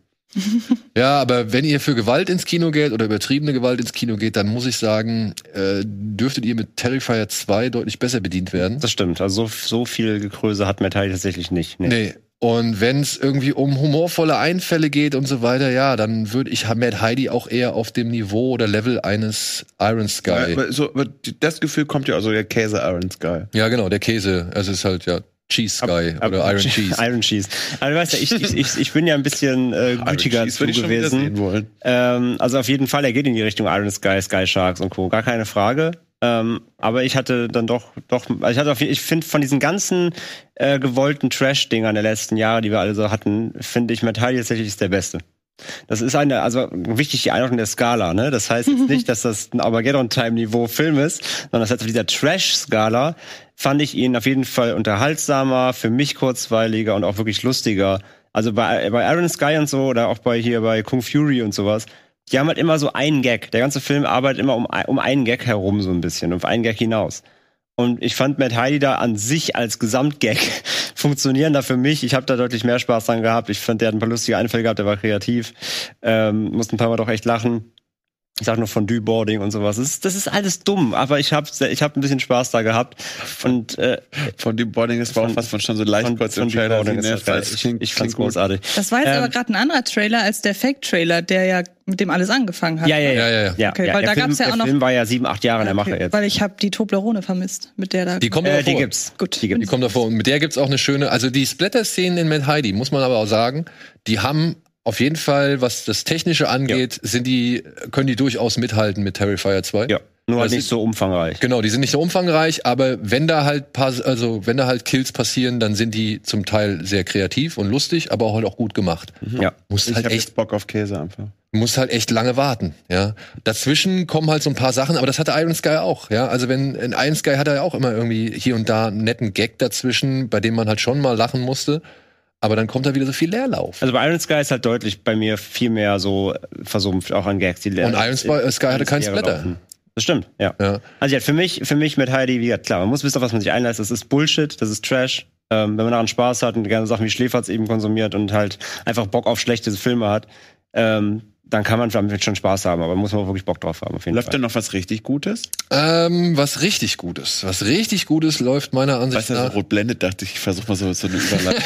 Ja, aber wenn ihr für Gewalt ins Kino geht oder übertriebene Gewalt ins Kino geht, dann muss ich sagen, äh, dürftet ihr mit Terrifier zwei deutlich besser bedient werden. Das stimmt. Also so, so viel Gekröse hat Metal tatsächlich nicht. Nee. Nee. Und wenn es irgendwie um humorvolle Einfälle geht und so weiter, ja, dann würde ich Mad Heidi auch eher auf dem Niveau oder Level eines Iron Sky. Ja, aber so, aber das Gefühl kommt ja also der Käse Iron Sky. Ja, genau, der Käse. Es ist halt ja Cheese Sky ab, oder ab, Iron Cheese. Iron Cheese. Aber du weißt ja, ich, ich, ich, ich bin ja ein bisschen äh, gütiger zu gewesen. Ähm, also auf jeden Fall, er geht in die Richtung Iron Sky, Sky Sharks und Co. Gar keine Frage. Ähm, aber ich hatte dann doch, doch, ich hatte auf, ich finde von diesen ganzen äh, gewollten Trash-Dingern der letzten Jahre, die wir alle so hatten, finde ich Metal tatsächlich ist der beste. Das ist eine, also wichtig die Einordnung der Skala, ne? Das heißt jetzt nicht, dass das ein Armageddon-Time-Niveau Film ist, sondern das heißt auf dieser Trash-Skala fand ich ihn auf jeden Fall unterhaltsamer, für mich kurzweiliger und auch wirklich lustiger. Also bei, bei Iron Sky und so oder auch bei hier bei Kung Fury und sowas, die haben halt immer so einen Gag. Der ganze Film arbeitet immer um, um einen Gag herum so ein bisschen, um einen Gag hinaus. Und ich fand Mad Heidi da an sich als Gesamtgag funktionieren da für mich. Ich habe da deutlich mehr Spaß dran gehabt. Ich fand, der hat ein paar lustige Einfälle gehabt, der war kreativ. Ähm, musste ein paar Mal doch echt lachen. Ich sag nur Fondue-Boarding und sowas. Das ist, das ist alles dumm, aber ich habe ich hab ein bisschen Spaß da gehabt. Und äh, Fondue-Boarding, das war auch was von schon so leicht kurz im Trailer. Ich, ich fand's großartig. Das war jetzt ähm, aber gerade ein anderer Trailer als der Fake-Trailer, der ja mit dem alles angefangen hat. Ja, ja, ja. Ja, ja, ja. Okay, ja, weil der da Film, gab's ja der auch noch. Film war ja sieben, acht Jahre in der Mache Okay, jetzt. weil ich habe die Toblerone vermisst, mit der da. Die kommt Äh, davor. die gibt's. Gut. Die gibt's. Die kommt davor. Und mit der gibt's auch eine schöne, also die Splatter-Szenen in Mad Heidi, muss man aber auch sagen, die haben auf jeden Fall, was das Technische angeht, ja. sind die, können die durchaus mithalten mit Terrifier zwei. Ja. Nur halt das nicht so umfangreich. Genau, die sind nicht so umfangreich, aber wenn da halt paar, also wenn da halt Kills passieren, dann sind die zum Teil sehr kreativ und lustig, aber auch halt auch gut gemacht. Mhm. Ja. Musst ich halt hab echt jetzt Bock auf Käse einfach. Musst halt echt lange warten, ja. Dazwischen kommen halt so ein paar Sachen, aber das hatte Iron Sky auch, ja. Also wenn in Iron Sky hat er ja auch immer irgendwie hier und da einen netten Gag dazwischen, bei dem man halt schon mal lachen musste. Aber dann kommt da wieder so viel Leerlauf. Also bei Iron Sky ist halt deutlich bei mir viel mehr so versumpft, auch an Gags. Die und Iron Sky, Sky hatte keinen Splatter. Laufen. Das stimmt, ja. ja. Also ja, für mich, für mich mit Heidi, wie gesagt, klar, man muss wissen, auf was man sich einlässt. Das ist Bullshit, das ist Trash. Ähm, wenn man daran Spaß hat und gerne Sachen wie Schläferz eben konsumiert und halt einfach Bock auf schlechte Filme hat, ähm, dann kann man damit schon Spaß haben, aber muss man auch wirklich Bock drauf haben. Auf jeden läuft Fall. denn noch was richtig Gutes? Ähm, was richtig Gutes. Was richtig Gutes läuft meiner Ansicht nach. Weil nach. so rot blendet, dachte ich, ich versuche mal so, so eine Überleitung.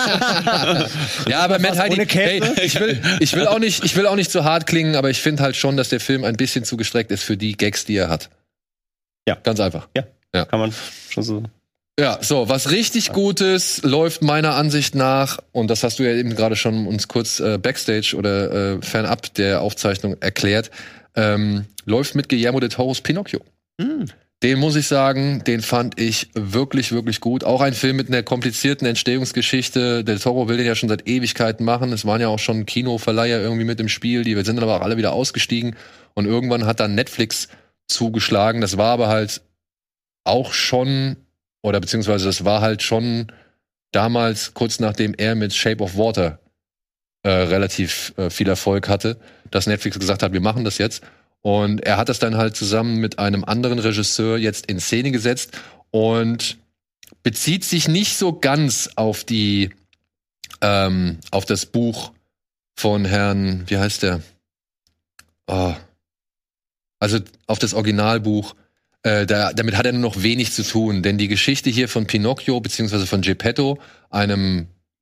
Ja, aber Mad Heidi, hey, ich will, ich will auch nicht, ich will auch nicht zu hart klingen, aber ich finde halt schon, dass der Film ein bisschen zu gestreckt ist für die Gags, die er hat. Ja. Ganz einfach. Ja. Ja. Kann man schon so. Ja, so, was richtig Gutes läuft meiner Ansicht nach, und das hast du ja eben gerade schon uns kurz äh, Backstage oder äh, fernab der Aufzeichnung erklärt, ähm, läuft mit Guillermo del Toros Pinocchio. Mm. Den muss ich sagen, den fand ich wirklich, wirklich gut. Auch ein Film mit einer komplizierten Entstehungsgeschichte. Del Toro will den ja schon seit Ewigkeiten machen. Es waren ja auch schon Kinoverleiher irgendwie mit im Spiel. Die sind dann aber auch alle wieder ausgestiegen. Und irgendwann hat dann Netflix zugeschlagen. Das war aber halt auch schon, oder beziehungsweise das war halt schon damals, kurz nachdem er mit Shape of Water äh, relativ äh, viel Erfolg hatte, dass Netflix gesagt hat, wir machen das jetzt. Und er hat das dann halt zusammen mit einem anderen Regisseur jetzt in Szene gesetzt und bezieht sich nicht so ganz auf die, ähm, auf das Buch von Herrn, wie heißt der? Oh. Also auf das Originalbuch. Äh, da, damit hat er nur noch wenig zu tun, denn die Geschichte hier von Pinocchio beziehungsweise von Geppetto, einem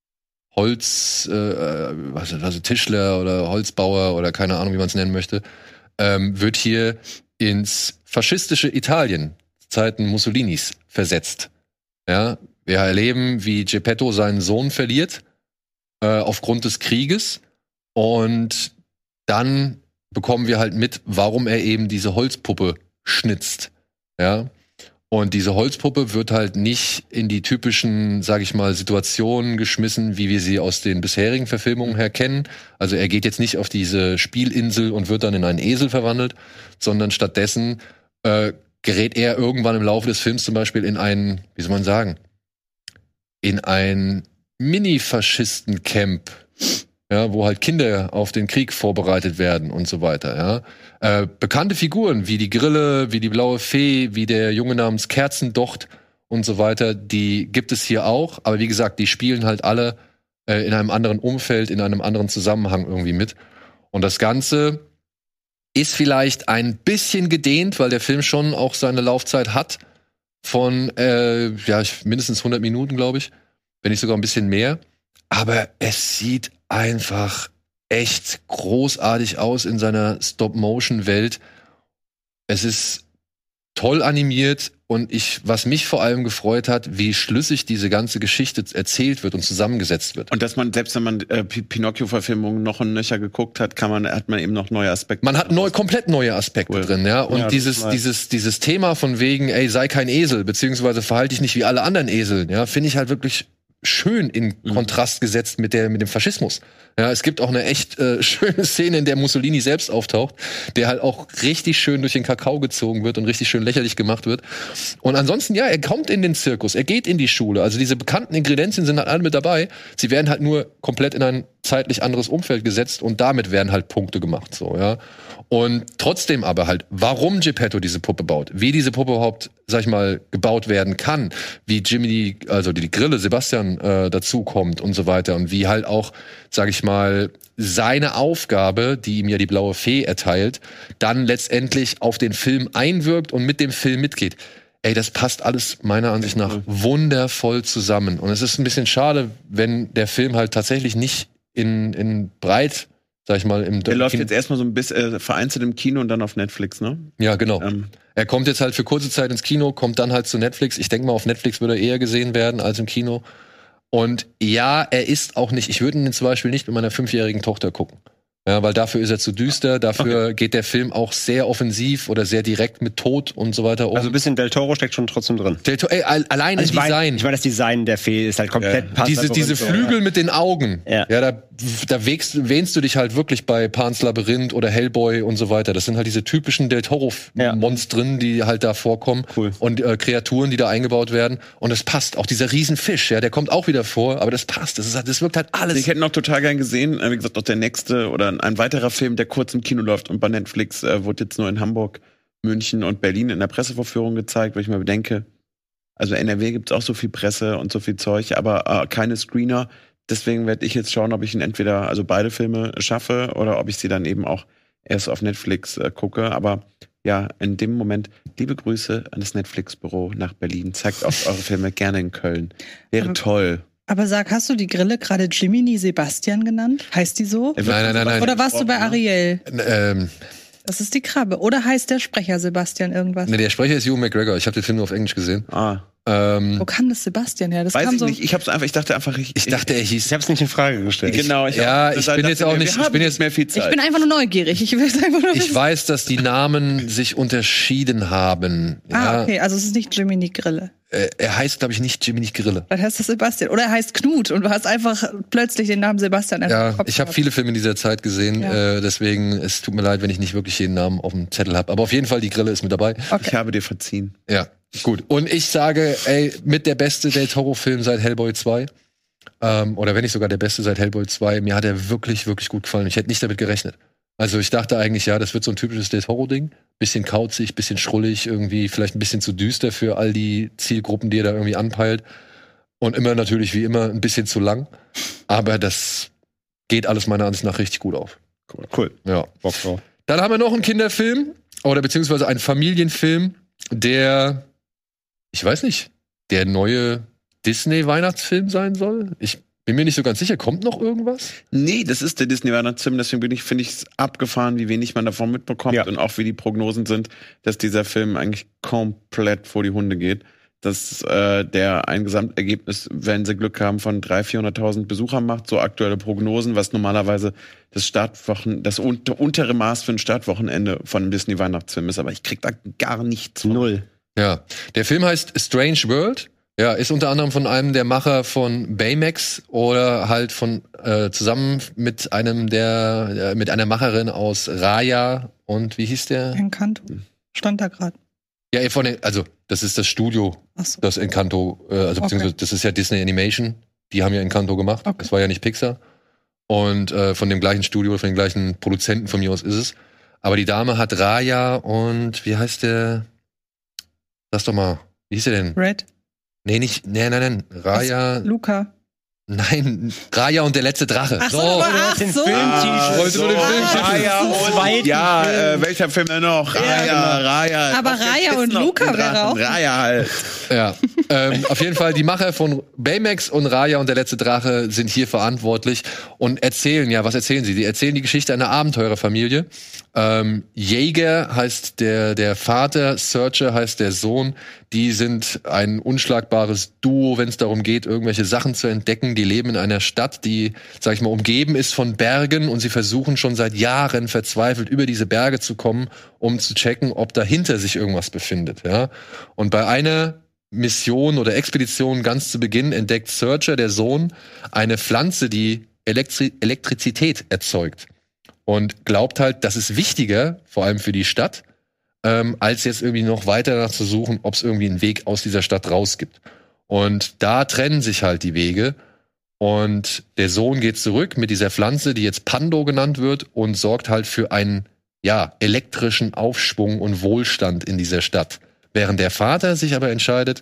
Holz, äh, was, also Tischler oder Holzbauer oder keine Ahnung, wie man es nennen möchte, ähm, wird hier ins faschistische Italien, Zeiten Mussolinis, versetzt. Ja, wir erleben, wie Geppetto seinen Sohn verliert äh, aufgrund des Krieges, und dann bekommen wir halt mit, warum er eben diese Holzpuppe schnitzt. Ja, und diese Holzpuppe wird halt nicht in die typischen, sag ich mal, Situationen geschmissen, wie wir sie aus den bisherigen Verfilmungen her kennen. Also er geht jetzt nicht auf diese Spielinsel und wird dann in einen Esel verwandelt, sondern stattdessen äh, gerät er irgendwann im Laufe des Films zum Beispiel in ein, wie soll man sagen, in ein Mini-Faschisten-Camp, ja, wo halt Kinder auf den Krieg vorbereitet werden und so weiter, ja. Äh, bekannte Figuren wie die Grille, wie die blaue Fee, wie der Junge namens Kerzendocht und so weiter, die gibt es hier auch, aber wie gesagt, die spielen halt alle äh, in einem anderen Umfeld, in einem anderen Zusammenhang irgendwie mit. Und das Ganze ist vielleicht ein bisschen gedehnt, weil der Film schon auch seine Laufzeit hat von äh, ja, mindestens hundert Minuten, glaube ich, wenn nicht sogar ein bisschen mehr. Aber es sieht einfach echt großartig aus in seiner Stop-Motion-Welt. Es ist toll animiert, und ich, was mich vor allem gefreut hat, wie schlüssig diese ganze Geschichte erzählt wird und zusammengesetzt wird. Und dass man, selbst wenn man äh, Pinocchio-Verfilmungen noch und nöcher geguckt hat, kann man, hat man eben noch neue Aspekte. Man hat neu, komplett neue Aspekte cool. drin, ja. Und ja, dieses, dieses, dieses Thema von wegen, ey, sei kein Esel, beziehungsweise verhalte dich nicht wie alle anderen Esel, ja, finde ich halt wirklich schön in Kontrast gesetzt mit der mit dem Faschismus. Ja, es gibt auch eine echt äh, schöne Szene, in der Mussolini selbst auftaucht, der halt auch richtig schön durch den Kakao gezogen wird und richtig schön lächerlich gemacht wird. Und ansonsten, ja, er kommt in den Zirkus, er geht in die Schule. Also diese bekannten Ingredienzien sind halt alle mit dabei. Sie werden halt nur komplett in ein zeitlich anderes Umfeld gesetzt, und damit werden halt Punkte gemacht, so, ja. Und trotzdem aber halt, warum Geppetto diese Puppe baut, wie diese Puppe überhaupt, sag ich mal, gebaut werden kann, wie Jimmy, also die Grille, Sebastian äh, dazukommt und so weiter, und wie halt auch, sag ich mal, seine Aufgabe, die ihm ja die blaue Fee erteilt, dann letztendlich auf den Film einwirkt und mit dem Film mitgeht. Ey, das passt alles meiner Ansicht nach wundervoll zusammen. Und es ist ein bisschen schade, wenn der Film halt tatsächlich nicht in, in breit, sag ich mal, im Der läuft jetzt erstmal so ein bisschen äh, vereinzelt im Kino und dann auf Netflix, ne? Ja, genau. Ähm. Er kommt jetzt halt für kurze Zeit ins Kino, kommt dann halt zu Netflix. Ich denke mal, auf Netflix würde er eher gesehen werden als im Kino. Und ja, er ist auch nicht, ich würde ihn zum Beispiel nicht mit meiner fünfjährigen Tochter gucken. Ja, weil dafür ist er zu düster, dafür okay. geht der Film auch sehr offensiv oder sehr direkt mit Tod und so weiter um. Also ein bisschen Del Toro steckt schon trotzdem drin. Del Toro, ey, allein also im Design. Mein, ich meine, das Design der Fee ist halt komplett ja. passend. Diese, diese so, Flügel ja. mit den Augen, ja, ja da, da wächst, wähnst du dich halt wirklich bei Pan's Labyrinth oder Hellboy und so weiter. Das sind halt diese typischen Del Toro-Monstren, ja. die halt da vorkommen. Cool. Und äh, Kreaturen, die da eingebaut werden. Und es passt. Auch dieser Riesenfisch, ja, der kommt auch wieder vor, aber das passt. Das, ist halt, das wirkt halt alles. Ich hätte noch total gern gesehen, wie gesagt, auch der nächste oder ein weiterer Film, der kurz im Kino läuft und bei Netflix äh, wurde jetzt nur in Hamburg, München und Berlin in der Pressevorführung gezeigt, wo ich mir bedenke, also in N R W gibt es auch so viel Presse und so viel Zeug, aber äh, keine Screener. Deswegen werde ich jetzt schauen, ob ich ihn entweder, also beide Filme schaffe oder ob ich sie dann eben auch erst auf Netflix äh, gucke. Aber ja, in dem Moment, liebe Grüße an das Netflix-Büro nach Berlin. Zeigt auch eure Filme gerne in Köln. Wäre aber toll. Aber sag, hast du die Grille gerade Jiminy Sebastian genannt? Heißt die so? Nein, nein, nein, nein. Oder warst du bei Ariel? Ähm. Das ist die Krabbe. Oder heißt der Sprecher Sebastian irgendwas? Ne, der Sprecher ist Ewan McGregor. Ich habe den Film nur auf Englisch gesehen. Ah. Ähm, Wo kam das Sebastian her? Das Weiß kam ich so nicht. Ich hab's einfach, ich dachte einfach, ich, ich dachte, er hieß. Ich habe es nicht in Frage gestellt. Genau, ich Ja, hab, ich bin jetzt auch nicht. Ich bin jetzt mehr viel Zeit. Ich bin einfach nur neugierig. Ich will einfach nur Ich wissen. weiß, dass die Namen sich unterschieden haben. Ah, Ja, okay. Also es ist nicht Jiminy Grille. äh, er heißt, glaube ich, nicht Jiminy Grille. Dann heißt das Sebastian. Oder er heißt Knut und du hast einfach plötzlich den Namen Sebastian einfach Ja, im Kopf ich habe gehabt. viele Filme in dieser Zeit gesehen, Ja. äh, deswegen es tut mir leid, wenn ich nicht wirklich jeden Namen auf dem Zettel habe. Aber auf jeden Fall die Grille ist mit dabei. Okay. Ich habe dir verziehen. Ja, gut. Und ich sage, ey, mit der beste Del Toro-Film seit Hellboy zwei. Ähm, oder wenn nicht sogar der beste seit Hellboy zwei. Mir hat er wirklich, wirklich gut gefallen. Ich hätte nicht damit gerechnet. Also ich dachte eigentlich, ja, das wird so ein typisches Del Toro-Ding. Bisschen kauzig, bisschen schrullig, irgendwie vielleicht ein bisschen zu düster für all die Zielgruppen, die er da irgendwie anpeilt. Und immer natürlich, wie immer, ein bisschen zu lang. Aber das geht alles meiner Ansicht nach richtig gut auf. Cool. cool. Ja. Bock drauf. Dann haben wir noch einen Kinderfilm oder beziehungsweise einen Familienfilm, der, ich weiß nicht, der neue Disney-Weihnachtsfilm sein soll. Ich bin mir nicht so ganz sicher. Kommt noch irgendwas? Nee, das ist der Disney-Weihnachtsfilm, deswegen bin ich, finde ich es abgefahren, wie wenig man davon mitbekommt Ja. und auch wie die Prognosen sind, dass dieser Film eigentlich komplett vor die Hunde geht. Dass äh, der ein Gesamtergebnis, wenn sie Glück haben, von dreihunderttausend, vierhunderttausend Besuchern macht, so aktuelle Prognosen, was normalerweise das Startwochen, das unter, untere Maß für ein Startwochenende von einem Disney-Weihnachtsfilm ist, aber ich krieg da gar nichts von. Null. Ja. Der Film heißt Strange World. Ja, ist unter anderem von einem der Macher von Baymax oder halt von äh, zusammen mit einem der äh, mit einer Macherin aus Raya und wie hieß der? Encanto. Stand da gerade. Ja, von den, also das ist das Studio, Achso. das Encanto, äh, also beziehungsweise das ist ja Disney Animation. Die haben ja Encanto gemacht. Okay. Das war ja nicht Pixar. Und äh, von dem gleichen Studio, von den gleichen Produzenten von mir aus ist es. Aber die Dame hat Raya und wie heißt der? Sag doch mal, wie hieß der denn? Red. Nee, nicht, nee, nein, nein, Raya, Luca. nein, Raya und der letzte Drache. Ach so, aber ach den so. Film-T-Shirt. Wollte nur den Film-T-Shirt. Raya und, Zweiten ja, Film. äh, welcher Film denn noch? Raya, genau. Raya. Aber Auf der Raya und Spitze noch Luca ein wäre Drachen. auch- Raya halt. Ja, ähm, auf jeden Fall die Macher von Baymax und Raya und der letzte Drache sind hier verantwortlich und erzählen, ja, was erzählen sie? Die erzählen die Geschichte einer Abenteurerfamilie. Ähm, Jäger heißt der, der Vater, Searcher heißt der Sohn. Die sind ein unschlagbares Duo, wenn es darum geht, irgendwelche Sachen zu entdecken. Die leben in einer Stadt, die, sag ich mal, umgeben ist von Bergen und sie versuchen schon seit Jahren verzweifelt über diese Berge zu kommen, um zu checken, ob dahinter sich irgendwas befindet, ja. Und bei einer Mission oder Expedition ganz zu Beginn entdeckt Searcher, der Sohn, eine Pflanze, die Elektri- Elektrizität erzeugt. Und glaubt halt, das ist wichtiger, vor allem für die Stadt, ähm, als jetzt irgendwie noch weiter danach zu suchen, ob es irgendwie einen Weg aus dieser Stadt raus gibt. Und da trennen sich halt die Wege. Und der Sohn geht zurück mit dieser Pflanze, die jetzt Pando genannt wird, und sorgt halt für einen, ja, elektrischen Aufschwung und Wohlstand in dieser Stadt. Während der Vater sich aber entscheidet,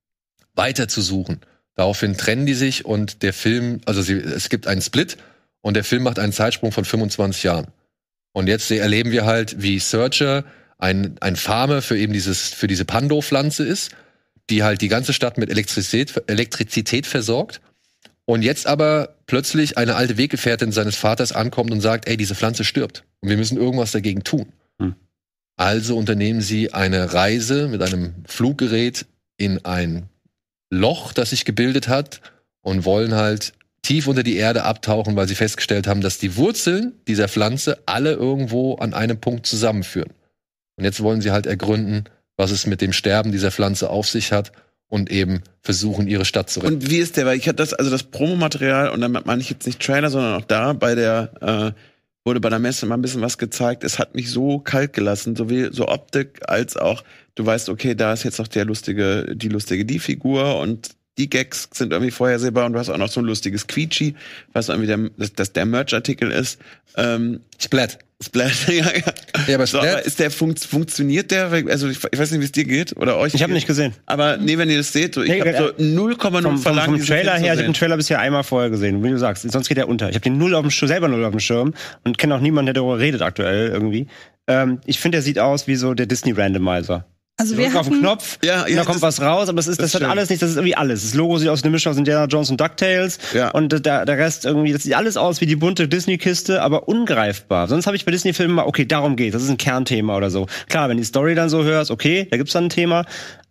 weiter zu suchen. Daraufhin trennen die sich und der Film, also sie, es gibt einen Split und der Film macht einen Zeitsprung von fünfundzwanzig Jahren. Und jetzt erleben wir halt, wie Searcher ein, ein Farmer für eben dieses, für diese Pando-Pflanze ist, die halt die ganze Stadt mit Elektrizität, Elektrizität versorgt. Und jetzt aber plötzlich eine alte Weggefährtin seines Vaters ankommt und sagt, ey, diese Pflanze stirbt. Und wir müssen irgendwas dagegen tun. Hm. Also unternehmen sie eine Reise mit einem Fluggerät in ein Loch, das sich gebildet hat, und wollen halt tief unter die Erde abtauchen, weil sie festgestellt haben, dass die Wurzeln dieser Pflanze alle irgendwo an einem Punkt zusammenführen. Und jetzt wollen sie halt ergründen, was es mit dem Sterben dieser Pflanze auf sich hat und eben versuchen, ihre Stadt zu retten. Und wie ist der? Weil ich hatte das, also das Promomaterial, und damit meine ich jetzt nicht Trailer, sondern auch da bei der, äh, wurde bei der Messe mal ein bisschen was gezeigt. Es hat mich so kalt gelassen, sowohl so Optik als auch, du weißt, okay, da ist jetzt noch der lustige, die lustige Die-Figur und die Gags sind irgendwie vorhersehbar und du hast auch noch so ein lustiges Quietschi, was irgendwie der, das, das der Merch-Artikel ist. Ähm, Splat. Splat, ja, ja. Ja, aber So, Splat, aber ist der funkt, funktioniert der? Also ich, ich weiß nicht, wie es dir geht oder euch. Ich habe geht. nicht gesehen. Aber nee, wenn ihr das seht, so, ich Nee, habe so null Komma null Vom, vom, verlangt. vom diesen Trailer Film zu her, ich habe sehen. den Trailer bisher einmal vorher gesehen, wie du sagst, sonst geht er unter. Ich habe den null auf dem Schirm, selber null auf dem Schirm und kenne auch niemanden, der darüber redet aktuell irgendwie. Ähm, ich finde, der sieht aus wie so der Disney Randomizer. Also Wir wir auf den hatten, Knopf, Ja, und ja, da kommt das- was raus, aber das ist, das das, hat stimmt. alles nicht, das ist irgendwie alles. Das Logo sieht aus wie eine Mischung aus Indiana Jones und DuckTales. Ja. Und der, der Rest irgendwie, das sieht alles aus wie die bunte Disney-Kiste, aber ungreifbar. Sonst habe ich bei Disney-Filmen mal, okay, darum geht's, das ist ein Kernthema oder so. Klar, wenn die Story dann so hörst, okay, da gibt's dann ein Thema.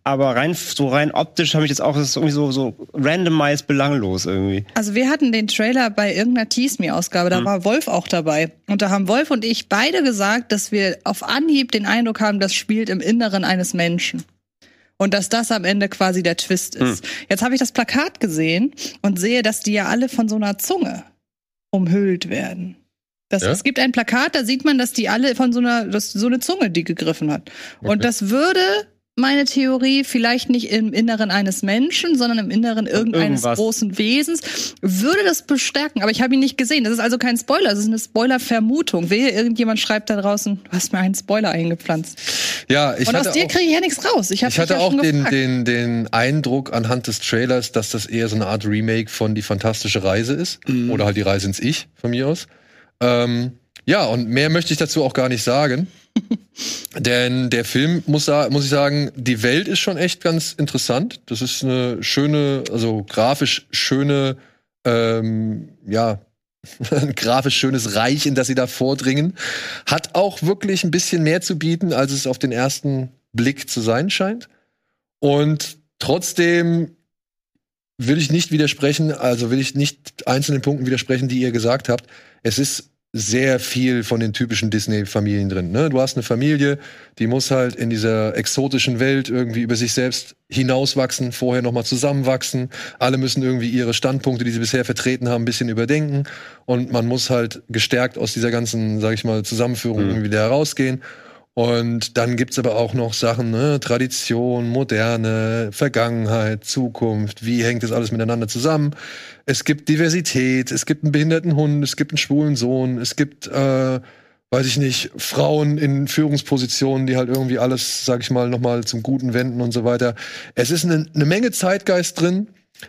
aber rein so rein optisch habe ich jetzt auch, das ist irgendwie so so randomized belanglos irgendwie. Also wir hatten den Trailer bei irgendeiner Tease-Me-Ausgabe, da mhm. war Wolf auch dabei. Und da haben Wolf und ich beide gesagt, dass wir auf Anhieb den Eindruck haben, das spielt im Inneren eines Menschen. Und dass das am Ende quasi der Twist ist. Mhm. Jetzt habe ich das Plakat gesehen und sehe, dass die ja alle von so einer Zunge umhüllt werden. Das, ja? Es gibt ein Plakat, da sieht man, dass die alle von so einer, das, so eine Zunge, die gegriffen hat. Okay. Und das würde, meine Theorie, vielleicht nicht im Inneren eines Menschen, sondern im Inneren irgendeines Irgendwas. großen Wesens, würde das bestärken. Aber ich habe ihn nicht gesehen. Das ist also kein Spoiler, das ist eine Spoiler-Vermutung. Wehe, irgendjemand schreibt da draußen, du hast mir einen Spoiler eingepflanzt. Ja, ich Und hatte aus dir auch, kriege ich ja nichts raus. Ich, ich hatte ja auch den, den, den Eindruck anhand des Trailers, dass das eher so eine Art Remake von Die fantastische Reise ist. Mhm. Oder halt die Reise ins Ich, von mir aus. Ähm, ja, und mehr möchte ich dazu auch gar nicht sagen. Denn der Film, muss, muss ich sagen, die Welt ist schon echt ganz interessant. Das ist eine schöne, also grafisch schöne, ähm, ja, ein grafisch schönes Reich, in das sie da vordringen. Hat auch wirklich ein bisschen mehr zu bieten, als es auf den ersten Blick zu sein scheint. Und trotzdem will ich nicht widersprechen, also will ich nicht einzelnen Punkten widersprechen, die ihr gesagt habt. Es ist sehr viel von den typischen Disney-Familien drin. Ne? Du hast eine Familie, die muss halt in dieser exotischen Welt irgendwie über sich selbst hinauswachsen, vorher nochmal zusammenwachsen. Alle müssen irgendwie ihre Standpunkte, die sie bisher vertreten haben, ein bisschen überdenken. Und man muss halt gestärkt aus dieser ganzen, sag ich mal, Zusammenführung mhm. irgendwie wieder herausgehen. Und dann gibt's aber auch noch Sachen, ne? Tradition, Moderne, Vergangenheit, Zukunft. Wie hängt das alles miteinander zusammen? Es gibt Diversität, es gibt einen behinderten Hund, es gibt einen schwulen Sohn, es gibt, äh, weiß ich nicht, Frauen in Führungspositionen, die halt irgendwie alles, sag ich mal, nochmal zum Guten wenden und so weiter. Es ist eine, eine Menge Zeitgeist drin.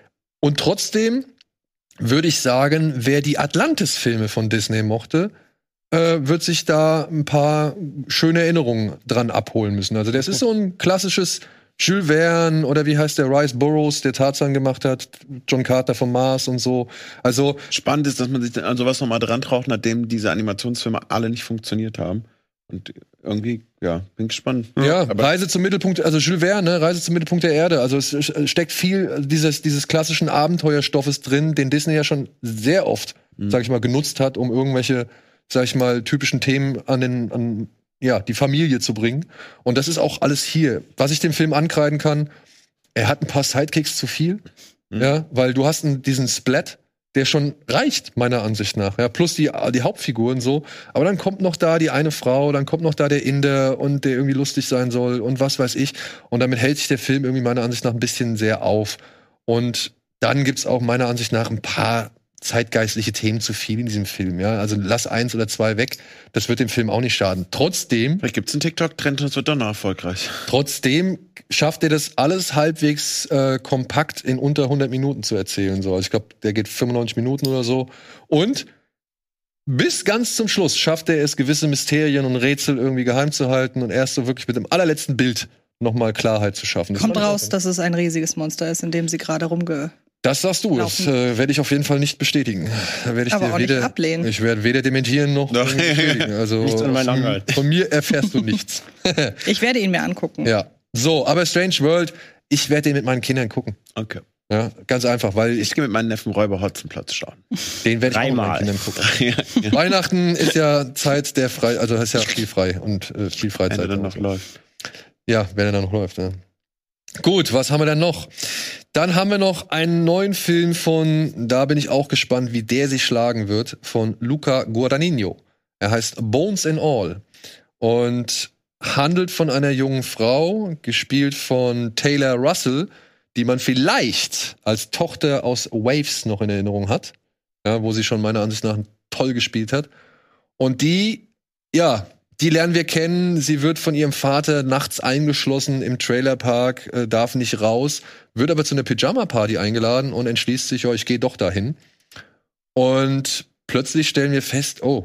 Und trotzdem würde ich sagen, wer die Atlantis-Filme von Disney mochte, Äh, wird sich da ein paar schöne Erinnerungen dran abholen müssen. Also das ist so ein klassisches Jules Verne oder wie heißt der, Rice Burroughs, der Tarzan gemacht hat, John Carter vom Mars und so. Also spannend ist, dass man sich an sowas nochmal dran traut, nachdem diese Animationsfilme alle nicht funktioniert haben. Und irgendwie, ja, bin gespannt. Ja, aber Reise zum Mittelpunkt, also Jules Verne, ne, Reise zum Mittelpunkt der Erde. Also es steckt viel dieses, dieses klassischen Abenteuerstoffes drin, den Disney ja schon sehr oft, mhm. sag ich mal, genutzt hat, um irgendwelche, sag ich mal, typischen Themen an den, an, ja, die Familie zu bringen. Und das ist auch alles hier. Was ich dem Film ankreiden kann, er hat ein paar Sidekicks zu viel, mhm. ja, weil du hast einen, diesen Splat, der schon reicht, meiner Ansicht nach, ja, plus die, die Hauptfiguren so. Aber dann kommt noch da die eine Frau, dann kommt noch da der Inder und der irgendwie lustig sein soll und was weiß ich. Und damit hält sich der Film irgendwie meiner Ansicht nach ein bisschen sehr auf. Und dann gibt's auch meiner Ansicht nach ein paar zeitgeistliche Themen zu viel in diesem Film, ja. Also lass eins oder zwei weg, das wird dem Film auch nicht schaden. Trotzdem. Vielleicht gibt's einen TikTok-Trend und es wird doch noch erfolgreich. Trotzdem schafft er das alles halbwegs äh, kompakt in unter hundert Minuten zu erzählen. So. Also ich glaube, der geht fünfundneunzig Minuten oder so. Und bis ganz zum Schluss schafft er es, gewisse Mysterien und Rätsel irgendwie geheim zu halten und erst so wirklich mit dem allerletzten Bild nochmal Klarheit zu schaffen. Das Kommt raus, dass es ein riesiges Monster ist, in dem sie gerade rumge... Das sagst du, laufen. Das äh, werde ich auf jeden Fall nicht bestätigen. Da werde ich Aber dir auch weder, nicht ablehnen. Ich werde weder dementieren noch no. bestätigen. Also nichts an meinen Anhalt. Von mir erfährst du nichts. Ich werde ihn mir angucken. Ja. So, aber Strange World, ich werde den mit meinen Kindern gucken. Okay. Ja, ganz einfach, weil ich, ich gehe mit meinem Neffen Räuber Hotzenplotz schauen. Den werde ich auch mit meinen Kindern gucken. ja, ja. Weihnachten ist ja Zeit der frei, also ist ja spielfrei und äh, Spielfreizeit. Wenn er dann noch läuft. Ja, wenn er dann noch läuft. Ja. Gut, was haben wir denn noch? Dann haben wir noch einen neuen Film von, da bin ich auch gespannt, wie der sich schlagen wird, von Luca Guadagnino. Er heißt Bones and All und handelt von einer jungen Frau, gespielt von Taylor Russell, die man vielleicht als Tochter aus Waves noch in Erinnerung hat, ja, wo sie schon meiner Ansicht nach toll gespielt hat. Und die, ja, die lernen wir kennen. Sie wird von ihrem Vater nachts eingeschlossen im Trailerpark, äh, darf nicht raus, wird aber zu einer Pyjama-Party eingeladen und entschließt sich, oh, ich gehe doch dahin. Und plötzlich stellen wir fest, oh,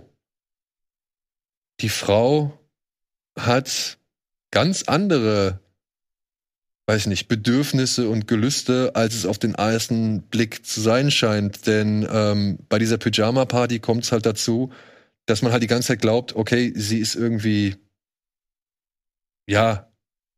die Frau hat ganz andere, weiß nicht, Bedürfnisse und Gelüste, als es auf den ersten Blick zu sein scheint. Denn ähm, bei dieser Pyjama-Party kommt es halt dazu, dass man halt die ganze Zeit glaubt, okay, sie ist irgendwie, ja,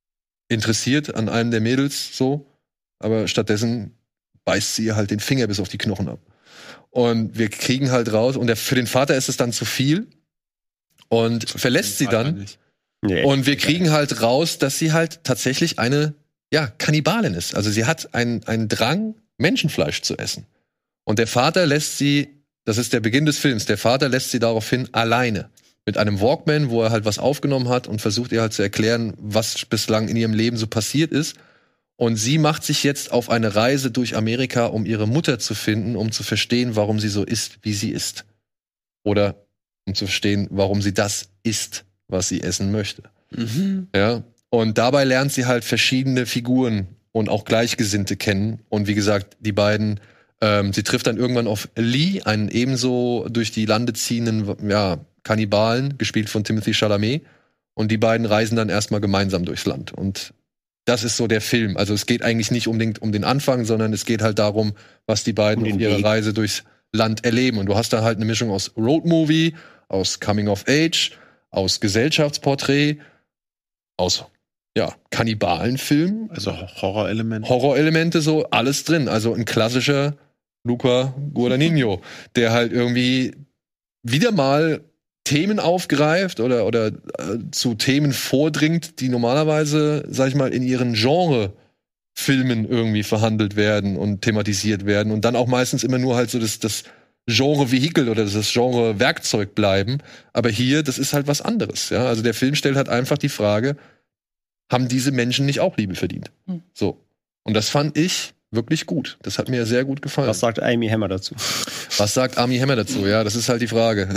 interessiert an einem der Mädels so, aber stattdessen beißt sie ihr halt den Finger bis auf die Knochen ab. Und wir kriegen halt raus, und der, für den Vater ist es dann zu viel und verlässt sie dann. Nee, und wir kriegen halt raus, dass sie halt tatsächlich eine, ja, Kannibalin ist. Also sie hat einen, einen Drang, Menschenfleisch zu essen. Und der Vater lässt sie, das ist der Beginn des Films, der Vater lässt sie daraufhin alleine. Mit einem Walkman, wo er halt was aufgenommen hat und versucht ihr halt zu erklären, was bislang in ihrem Leben so passiert ist. Und sie macht sich jetzt auf eine Reise durch Amerika, um ihre Mutter zu finden, um zu verstehen, warum sie so ist, wie sie ist. Oder um zu verstehen, warum sie das isst, was sie essen möchte. Mhm. Ja. Und dabei lernt sie halt verschiedene Figuren und auch Gleichgesinnte kennen. Und wie gesagt, die beiden, ähm, sie trifft dann irgendwann auf Lee, einen ebenso durch die Lande ziehenden, ja, Kannibalen, gespielt von Timothée Chalamet. Und die beiden reisen dann erstmal gemeinsam durchs Land. Und das ist so der Film. Also es geht eigentlich nicht unbedingt um den Anfang, sondern es geht halt darum, was die beiden um auf ihrer Weg. Reise durchs Land erleben. Und du hast da halt eine Mischung aus Roadmovie, aus Coming of Age, aus Gesellschaftsporträt, aus, ja, Kannibalenfilm. Also Horrorelemente. Horrorelemente, so, alles drin. Also ein klassischer Luca Guadagnino, der halt irgendwie wieder mal Themen aufgreift oder, oder äh, zu Themen vordringt, die normalerweise, sag ich mal, in ihren Genre-Filmen irgendwie verhandelt werden und thematisiert werden und dann auch meistens immer nur halt so das, das Genre-Vehikel oder das Genre-Werkzeug bleiben. Aber hier, das ist halt was anderes. Ja? Also der Film stellt halt einfach die Frage, haben diese Menschen nicht auch Liebe verdient? Hm. So. Und das fand ich wirklich gut. Das hat mir sehr gut gefallen. Was sagt Armie Hammer dazu? Was sagt Armie Hammer dazu? Ja, das ist halt die Frage.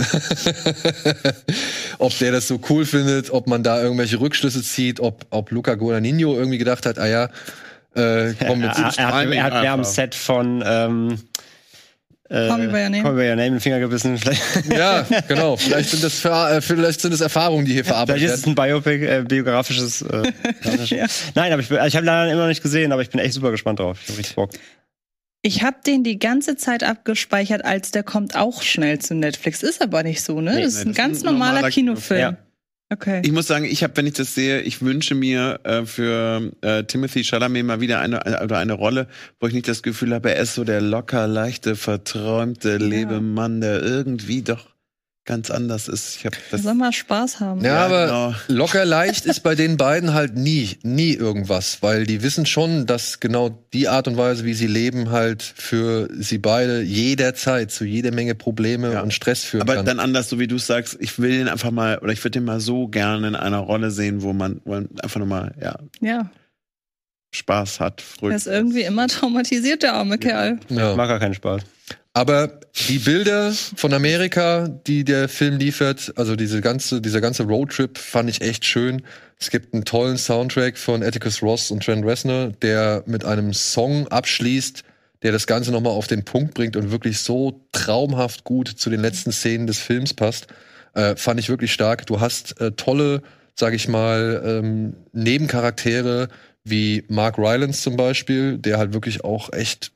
Ob der das so cool findet, ob man da irgendwelche Rückschlüsse zieht, ob, ob Luca Guadagnino irgendwie gedacht hat, ah ja, äh, komm, mit er, er, er, hat, er hat mir am Set von ähm, äh, Call Me by Your Name. Call Me by Your Name den Finger gebissen. Ja, genau. Vielleicht sind das, äh, vielleicht sind das Erfahrungen, die hier verarbeitet werden. Vielleicht ist es ein Biopic, äh, biografisches. Äh, ja. Nein, aber ich, ich habe leider immer noch nicht gesehen, aber ich bin echt super gespannt drauf. Ich habe richtig Bock. Ich habe den die ganze Zeit abgespeichert, als der kommt auch schnell zu Netflix. Ist aber nicht so, ne? Nee, das ist ein das ganz ist ein normaler, normaler Kinofilm. Ja. Okay. Ich muss sagen, ich habe, wenn ich das sehe, ich wünsche mir äh, für äh, Timothée Chalamet mal wieder eine oder eine Rolle, wo ich nicht das Gefühl habe, er ist so der locker, leichte, verträumte, ja. Lebemann, der irgendwie doch ganz anders ist. Ich hab das Soll mal Spaß haben. Ja, ja, aber genau. Locker leicht ist bei den beiden halt nie, nie irgendwas, weil die wissen schon, dass genau die Art und Weise, wie sie leben, halt für sie beide jederzeit zu jeder Menge Probleme ja. und Stress führen aber kann. Aber dann anders, so wie du sagst, ich will den einfach mal, oder ich würde den mal so gerne in einer Rolle sehen, wo man, wo man einfach nur mal, ja. Ja. Spaß hat. Er ist irgendwie immer traumatisiert, der arme Kerl. Ja. Mag gar keinen Spaß. Aber die Bilder von Amerika, die der Film liefert, also diese ganze, dieser ganze Roadtrip, fand ich echt schön. Es gibt einen tollen Soundtrack von Atticus Ross und Trent Reznor, der mit einem Song abschließt, der das Ganze nochmal auf den Punkt bringt und wirklich so traumhaft gut zu den letzten Szenen des Films passt. Äh, fand ich wirklich stark. Du hast äh, tolle, sag ich mal, ähm, Nebencharaktere, wie Mark Rylance zum Beispiel, der halt wirklich auch echt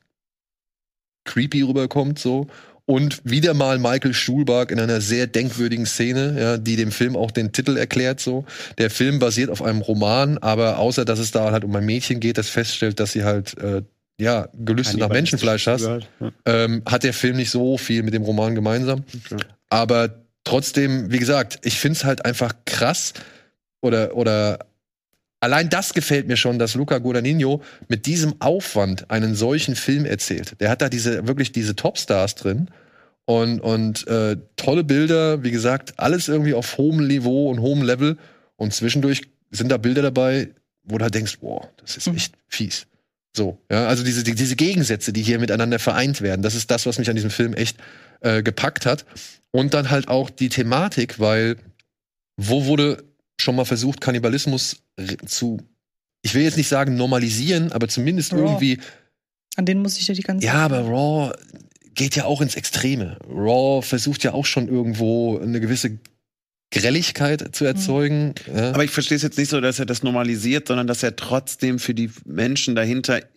creepy rüberkommt, so. Und wieder mal Michael Stuhlbarg in einer sehr denkwürdigen Szene, ja, die dem Film auch den Titel erklärt, so. Der Film basiert auf einem Roman, aber außer, dass es da halt um ein Mädchen geht, das feststellt, dass sie halt, äh, ja, Gelüste nach Menschenfleisch hat, ja. ähm, hat der Film nicht so viel mit dem Roman gemeinsam. Okay. Aber trotzdem, wie gesagt, ich find's halt einfach krass oder, oder allein das gefällt mir schon, dass Luca Guadagnino mit diesem Aufwand einen solchen Film erzählt. Der hat da diese wirklich diese Topstars drin und, und äh, tolle Bilder, wie gesagt, alles irgendwie auf hohem Niveau und hohem Level. Und zwischendurch sind da Bilder dabei, wo du halt denkst, boah, das ist echt fies. So, ja, also diese, die, diese Gegensätze, die hier miteinander vereint werden, das ist das, was mich an diesem Film echt äh, gepackt hat. Und dann halt auch die Thematik, weil wo wurde schon mal versucht, Kannibalismus zu, ich will jetzt nicht sagen normalisieren, aber zumindest Raw. Irgendwie. An den muss ich ja die ganze Zeit. Ja, aber Raw geht ja auch ins Extreme. Raw versucht ja auch schon irgendwo eine gewisse Grelligkeit zu erzeugen. Mhm. Ja. Aber ich verstehe es jetzt nicht so, dass er das normalisiert, sondern dass er trotzdem für die Menschen dahinter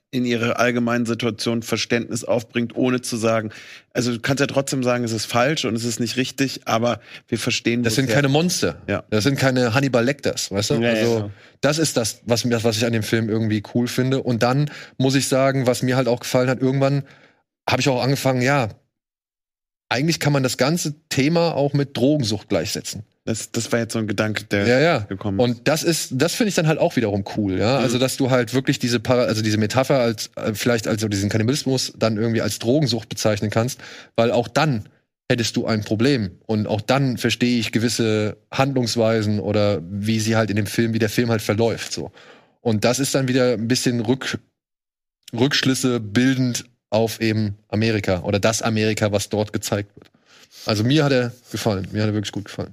in ihrer allgemeinen Situation Verständnis aufbringt, ohne zu sagen, also du kannst ja trotzdem sagen, es ist falsch und es ist nicht richtig, aber wir verstehen das. Das sind keine Monster. Ja. Das sind keine Hannibal Lecters, weißt du? Ja, also ja. das ist das, was, mir, was ich an dem Film irgendwie cool finde. Und dann muss ich sagen, was mir halt auch gefallen hat, irgendwann habe ich auch angefangen, ja, eigentlich kann man das ganze Thema auch mit Drogensucht gleichsetzen. Das, das war jetzt so ein Gedanke, der ja, ja. gekommen ist. Und das ist, das finde ich dann halt auch wiederum cool, ja. Mhm. Also, dass du halt wirklich diese Para- also diese Metapher als, äh, vielleicht also diesen Kannibalismus dann irgendwie als Drogensucht bezeichnen kannst, weil auch dann hättest du ein Problem. Und auch dann verstehe ich gewisse Handlungsweisen oder wie sie halt in dem Film, wie der Film halt verläuft, so. Und das ist dann wieder ein bisschen Rück, Rückschlüsse bildend auf eben Amerika oder das Amerika, was dort gezeigt wird. Also mir hat er gefallen. Mir hat er wirklich gut gefallen.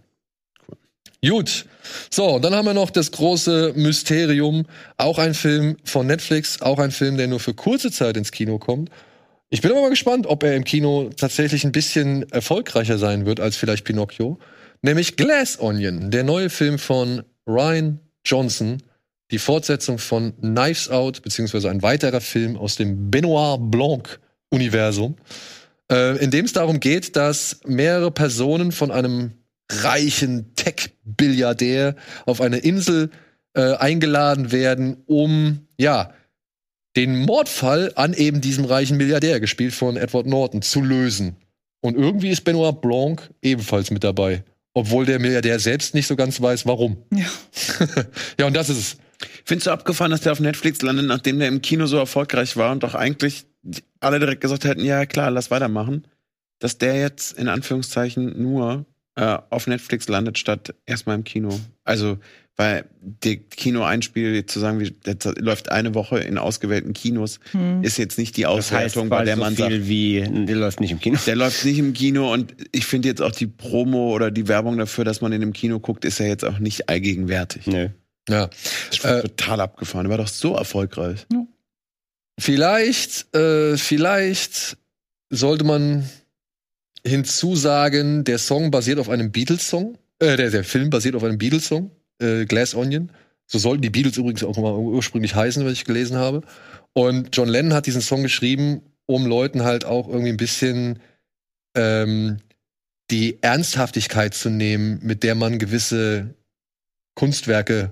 Gut. So, dann haben wir noch das große Mysterium. Auch ein Film von Netflix, auch ein Film, der nur für kurze Zeit ins Kino kommt. Ich bin aber mal gespannt, ob er im Kino tatsächlich ein bisschen erfolgreicher sein wird als vielleicht Pinocchio. Nämlich Glass Onion, der neue Film von Rian Johnson. Die Fortsetzung von Knives Out, beziehungsweise ein weiterer Film aus dem Benoit Blanc-Universum, äh, in dem es darum geht, dass mehrere Personen von einem reichen Tech-Billiardär auf eine Insel äh, eingeladen werden, um, ja, den Mordfall an eben diesem reichen Milliardär, gespielt von Edward Norton, zu lösen. Und irgendwie ist Benoit Blanc ebenfalls mit dabei. Obwohl der Milliardär selbst nicht so ganz weiß, warum. Ja. Ja, und das ist es. Findest du abgefahren, dass der auf Netflix landet, nachdem der im Kino so erfolgreich war und doch eigentlich alle direkt gesagt hätten, ja klar, lass weitermachen, dass der jetzt in Anführungszeichen nur äh, auf Netflix landet, statt erstmal im Kino. Also, weil der Kino-Einspiel, zu sagen, wie, der läuft eine Woche in ausgewählten Kinos, hm. ist jetzt nicht die Auswertung, bei der so man viel sagt, wie, der läuft nicht im Kino. Der läuft nicht im Kino und ich finde jetzt auch die Promo oder die Werbung dafür, dass man in dem Kino guckt, ist ja jetzt auch nicht allgegenwärtig. Nö. Ja. Das war äh, total abgefahren. Der war doch so erfolgreich. Ja. Vielleicht, äh, vielleicht sollte man hinzusagen, der Song basiert auf einem Beatles-Song. Äh, der, der Film basiert auf einem Beatles-Song. Äh, Glass Onion. So sollten die Beatles übrigens auch mal ursprünglich heißen, was ich gelesen habe. Und John Lennon hat diesen Song geschrieben, um Leuten halt auch irgendwie ein bisschen ähm, die Ernsthaftigkeit zu nehmen, mit der man gewisse Kunstwerke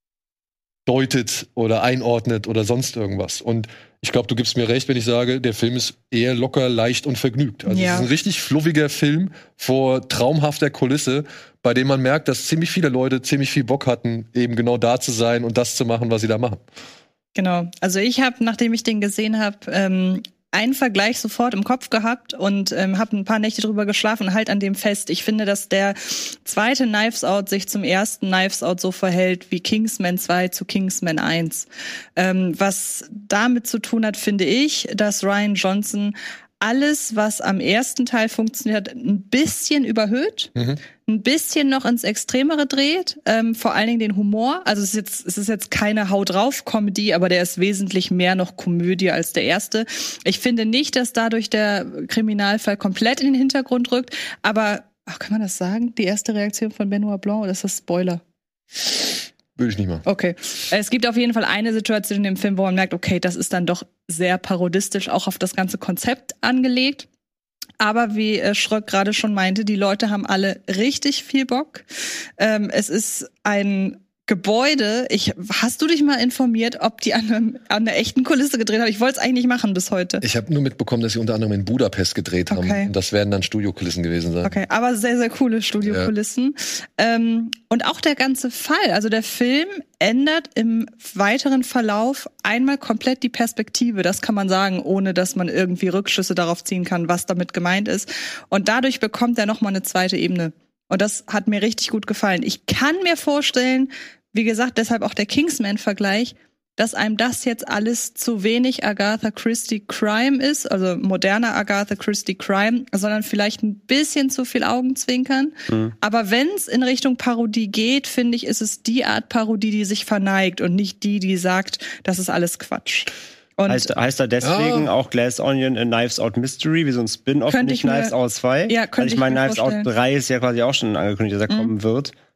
deutet oder einordnet oder sonst irgendwas. Und ich glaube, du gibst mir recht, wenn ich sage, der Film ist eher locker, leicht und vergnügt. Also ja. es ist ein richtig fluffiger Film vor traumhafter Kulisse, bei dem man merkt, dass ziemlich viele Leute ziemlich viel Bock hatten, eben genau da zu sein und das zu machen, was sie da machen. Genau. Also ich habe, nachdem ich den gesehen habe, ähm, einen Vergleich sofort im Kopf gehabt und ähm, habe ein paar Nächte drüber geschlafen und halt an dem fest. Ich finde, dass der zweite Knives Out sich zum ersten Knives Out so verhält wie Kingsman zwei zu Kingsman eins. Ähm, was damit zu tun hat, finde ich, dass Rian Johnson alles, was am ersten Teil funktioniert, ein bisschen überhöht, mhm. ein bisschen noch ins Extremere dreht, ähm, vor allen Dingen den Humor. Also es ist jetzt, es ist jetzt keine Haut-drauf-Comedy, aber der ist wesentlich mehr noch Komödie als der erste. Ich finde nicht, dass dadurch der Kriminalfall komplett in den Hintergrund rückt, aber, ach, kann man das sagen? Die erste Reaktion von Benoit Blanc, oder ist das Spoiler? Würde ich nicht machen. Okay. Es gibt auf jeden Fall eine Situation in dem Film, wo man merkt, okay, das ist dann doch sehr parodistisch auch auf das ganze Konzept angelegt. Aber wie äh, Schröck gerade schon meinte, die Leute haben alle richtig viel Bock. Ähm, es ist ein Gebäude. Ich, hast du dich mal informiert, ob die an, einem, an einer echten Kulisse gedreht haben? Ich wollte es eigentlich machen bis heute. Ich habe nur mitbekommen, dass sie unter anderem in Budapest gedreht haben. Okay. Und das werden dann Studiokulissen gewesen sein. Okay, aber sehr, sehr coole Studiokulissen. Ja. Ähm, und auch der ganze Fall. Also der Film ändert im weiteren Verlauf einmal komplett die Perspektive. Das kann man sagen, ohne dass man irgendwie Rückschlüsse darauf ziehen kann, was damit gemeint ist. Und dadurch bekommt er nochmal eine zweite Ebene. Und das hat mir richtig gut gefallen. Ich kann mir vorstellen, wie gesagt, deshalb auch der Kingsman-Vergleich, dass einem das jetzt alles zu wenig Agatha Christie Crime ist, also moderner Agatha Christie Crime, sondern vielleicht ein bisschen zu viel Augenzwinkern. Mhm. Aber wenn es in Richtung Parodie geht, finde ich, ist es die Art Parodie, die sich verneigt und nicht die, die sagt, das ist alles Quatsch. Und heißt, heißt da deswegen ja. auch Glass Onion a Knives Out Mystery, wie so ein Spin-Off, nicht Knives Out zwei? Ja, könnte also ich meine, Knives Out drei ist ja quasi auch schon angekündigt, dass er mhm. kommen wird.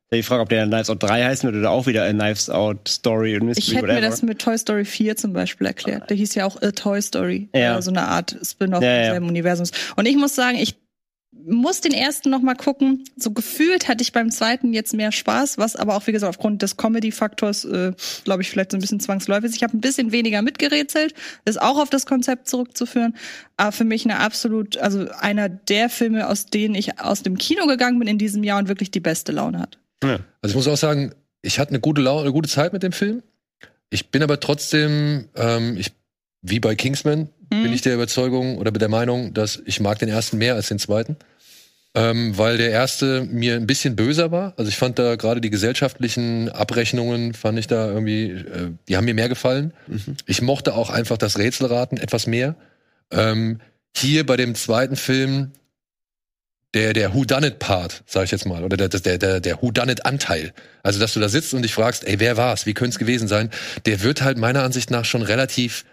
Die Frage, ob der Knives Out drei heißen würde oder auch wieder A Knives Out Story und Mystery, Ich hätte whatever. mir das mit Toy Story vier zum Beispiel erklärt. Der hieß ja auch A Toy Story. Ja. Äh, so eine Art Spin-off Ja, ja. desselben Universums. Und ich muss sagen, ich muss den ersten noch mal gucken. So gefühlt hatte ich beim zweiten jetzt mehr Spaß, was aber auch, wie gesagt, aufgrund des Comedy-Faktors, äh, glaube ich, vielleicht so ein bisschen zwangsläufig ist. Ich habe ein bisschen weniger mitgerätselt. Das ist auch auf das Konzept zurückzuführen. Aber für mich eine absolut, also einer der Filme, aus denen ich aus dem Kino gegangen bin in diesem Jahr und wirklich die beste Laune hat. Ja. Also ich muss auch sagen, ich hatte eine gute Laune, eine gute Zeit mit dem Film. Ich bin aber trotzdem, ähm, ich, wie bei Kingsman, mhm. bin ich der Überzeugung oder der Meinung, dass ich mag den ersten mehr als den zweiten. Ähm, weil der erste mir ein bisschen böser war. Also ich fand da gerade die gesellschaftlichen Abrechnungen, fand ich da irgendwie, äh, die haben mir mehr gefallen. Mhm. Ich mochte auch einfach das Rätselraten etwas mehr. Ähm, hier bei dem zweiten Film der der Whodunit-Part, sag ich jetzt mal, oder der der der der Whodunit-Anteil. Also dass du da sitzt und dich fragst, ey, wer war's? Wie könnte es gewesen sein? Der wird halt meiner Ansicht nach schon relativ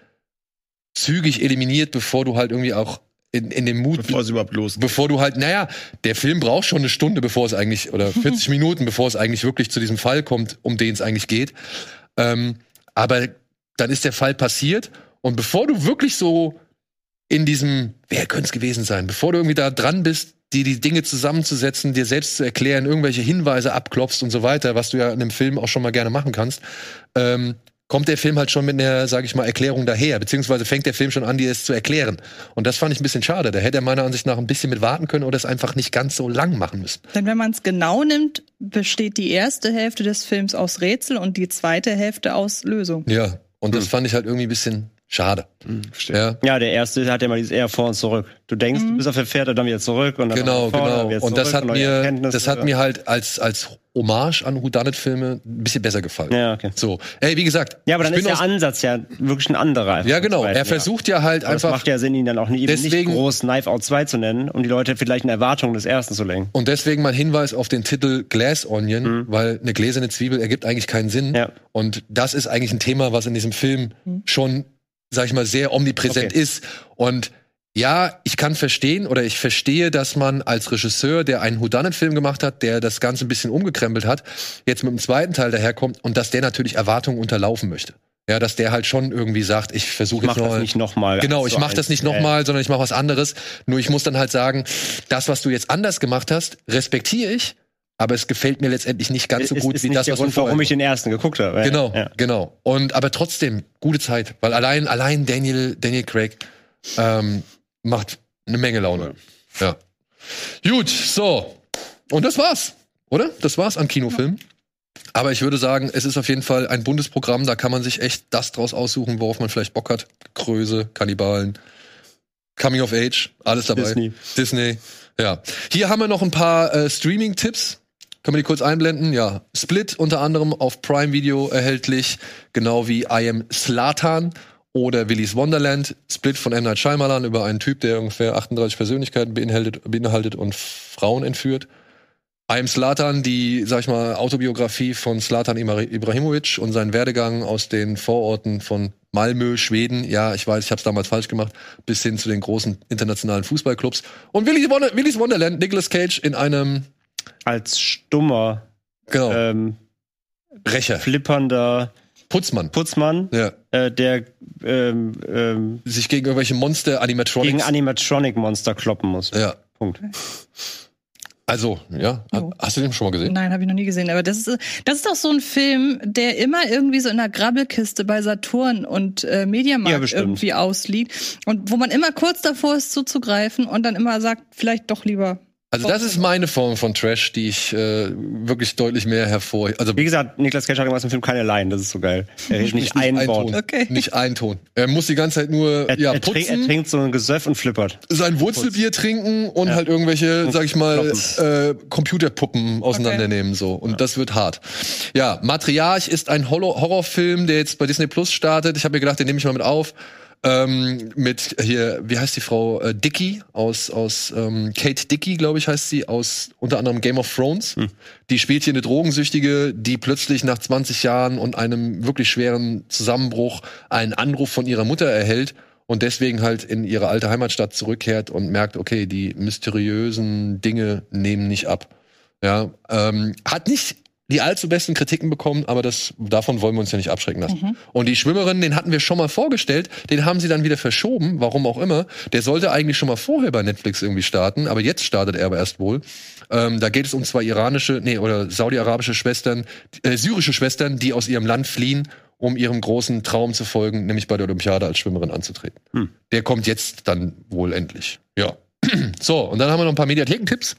zügig eliminiert, bevor du halt irgendwie auch in, in dem Mut, bevor es überhaupt losgeht. Bevor du halt, naja, der Film braucht schon eine Stunde, bevor es eigentlich, oder vierzig Minuten, bevor es eigentlich wirklich zu diesem Fall kommt, um den es eigentlich geht. Ähm, aber dann ist der Fall passiert und bevor du wirklich so in diesem, wer könnte es gewesen sein, bevor du irgendwie da dran bist, dir die Dinge zusammenzusetzen, dir selbst zu erklären, irgendwelche Hinweise abklopfst und so weiter, was du ja in einem Film auch schon mal gerne machen kannst, ähm, kommt der Film halt schon mit einer, sag ich mal, Erklärung daher, beziehungsweise fängt der Film schon an, dir es zu erklären. Und das fand ich ein bisschen schade. Da hätte er meiner Ansicht nach ein bisschen mit warten können oder es einfach nicht ganz so lang machen müssen. Denn wenn man es genau nimmt, besteht die erste Hälfte des Films aus Rätsel und die zweite Hälfte aus Lösung. Ja, und das hm. fand ich halt irgendwie ein bisschen schade. Hm, ja. ja, der erste hat ja mal dieses eher vor und zurück. Du denkst, mhm. du bist auf der Fährte, dann wieder zurück und dann genau, vor, genau. Dann wieder und das hat und mir, das hat mir halt als als Hommage an Whodunit-Filme ein bisschen besser gefallen. Ja, okay. So, ey, wie gesagt. Ja, aber dann ist der Ansatz ja wirklich ein anderer. Ja, genau. Er versucht ja halt aber einfach. Das macht ja Sinn, ihn dann auch nicht, deswegen, nicht groß Knife Out zwei zu nennen, um die Leute vielleicht eine Erwartung des ersten zu lenken. Und deswegen mein Hinweis auf den Titel Glass Onion, mhm. weil eine gläserne Zwiebel ergibt eigentlich keinen Sinn. Ja. Und das ist eigentlich ein Thema, was in diesem Film mhm. schon, sag ich mal, sehr omnipräsent okay. ist. Und ja, ich kann verstehen oder ich verstehe, dass man als Regisseur, der einen Whodunit-Film gemacht hat, der das Ganze ein bisschen umgekrempelt hat, jetzt mit dem zweiten Teil daherkommt und dass der natürlich Erwartungen unterlaufen möchte. Ja, dass der halt schon irgendwie sagt, ich versuche jetzt noch das nicht nochmal. Genau, ich mache das nicht nochmal, sondern ich mache was anderes. Nur ich muss dann halt sagen, das, was du jetzt anders gemacht hast, respektiere ich, aber es gefällt mir letztendlich nicht ganz so gut ist wie nicht das, der was Grund, du vorher. Warum ich den ersten geguckt habe. Genau, ja. genau. Und aber trotzdem gute Zeit, weil allein allein Daniel Daniel Craig ähm, macht eine Menge Laune. Ja. Gut, so. Und das war's, oder? Das war's an Kinofilmen. Aber ich würde sagen, es ist auf jeden Fall ein buntes Programm. Da kann man sich echt das draus aussuchen, worauf man vielleicht Bock hat. Größe, Kannibalen, Coming of Age, alles dabei. Disney. Disney. Ja. Hier haben wir noch ein paar äh, Streaming-Tipps. Können wir die kurz einblenden? Ja. Split unter anderem auf Prime Video erhältlich. Genau wie I Am Zlatan. Oder Willy's Wonderland, Split von M. Night Shyamalan über einen Typ, der ungefähr achtunddreißig Persönlichkeiten beinhaltet, beinhaltet und Frauen entführt. I Am Zlatan, die, sag ich mal, Autobiografie von Zlatan Ibrahimovic und seinen Werdegang aus den Vororten von Malmö, Schweden, ja, ich weiß, ich hab's damals falsch gemacht, bis hin zu den großen internationalen Fußballclubs. Und Willy Wonder- Willy's Wonderland, Nicolas Cage in einem als stummer genau. ähm, Rächer. Flippernder Putzmann. Putzmann, ja. äh, der ähm, ähm, sich gegen irgendwelche Monster, Animatronics... Gegen Animatronic-Monster kloppen muss. Ja. Punkt. Also, ja. Oh. Hast du den schon mal gesehen? Nein, habe ich noch nie gesehen. Aber das ist, das ist doch so ein Film, der immer irgendwie so in einer Grabbelkiste bei Saturn und äh, Mediamarkt ja, irgendwie ausliegt. Und wo man immer kurz davor ist, zuzugreifen und dann immer sagt, vielleicht doch lieber... Also das ist meine Form von Trash, die ich äh, wirklich deutlich mehr hervor... Also wie gesagt, Nicolas Cage hat im Film keine Line, das ist so geil. Er redet nicht, nicht ein, ein Wort. Ton. Okay. Nicht ein Ton. Er muss die ganze Zeit nur er, ja, er putzen. Trink, er trinkt so ein Gesöff und flippert. Sein Wurzelbier trinken und ja. halt irgendwelche, sag ich mal, äh, Computerpuppen auseinandernehmen. Okay. so. Und ja. das wird hart. Ja, Matriarch ist ein Horror- Horrorfilm, der jetzt bei Disney Plus startet. Ich habe mir gedacht, den nehme ich mal mit auf. Ähm, mit hier, wie heißt die Frau? Äh, Dickey aus, aus ähm, Kate Dickey, glaube ich, heißt sie, aus unter anderem Game of Thrones. Hm. Die spielt hier eine Drogensüchtige, die plötzlich nach zwanzig Jahren und einem wirklich schweren Zusammenbruch einen Anruf von ihrer Mutter erhält und deswegen halt in ihre alte Heimatstadt zurückkehrt und merkt, okay, die mysteriösen Dinge nehmen nicht ab. Ja, ähm, hat nicht die allzu besten Kritiken bekommen, aber das, davon wollen wir uns ja nicht abschrecken lassen. Mhm. Und die Schwimmerin, den hatten wir schon mal vorgestellt, den haben sie dann wieder verschoben, warum auch immer. Der sollte eigentlich schon mal vorher bei Netflix irgendwie starten, aber jetzt startet er aber erst wohl. Ähm, da geht es um zwei iranische, nee, oder saudi-arabische Schwestern, äh, syrische Schwestern, die aus ihrem Land fliehen, um ihrem großen Traum zu folgen, nämlich bei der Olympiade als Schwimmerin anzutreten. Hm. Der kommt jetzt dann wohl endlich. Ja. So, und dann haben wir noch ein paar Mediathekentipps.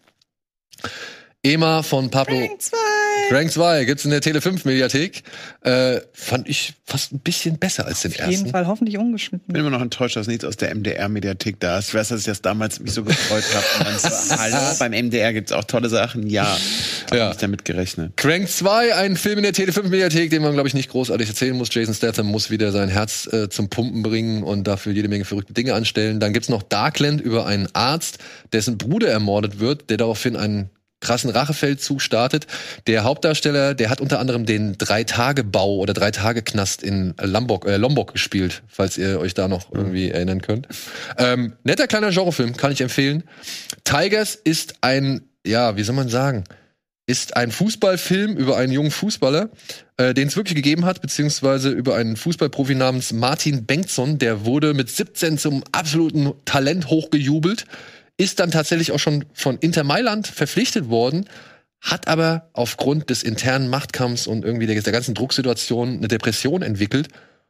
Ema von Pablo. Crank zwei. Crank zwei gibt's in der Tele fünf Mediathek. Äh, fand ich fast ein bisschen besser als den Auf ersten. jeden Fall hoffentlich ungeschnitten. Ich bin immer noch enttäuscht, dass nichts aus der M D R-Mediathek da ist. Ich weiß, dass ich das damals mich so gefreut habe. Und dann so, hallo, beim M D R gibt's auch tolle Sachen. Ja, hab Ja. nicht damit gerechnet. Crank zwei, ein Film in der Tele fünf Mediathek, den man, glaube ich, nicht großartig erzählen muss. Jason Statham muss wieder sein Herz äh, zum Pumpen bringen und dafür jede Menge verrückte Dinge anstellen. Dann gibt's noch Darkland über einen Arzt, dessen Bruder ermordet wird, der daraufhin einen krassen Rachefeldzug startet. Der Hauptdarsteller, der hat unter anderem den Drei-Tage-Bau oder Drei-Tage-Knast in Lombok, äh, Lombok gespielt, falls ihr euch da noch irgendwie erinnern könnt. Ähm, netter kleiner Genrefilm, kann ich empfehlen. Tigers ist ein, ja, wie soll man sagen, ist ein Fußballfilm über einen jungen Fußballer, äh, den es wirklich gegeben hat, beziehungsweise über einen Fußballprofi namens Martin Bengtsson. Der wurde mit siebzehn zum absoluten Talent hochgejubelt, ist dann tatsächlich auch schon von Inter Mailand verpflichtet worden, hat aber aufgrund des internen Machtkampfs und irgendwie der, der ganzen Drucksituation eine Depression entwickelt.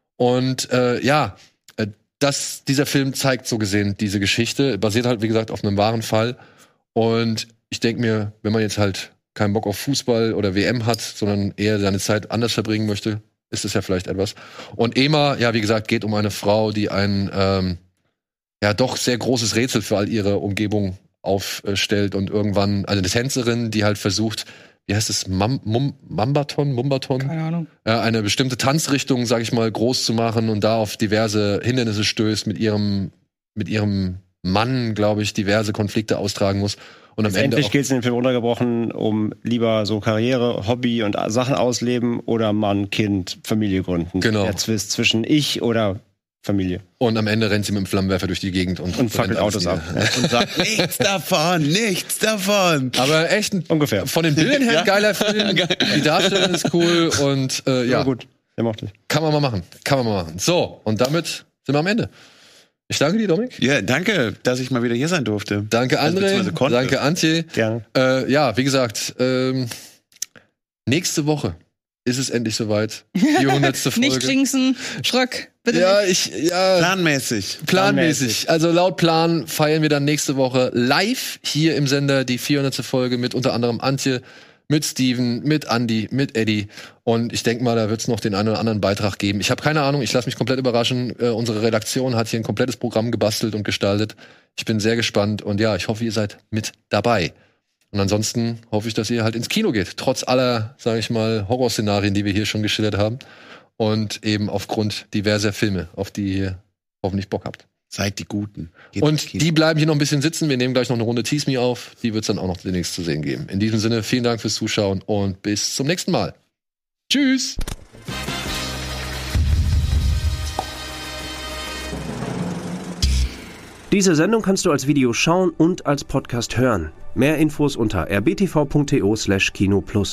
Und äh, ja, äh, das, dieser Film zeigt so gesehen diese Geschichte, basiert halt, wie gesagt, auf einem wahren Fall. Und ich denke mir, wenn man jetzt halt keinen Bock auf Fußball oder W M hat, sondern eher seine Zeit anders verbringen möchte, ist es ja vielleicht etwas. Und Ema, ja, wie gesagt, geht um eine Frau, die ein ähm, ja doch sehr großes Rätsel für all ihre Umgebung aufstellt und irgendwann, also eine Tänzerin, die halt versucht, wie heißt es, Mam, Mum, Mambaton, Mumbaton? Keine Ahnung. Ja, eine bestimmte Tanzrichtung, sag ich mal, groß zu machen und da auf diverse Hindernisse stößt, mit ihrem, mit ihrem Mann, glaube ich, diverse Konflikte austragen muss. Und am Ende Endlich geht es in den Film runtergebrochen, um lieber so Karriere, Hobby und Sachen ausleben oder Mann, Kind, Familie gründen. Genau. Der Zwist zwischen ich oder Familie. Und am Ende rennt sie mit dem Flammenwerfer durch die Gegend und, Und fackelt Autos ab. Und sagt, nichts davon, nichts davon. Aber echt ein, Ungefähr. von den Bildern her Ja. ein geiler Film. Die Darstellung ist cool und äh, ja, Ja, gut. Der mochte ich. kann man mal machen. Kann man mal machen. So, und damit sind wir am Ende. Ich danke dir, Dominik. Ja, danke, dass ich mal wieder hier sein durfte. Danke, Also, André. beziehungsweise konnte. Danke, Antje. Gerne. Äh, ja, wie gesagt, ähm, nächste Woche ist es endlich soweit. Die hundertste Folge. Nicht jinxen, Schröck, bitte Ja, nicht. ich, ja. Planmäßig. Planmäßig. Also laut Plan feiern wir dann nächste Woche live hier im Sender die vierhundertste Folge mit unter anderem Antje, mit Steven, mit Andy, mit Eddie. Und ich denke mal, da wird es noch den einen oder anderen Beitrag geben. Ich habe keine Ahnung, ich lasse mich komplett überraschen. Äh, unsere Redaktion hat hier ein komplettes Programm gebastelt und gestaltet. Ich bin sehr gespannt und ja, ich hoffe, ihr seid mit dabei. Und ansonsten hoffe ich, dass ihr halt ins Kino geht. Trotz aller, sage ich mal, Horrorszenarien, die wir hier schon geschildert haben. Und eben aufgrund diverser Filme, auf die ihr hoffentlich Bock habt. Seid die Guten. Geht ins Und Kino. die bleiben hier noch ein bisschen sitzen. Wir nehmen gleich noch eine Runde Tease Me auf. Die wird es dann auch noch demnächst zu sehen geben. In diesem Sinne, vielen Dank fürs Zuschauen und bis zum nächsten Mal. Tschüss! Diese Sendung kannst du als Video schauen und als Podcast hören. Mehr Infos unter r b t v punkt t o slash kino plus.